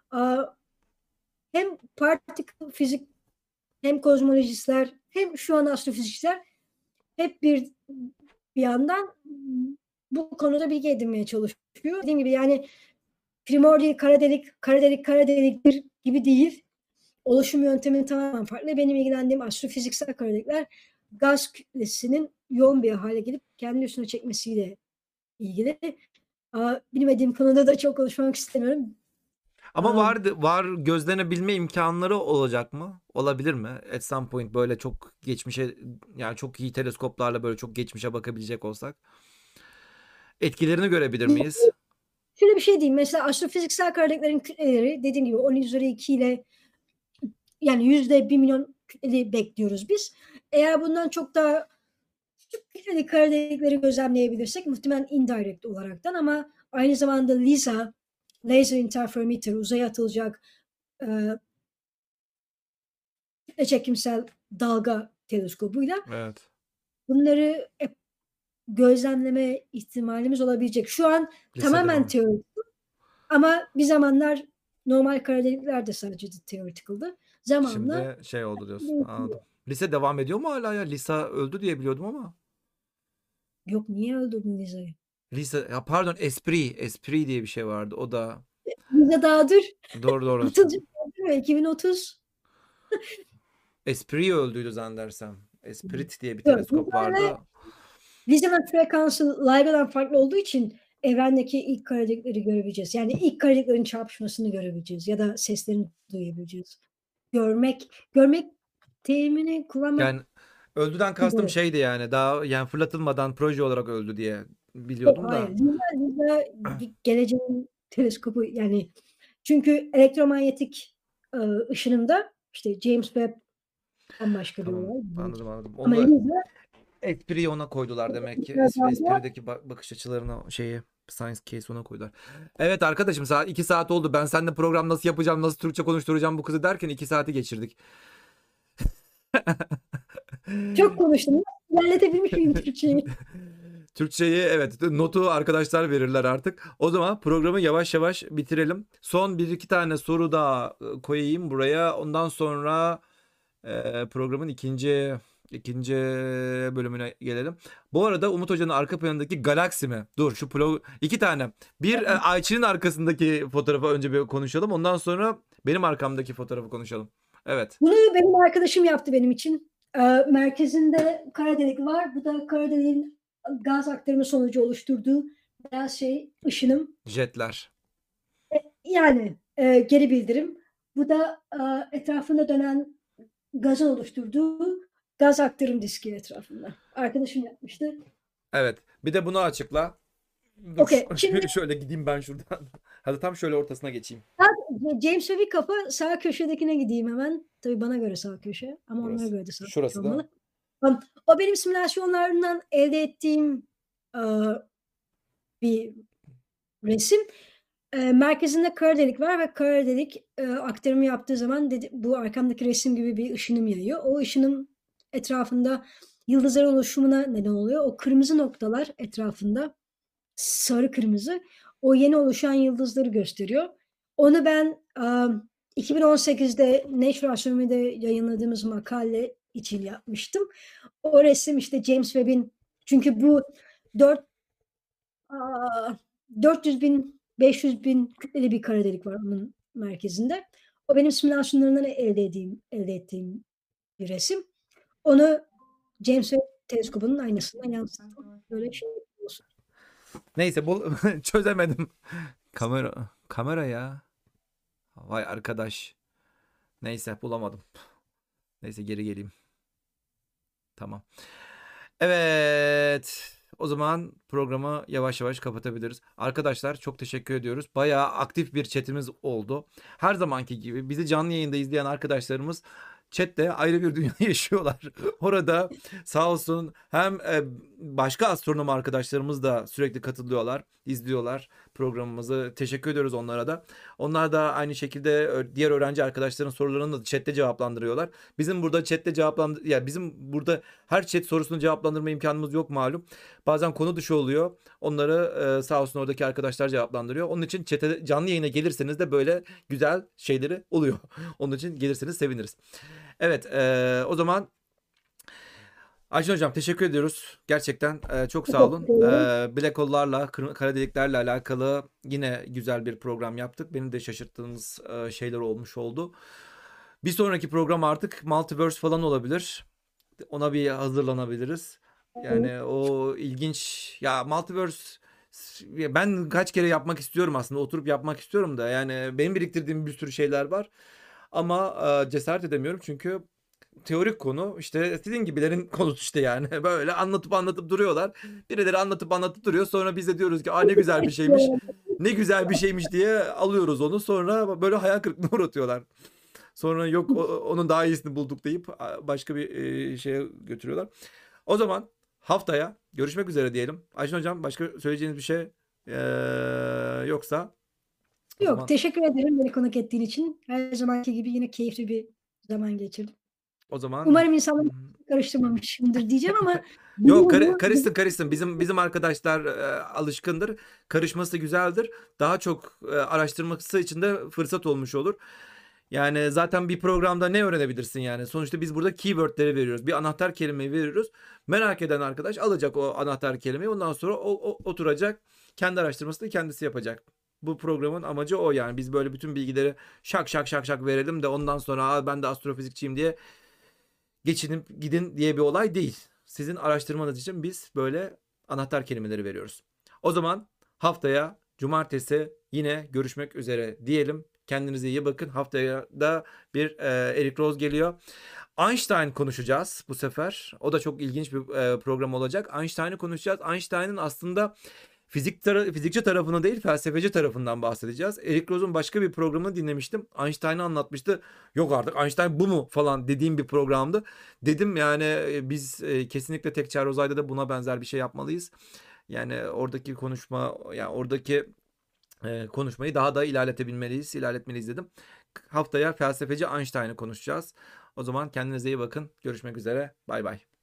Hem particle fizik hem kozmolojistler hem şu an astrofizikçiler hep bir yandan bu konuda bilgi edinmeye çalışıyor. Dediğim gibi yani primordial kara deliktir gibi değil. Oluşum yöntemi tamamen farklı. Benim ilgilendiğim astrofiziksel kara delikler gaz kütlesinin yoğun bir hale gelip kendi üstüne çekmesiyle ilgili. Bilmediğim konuda da çok konuşmak istemiyorum. Ama var gözlenebilme imkanları olacak mı? Olabilir mi? At some point böyle çok geçmişe yani çok iyi teleskoplarla böyle çok geçmişe bakabilecek olsak. Etkilerini görebilir miyiz? Şöyle bir şey diyeyim. Mesela astrofiziksel kara deliklerin kütleleri dediğim gibi 10 üzeri 2 ile yani %1 milyon kütleli bekliyoruz biz. Eğer bundan çok daha küçük kütleli kara delikleri gözlemleyebilirsek muhtemelen indirect olaraktan ama aynı zamanda LISA, Laser Interferometer, uzaya atılacak kütle çekimsel dalga teleskobuyla Evet. bunları gözlemleme ihtimalimiz olabilecek. Şu an Lise tamamen devam. teorik ama bir zamanlar normal kara delikler de sadece theoretical'dı. Zamanla Şimdi şey oldu diyorsun. Anladım. Lise devam ediyor mu hala ya? Lisa öldü diye biliyordum ama. yok niye öldürdün Lisa'yı? Lisa ya pardon Esprit diye bir şey vardı. O da Lisa daha dur. doğru. Atılacak 2030. Esprit öldüydü zannedersem. Esprit diye bir Yok, teleskop vardı. Lisa'nın frekansı LIGO'dan farklı olduğu için evrendeki ilk kara delikleri görebileceğiz. Yani ilk kara deliklerin çarpışmasını görebileceğiz ya da seslerini duyabileceğiz. Görmek terimini kullanmak Yani öldüden kastım gibi. şeydi yani daha yani fırlatılmadan proje olarak öldü diye Yok, biliyordum hayır. da. Lisa geleceğin teleskobu yani çünkü elektromanyetik ışınımda işte James Webb bambaşka bir Tamam olay. anladım. Ama Onu Lisa Espri'yi ona koydular demek ki. biraz daha Espri'deki bakış açılarını şeyi Science Case ona koydular. Evet arkadaşım saat 2 saat oldu. Ben seninle program nasıl yapacağım, nasıl Türkçe konuşturacağım bu kızı derken 2 saati geçirdik. Çok konuştum. İlerletebilmiş miyim Türkçeyi? Türkçeyi evet notu arkadaşlar verirler artık. O zaman programı yavaş yavaş bitirelim. Son bir iki tane soru daha koyayım buraya. Ondan sonra programın ikinci bölümüne gelelim. Bu arada Umut Hoca'nın arka planındaki galaksi mi? Dur şu iki tane. Bir Ayçi'nin arkasındaki fotoğrafı önce bir konuşalım. Ondan sonra benim arkamdaki fotoğrafı konuşalım. Evet. Bunu benim arkadaşım yaptı benim için. Merkezinde kara delik var. Bu da kara deliğin gaz aktarımı sonucu oluşturduğu beyaz şey ışınım. Jetler. Yani geri bildirim. Bu da etrafında dönen gazın oluşturduğu gaz aktarım diski etrafında. Arkadaşım yapmıştı. Evet. Bir de bunu açıkla. Dur. Okey. Şimdi Şöyle gideyim ben şuradan. Hadi tam şöyle ortasına geçeyim. James Webb kafa sağ köşedekine gideyim hemen. Tabii bana göre sağ köşe ama onlara Burası. göre de sağ köşe Şurası da. olmalı. O benim simülasyonlarından elde ettiğim bir resim. Merkezinde kara delik var ve kara delik aktarımı yaptığı zaman bu arkamdaki resim gibi bir ışınım yayıyor. O ışınım etrafında yıldızların oluşumuna neden oluyor. O kırmızı noktalar etrafında sarı kırmızı o yeni oluşan yıldızları gösteriyor. Onu ben 2018'de Nature Astronomy'de yayınladığımız makale için yapmıştım. O resim işte James Webb'in çünkü bu 400 bin 500 bin kütleli bir kara delik var onun merkezinde. O benim simülasyonlarından elde ettiğim bir resim. Onu James Webb teleskobunun aynasından yansıttım. Böyle şey olsun. Neyse çözemedim. Kamera ya. Vay arkadaş. Neyse bulamadım. Neyse geri geleyim. Tamam. Evet. O zaman programı yavaş yavaş kapatabiliriz. Arkadaşlar çok teşekkür ediyoruz. Bayağı aktif bir chatimiz oldu. Her zamanki gibi bizi canlı yayında izleyen arkadaşlarımız chatte ayrı bir dünya yaşıyorlar. Orada sağ olsun hem başka astronom arkadaşlarımız da sürekli katılıyorlar, izliyorlar programımızı. Teşekkür ediyoruz onlara da. Onlar da aynı şekilde diğer öğrenci arkadaşların sorularını da chatte cevaplandırıyorlar. Bizim burada her chat sorusunu cevaplandırma imkanımız yok malum. Bazen konu dışı oluyor. Onları sağ olsun oradaki arkadaşlar cevaplandırıyor. Onun için chat'e canlı yayına gelirseniz de böyle güzel şeyleri oluyor. Onun için gelirseniz seviniriz. Evet, o zaman Ayşen Hocam teşekkür ediyoruz. Gerçekten çok sağ olun. Black hole'larla, kara deliklerle alakalı yine güzel bir program yaptık. Beni de şaşırttığınız şeyler olmuş oldu. Bir sonraki program artık Multiverse falan olabilir. Ona bir hazırlanabiliriz. Yani o ilginç ya Multiverse ben kaç kere yapmak istiyorum aslında oturup yapmak istiyorum da yani benim biriktirdiğim bir sürü şeyler var ama cesaret edemiyorum çünkü teorik konu işte sizin gibilerin konusu işte yani böyle anlatıp duruyorlar. Birileri anlatıp duruyor sonra biz de diyoruz ki ne güzel bir şeymiş ne güzel bir şeymiş diye alıyoruz onu sonra böyle hayal kırıklığına uğratıyorlar. Sonra yok onun daha iyisini bulduk deyip başka bir şeye götürüyorlar. O zaman haftaya görüşmek üzere diyelim. Ayşen Hocam başka söyleyeceğiniz bir şey yoksa o Yok, zaman teşekkür ederim beni konuk ettiğin için. Her zamanki gibi yine keyifli bir zaman geçirdim. o zaman Umarım insanları karıştırmamışımdır diyeceğim ama yok bilim bu. karışsın bizim arkadaşlar alışkındır. Karışması güzeldir. Daha çok araştırması için de fırsat olmuş olur. Yani zaten bir programda ne öğrenebilirsin yani? Sonuçta biz burada keywordleri veriyoruz. Bir anahtar kelimeyi veriyoruz. Merak eden arkadaş alacak o anahtar kelimeyi. Ondan sonra o oturacak. Kendi araştırmasını kendisi yapacak. Bu programın amacı o yani. Biz böyle bütün bilgileri şak şak şak şak verelim de ondan sonra ben de astrofizikçiyim diye geçinip gidin diye bir olay değil. Sizin araştırmanız için biz böyle anahtar kelimeleri veriyoruz. O zaman haftaya cumartesi yine görüşmek üzere diyelim. Kendinize iyi bakın. Haftaya da bir Eric Rose geliyor. Einstein konuşacağız bu sefer. O da çok ilginç bir program olacak. Einstein'ı konuşacağız. Einstein'ın aslında fizikçi tarafını değil felsefeci tarafından bahsedeceğiz. Eric Rose'un başka bir programını dinlemiştim. Einstein'ı anlatmıştı. Yok artık Einstein bu mu falan dediğim bir programdı. Dedim yani biz kesinlikle tek çare uzayda da buna benzer bir şey yapmalıyız. Yani oradaki konuşma yani oradaki konuşmayı daha da ilerletmeliyiz dedim. Haftaya felsefeci Einstein'ı konuşacağız. O zaman kendinize iyi bakın. Görüşmek üzere. Bay bay.